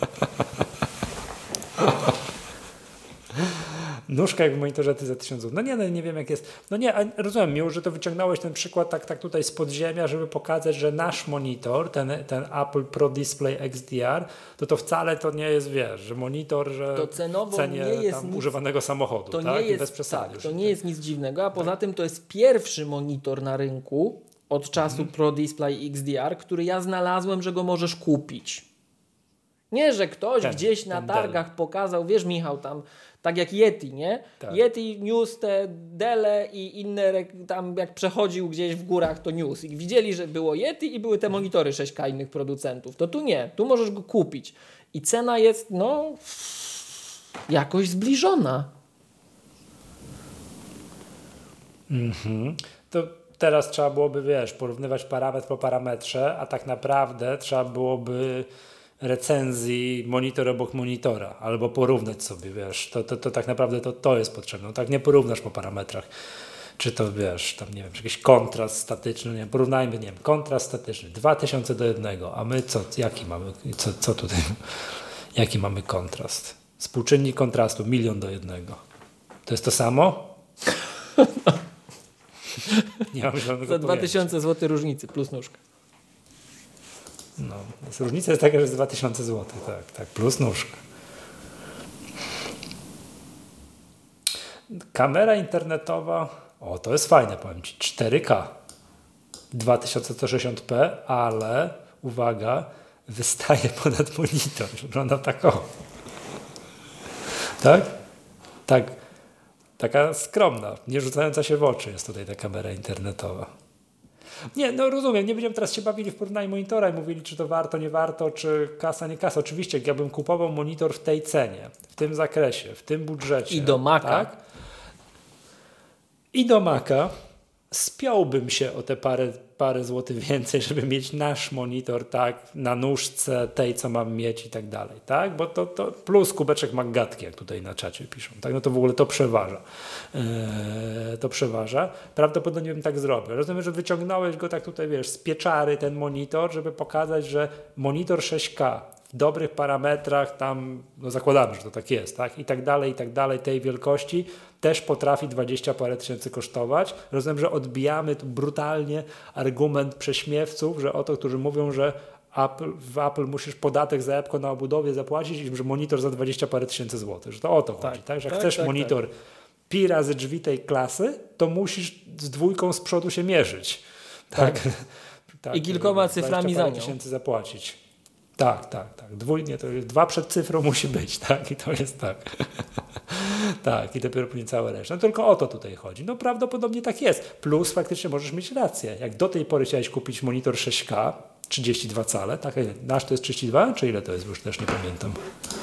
Nóżka jak w monitorze ty za 1000 zł. No nie wiem jak jest. No nie, rozumiem, miło, że to wyciągnąłeś ten przykład tak tutaj z podziemia, żeby pokazać, że nasz monitor, ten Apple Pro Display XDR, to wcale to nie jest, wiesz, że monitor, że
to cenowo
cenie
nie jest
tam
nic,
używanego samochodu,
to
tak?
Nie jest,
bez przesady.
Tak, to nie jest nic dziwnego, a poza tym to jest pierwszy monitor na rynku od czasu Pro Display XDR, który ja znalazłem, że go możesz kupić. Nie, że ktoś gdzieś na targach pokazał, wiesz Michał, tam tak jak Yeti, nie? Tak. Yeti niósł te Delle i inne, tam jak przechodził gdzieś w górach to niósł. I widzieli, że było Yeti i były te monitory 6K innych producentów. To tu nie, tu możesz go kupić. I cena jest, no, jakoś zbliżona.
To teraz trzeba byłoby, wiesz, porównywać parametr po parametrze, a tak naprawdę trzeba byłoby recenzji monitor obok monitora, albo porównać sobie, wiesz, to tak naprawdę to jest potrzebne. No tak nie porównasz po parametrach, czy to, wiesz, tam nie wiem, czy jakiś kontrast statyczny, nie porównajmy, nie wiem, kontrast statyczny, 2000 do 1, a my jaki mamy, co tutaj, jaki mamy kontrast? Współczynnik kontrastu 1 000 000 do 1. To jest to samo? Nie mam żadnego
za 2000 zł różnicy plus nóżka.
No, różnica jest taka, że jest 2000 zł, tak, plus nóżka. Kamera internetowa, to jest fajne, powiem Ci, 4K, 2160p, ale uwaga, wystaje ponad monitor, wygląda tak tak, taka skromna, nie rzucająca się w oczy jest tutaj ta kamera internetowa. Nie, no rozumiem, nie będziemy teraz się bawili w porównaniu monitora i mówili, czy to warto, nie warto, czy kasa, nie kasa. Oczywiście, jak ja bym kupował monitor w tej cenie, w tym zakresie, w tym budżecie.
I do Maca.
Tak? I do Maca spiąłbym się o te parę złotych więcej, żeby mieć nasz monitor, tak, na nóżce tej, co mam mieć i tak dalej, tak, bo to plus kubeczek Maggatki, jak tutaj na czacie piszą, tak, no to w ogóle to przeważa. Prawdopodobnie bym tak zrobił. Rozumiem, że wyciągnąłeś go tak tutaj, wiesz, z pieczary ten monitor, żeby pokazać, że monitor 6K w dobrych parametrach, tam, no zakładamy, że to tak jest, tak, i tak dalej, tej wielkości, też potrafi 20 parę tysięcy kosztować. Rozumiem, że odbijamy tu brutalnie argument prześmiewców, że którzy mówią, że w Apple musisz podatek za jabłko na obudowie zapłacić i że monitor za 20 parę tysięcy złotych. Że to o to chodzi, tak? Że jak chcesz monitor pi razy drzwi tej klasy, to musisz z 2 z przodu się mierzyć. Tak.
I kilkoma cyframi za nią.
Tysięcy zapłacić. Tak. Dwójnie to jest 2 przed cyfrą musi być, tak? I to jest tak. Tak, i dopiero później całe reszta. No tylko o to tutaj chodzi. No prawdopodobnie tak jest. Plus faktycznie możesz mieć rację. Jak do tej pory chciałeś kupić monitor 6K, 32 cale, tak? Nasz to jest 32, czy ile to jest? Już też nie pamiętam.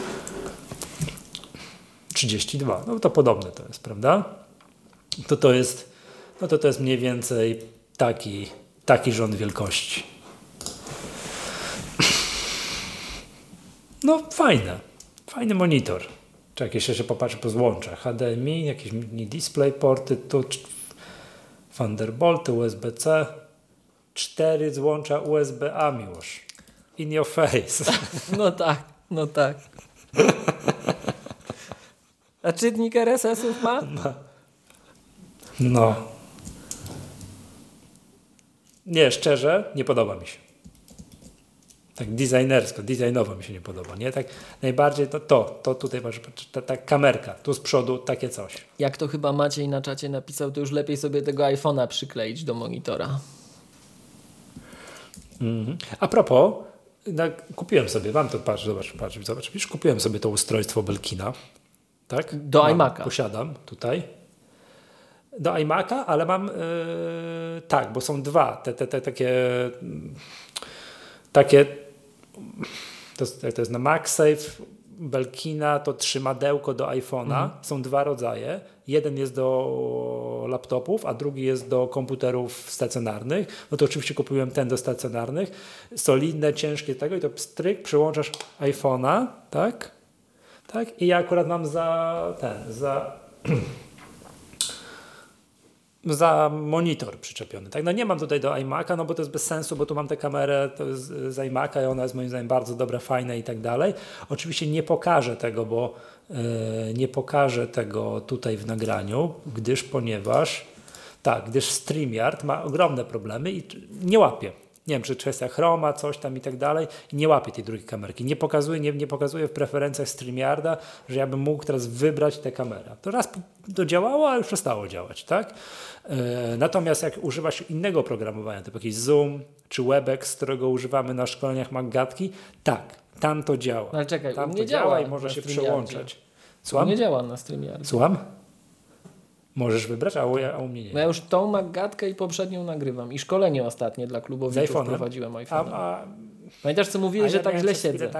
32. No to podobne to jest, prawda? To jest mniej więcej taki rząd wielkości. No fajny monitor. Czy jakieś jeszcze popatrzę po złączach. HDMI, jakieś mini display porty, tu Thunderbolty, USB-C, 4 złącza USB-A, Miłosz. In your face.
No tak. A czytnik RSS-ów ma?
No. Nie, szczerze, nie podoba mi się. Tak designowo mi się nie podoba, nie? Tak najbardziej to tutaj masz, ta kamerka, tu z przodu takie coś.
Jak to chyba Maciej na czacie napisał, to już lepiej sobie tego iPhone'a przykleić do monitora.
A propos, kupiłem sobie, zobacz, już kupiłem sobie to ustrojstwo Belkina, tak?
Do iMac'a.
Posiadam tutaj. Do iMac'a, ale mam, tak, bo są dwa, takie, to jest na MagSafe Belkina, to trzymadełko do iPhone'a. Są dwa rodzaje. Jeden jest do laptopów, a drugi jest do komputerów stacjonarnych. No to oczywiście kupiłem ten do stacjonarnych. Solidne, ciężkie tego i to pstryk, przyłączasz iPhone'a, tak? I ja akurat mam za monitor przyczepiony. Tak? No nie mam tutaj do iMac'a, no bo to jest bez sensu, bo tu mam tę kamerę to jest z iMac'a i ona jest moim zdaniem bardzo dobra, fajna i tak dalej. Oczywiście nie pokażę tego, bo nie pokażę tego tutaj w nagraniu, gdyż StreamYard ma ogromne problemy i nie łapie. Nie wiem, czy kwestia chroma, coś tam i tak dalej. I nie łapie tej drugiej kamerki. Nie pokazuje w preferencjach StreamYarda, że ja bym mógł teraz wybrać tę kamerę. To raz to działało, a już przestało działać, tak? Natomiast jak używasz innego oprogramowania, typu jakiś Zoom czy Webex, którego używamy na szkoleniach Maggatki, tak, tam to działa.
Ale czekaj,
tam
to
nie działa i może się przełączać.
Słucham? Nie działa na StreamYardzie.
Słucham? Możesz wybrać, a u mnie nie.
No ja już tą Maggatkę i poprzednią nagrywam. I szkolenie ostatnie dla klubowiczów prowadziłem iPhone'em. Pamiętasz, co mówiłeś, że tak źle siedzę?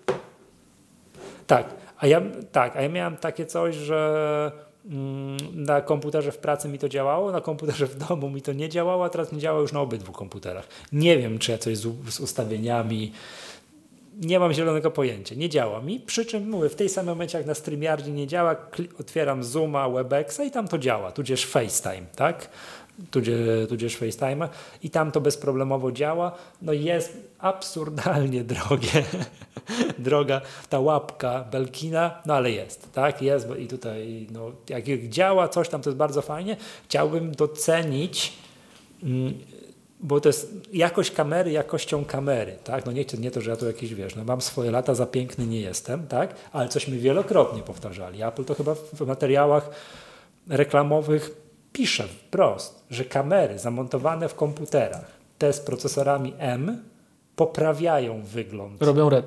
A ja miałem takie coś, że na komputerze w pracy mi to działało, na komputerze w domu mi to nie działało, a teraz nie działa już na obydwu komputerach. Nie wiem, czy ja coś z ustawieniami, nie mam zielonego pojęcia, nie działa mi, przy czym mówię, w tej samym momencie jak na StreamYardzie nie działa, otwieram Zooma, Webexa i tam to działa, tudzież FaceTime, tak? Tudzież FaceTime i tam to bezproblemowo działa. No jest absurdalnie droga ta łapka Belkina, no ale jest, tak? Jest i tutaj no, jak działa coś tam, to jest bardzo fajnie. Chciałbym docenić, bo to jest jakość kamery jakością kamery, tak? No nie to, że ja tu jakiś, no mam swoje lata, za piękny nie jestem, tak? Ale cośmy wielokrotnie powtarzali. Apple to chyba w materiałach reklamowych pisze wprost, że kamery zamontowane w komputerach, te z procesorami M, poprawiają wygląd.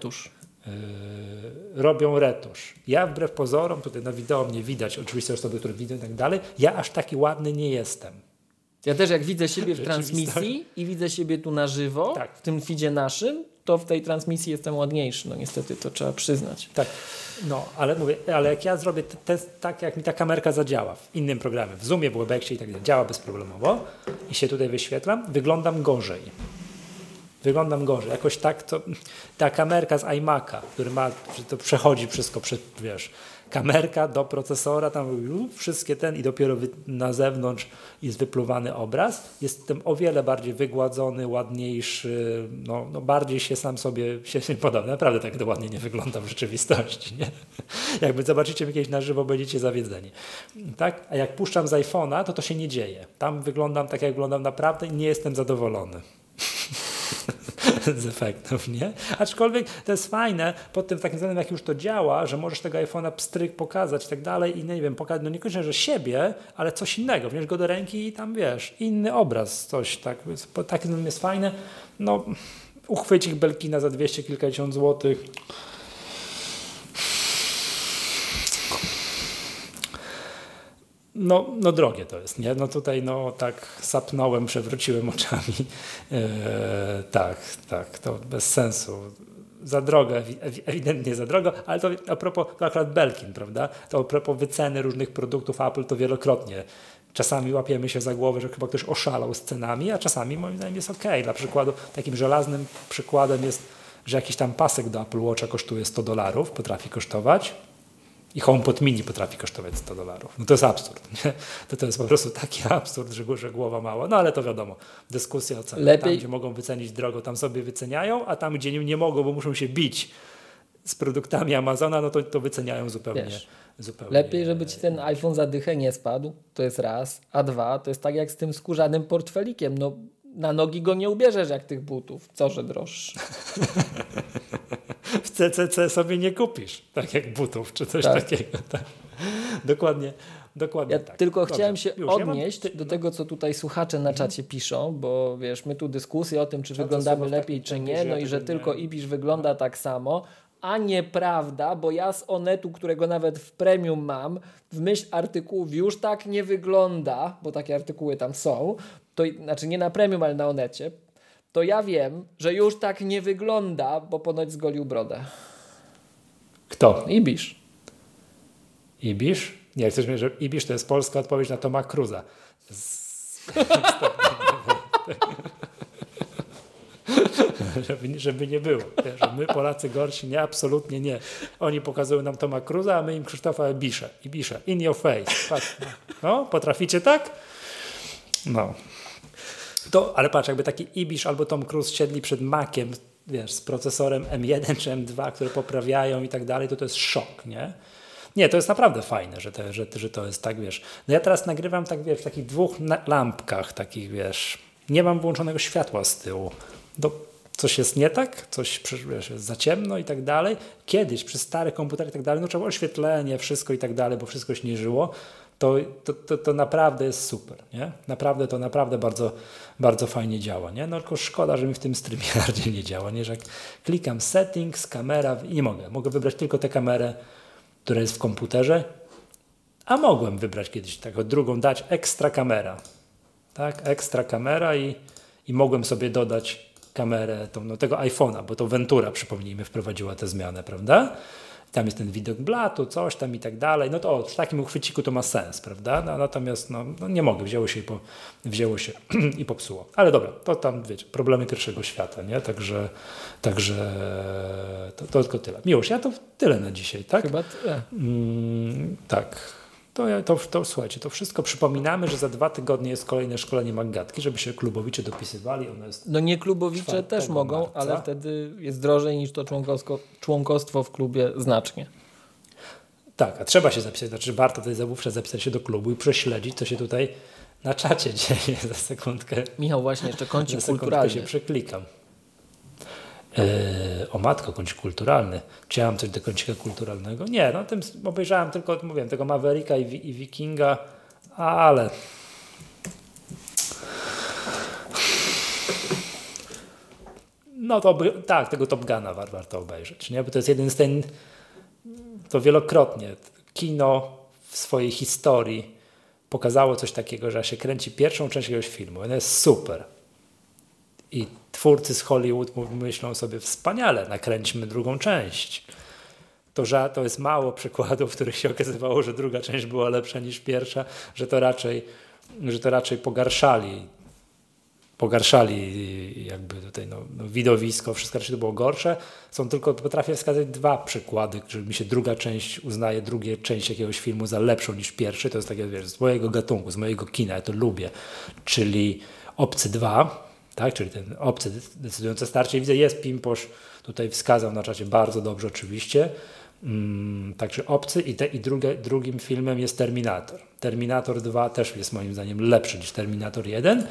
Robią retusz. Ja wbrew pozorom, tutaj na wideo mnie widać, oczywiście osoby, które widzą i tak dalej, ja aż taki ładny nie jestem.
Ja też jak widzę siebie w transmisji i widzę siebie tu na żywo, tak, w tym feedzie naszym, to w tej transmisji jestem ładniejszy. No niestety to trzeba przyznać.
Tak, no ale mówię, ale jak ja zrobię test tak, jak mi ta kamerka zadziała w innym programie, w Zoomie, w Webexie i tak dalej, działa bezproblemowo i się tutaj wyświetlam, wyglądam gorzej. Jakoś tak to ta kamerka z iMac'a, który ma, że to przechodzi wszystko, kamerka do procesora, tam wszystkie i dopiero na zewnątrz jest wypluwany obraz. Jestem o wiele bardziej wygładzony, ładniejszy, no bardziej się sam sobie się podoba. Naprawdę tak to ładnie nie wygląda w rzeczywistości. Nie? Jakby zobaczycie mnie kiedyś na żywo, będziecie zawiedzeni. Tak? A jak puszczam z iPhone'a, to się nie dzieje. Tam wyglądam tak, jak wyglądam naprawdę i nie jestem zadowolony z efektów, nie? Aczkolwiek to jest fajne pod tym takim względem, jak już to działa, że możesz tego iPhone'a pstryk pokazać i tak dalej i nie wiem, pokazać, no niekoniecznie, że siebie, ale coś innego, wziąć go do ręki i tam inny obraz, coś tak, pod takim względem jest fajne. No, uchwycik Belkina za 200 kilkadziesiąt złotych. No drogie to jest, nie? No tutaj tak sapnąłem, przewróciłem oczami. Tak, to bez sensu. Za drogo, ewidentnie za drogo, ale to a propos, to akurat Belkin, prawda? To a propos wyceny różnych produktów Apple, to wielokrotnie. Czasami łapiemy się za głowę, że chyba ktoś oszalał z cenami, a czasami moim zdaniem jest okej. Dla przykładu, takim żelaznym przykładem jest, że jakiś tam pasek do Apple Watcha kosztuje $100, potrafi kosztować. I HomePod mini potrafi kosztować $100. No to jest absurd. Nie? To jest po prostu taki absurd, że głowa mała. No ale to wiadomo, dyskusja o cenach. Tam, gdzie mogą wycenić drogo, tam sobie wyceniają, a tam, gdzie nie mogą, bo muszą się bić z produktami Amazona, no to wyceniają zupełnie.
Lepiej, żeby ci ten iPhone za dychę nie spadł, to jest raz, a dwa, to jest tak jak z tym skórzanym portfelikiem, no na nogi go nie ubierzesz jak tych butów, co że droższy.
W CCC sobie nie kupisz, tak jak butów, czy coś takiego. Tak. Dokładnie
ja
tak.
tylko chciałem się odnieść do tego, co tutaj słuchacze na czacie piszą, bo wiesz, my tu dyskusję o tym, czy wyglądamy lepiej, czy nie, no i że tylko Ibisz wygląda tak samo, a nieprawda, bo ja z Onetu, którego nawet w premium mam, w myśl artykułów już tak nie wygląda, bo takie artykuły tam są, to znaczy nie na premium, ale na Onecie, to ja wiem, że już tak nie wygląda, bo ponoć zgolił brodę.
Kto?
Ibisz.
Ibisz? Nie, chcesz mieć, że Ibisz to jest polska odpowiedź na Toma Cruza. Żeby nie było. Że my Polacy gorsi, nie, absolutnie nie. Oni pokazują nam Toma Cruza, a my im Krzysztofa Ibisza. In your face. Patrz. No, potraficie tak? No. Ale patrz, jakby taki Ibisz albo Tom Cruise siedli przed Maciem, wiesz, z procesorem M1 czy M2, które poprawiają i tak dalej, to jest szok, nie? Nie, to jest naprawdę fajne, że to jest tak, wiesz. No ja teraz nagrywam tak, wiesz, w takich dwóch lampkach, takich, wiesz, nie mam włączonego światła z tyłu. Coś jest nie tak, coś wiesz, jest za ciemno i tak dalej. Kiedyś przy starych komputerach i tak dalej, no trzeba oświetlenie, wszystko i tak dalej, bo wszystko śnieżyło. To naprawdę jest super, nie? Naprawdę bardzo, bardzo fajnie działa, nie? No tylko szkoda, że mi w tym StreamYardzie nie działa, nie? Że jak klikam settings, kamera i nie mogę wybrać tylko tę kamerę, która jest w komputerze, a mogłem wybrać kiedyś taką drugą, dać ekstra kamera, tak? Ekstra kamera i mogłem sobie dodać kamerę tego iPhone'a, bo to Ventura, przypomnijmy, wprowadziła tę zmianę, prawda? Tam jest ten widok blatu, coś tam i tak dalej. No to w takim uchwyciku to ma sens, prawda? Natomiast nie mogę, wzięło się i popsuło. Ale dobra, to tam, wiecie, problemy pierwszego świata, nie? Także to tylko tyle. Miłosz, ja to tyle na dzisiaj, tak?
Chyba tyle.
Tak. To słuchajcie, to wszystko przypominamy, że za 2 tygodnie jest kolejne szkolenie Maggatki, żeby się klubowicze dopisywali. Ono jest
no nie klubowicze też mogą, marca. Ale wtedy jest drożej niż to członkostwo w klubie znacznie.
Tak, a trzeba się zapisać, znaczy warto tutaj zawsze zapisać się do klubu i prześledzić, co się tutaj na czacie dzieje. Za sekundkę.
Michał, właśnie jeszcze kącik kulturalny.
się przeklikam. O matko, kącik kulturalny. Czy ja mam coś do kącika kulturalnego? Nie, no tym obejrzałem tylko, mówiłem, tego Mavericka i Wikinga, ale no to tak, tego Top Guna warto obejrzeć, nie? Bo to jest jeden z to wielokrotnie kino w swojej historii pokazało coś takiego, że się kręci pierwszą część jakiegoś filmu. Ona jest super. I twórcy z Hollywood myślą sobie, wspaniale, nakręćmy drugą część. To jest mało przykładów, w których się okazywało, że druga część była lepsza niż pierwsza, że to raczej pogarszali jakby tutaj widowisko, wszystko raczej to było gorsze. Potrafię wskazać 2 przykłady, że mi się druga część uznaje, drugie część jakiegoś filmu za lepszą niż pierwszy. To jest takie, wiesz, z mojego gatunku, z mojego kina, ja to lubię. Czyli Obcy 2, tak, czyli ten Obcy decydujące starcie. Widzę, jest Pimposz tutaj wskazał na czacie bardzo dobrze oczywiście. Także Obcy i drugim filmem jest Terminator. Terminator 2 też jest moim zdaniem lepszy niż Terminator 1.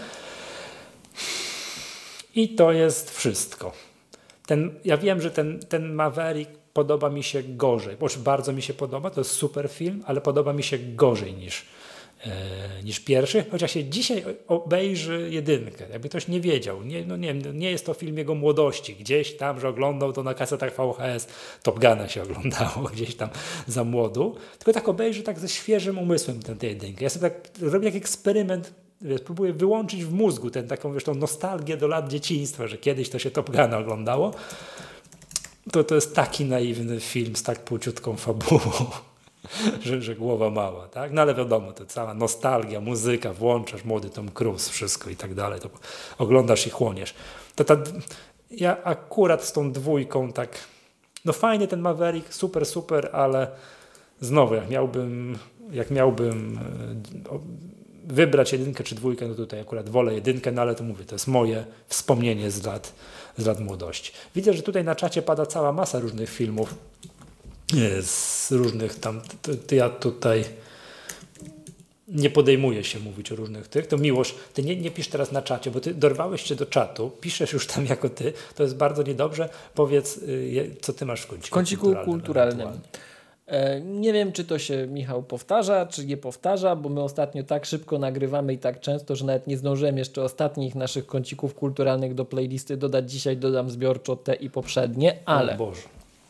I to jest wszystko. Ja wiem, że ten Maverick podoba mi się gorzej, bo bardzo mi się podoba, to jest super film, ale podoba mi się gorzej niż pierwszy, chociaż się dzisiaj obejrzy 1. Jakby ktoś nie wiedział, nie jest to film jego młodości, gdzieś tam, że oglądał to na kasetach VHS, Top Guna się oglądało gdzieś tam za młodu, tylko tak obejrzy tak ze świeżym umysłem tę 1. Ja sobie tak robię jak eksperyment, próbuję wyłączyć w mózgu tą nostalgię do lat dzieciństwa, że kiedyś to się Top Guna oglądało. To jest taki naiwny film z tak płciutką fabułą, że głowa mała, tak? No ale wiadomo, to cała nostalgia, muzyka, włączasz młody Tom Cruise, wszystko i tak dalej, to oglądasz i chłoniesz. Ja akurat z tą 2 tak, no fajny ten Maverick, super, ale Znowu, jak miałbym wybrać 1 czy 2, no tutaj akurat wolę 1, no ale to mówię, to jest moje wspomnienie z lat młodości. Widzę, że tutaj na czacie pada cała masa różnych filmów, z różnych tam, ja tutaj nie podejmuję się mówić o różnych tych, to Miłosz, ty nie pisz teraz na czacie, bo ty dorwałeś się do czatu, piszesz już tam jako ty, to jest bardzo niedobrze. Powiedz, co ty masz w
kąciku kulturalnym. Nie wiem, czy to się, Michał, powtarza, czy nie powtarza, bo my ostatnio tak szybko nagrywamy i tak często, że nawet nie zdążyłem jeszcze ostatnich naszych kącików kulturalnych do playlisty dodać. Dzisiaj dodam zbiorczo te i poprzednie, ale...
O Boże.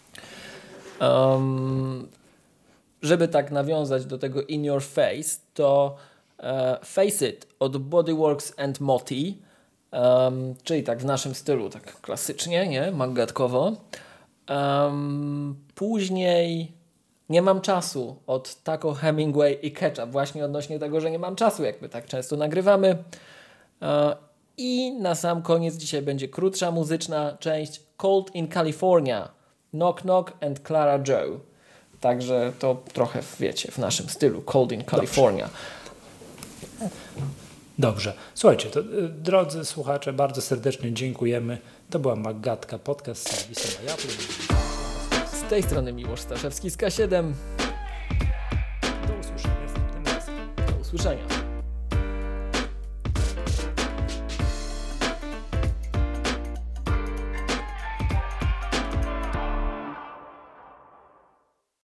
Żeby tak nawiązać do tego In Your Face, to Face It od Bodyworks and Moti, czyli tak w naszym stylu, tak klasycznie, nie? Maggatkowo. Później Nie mam czasu od Taco Hemingway i Ketchup, właśnie odnośnie tego, że nie mam czasu, jak my tak często nagrywamy. I na sam koniec dzisiaj będzie krótsza muzyczna część Cold in California, Knock Knock and Clara Joe. Także to trochę, wiecie, w naszym stylu Cold in California.
Dobrze. Słuchajcie, to, drodzy słuchacze, bardzo serdecznie dziękujemy. To była Maggatka, podcast z serwisem Apple.
Z tej strony Miłosz Staszewski z K7.
Do usłyszenia następnym razem.
Do usłyszenia.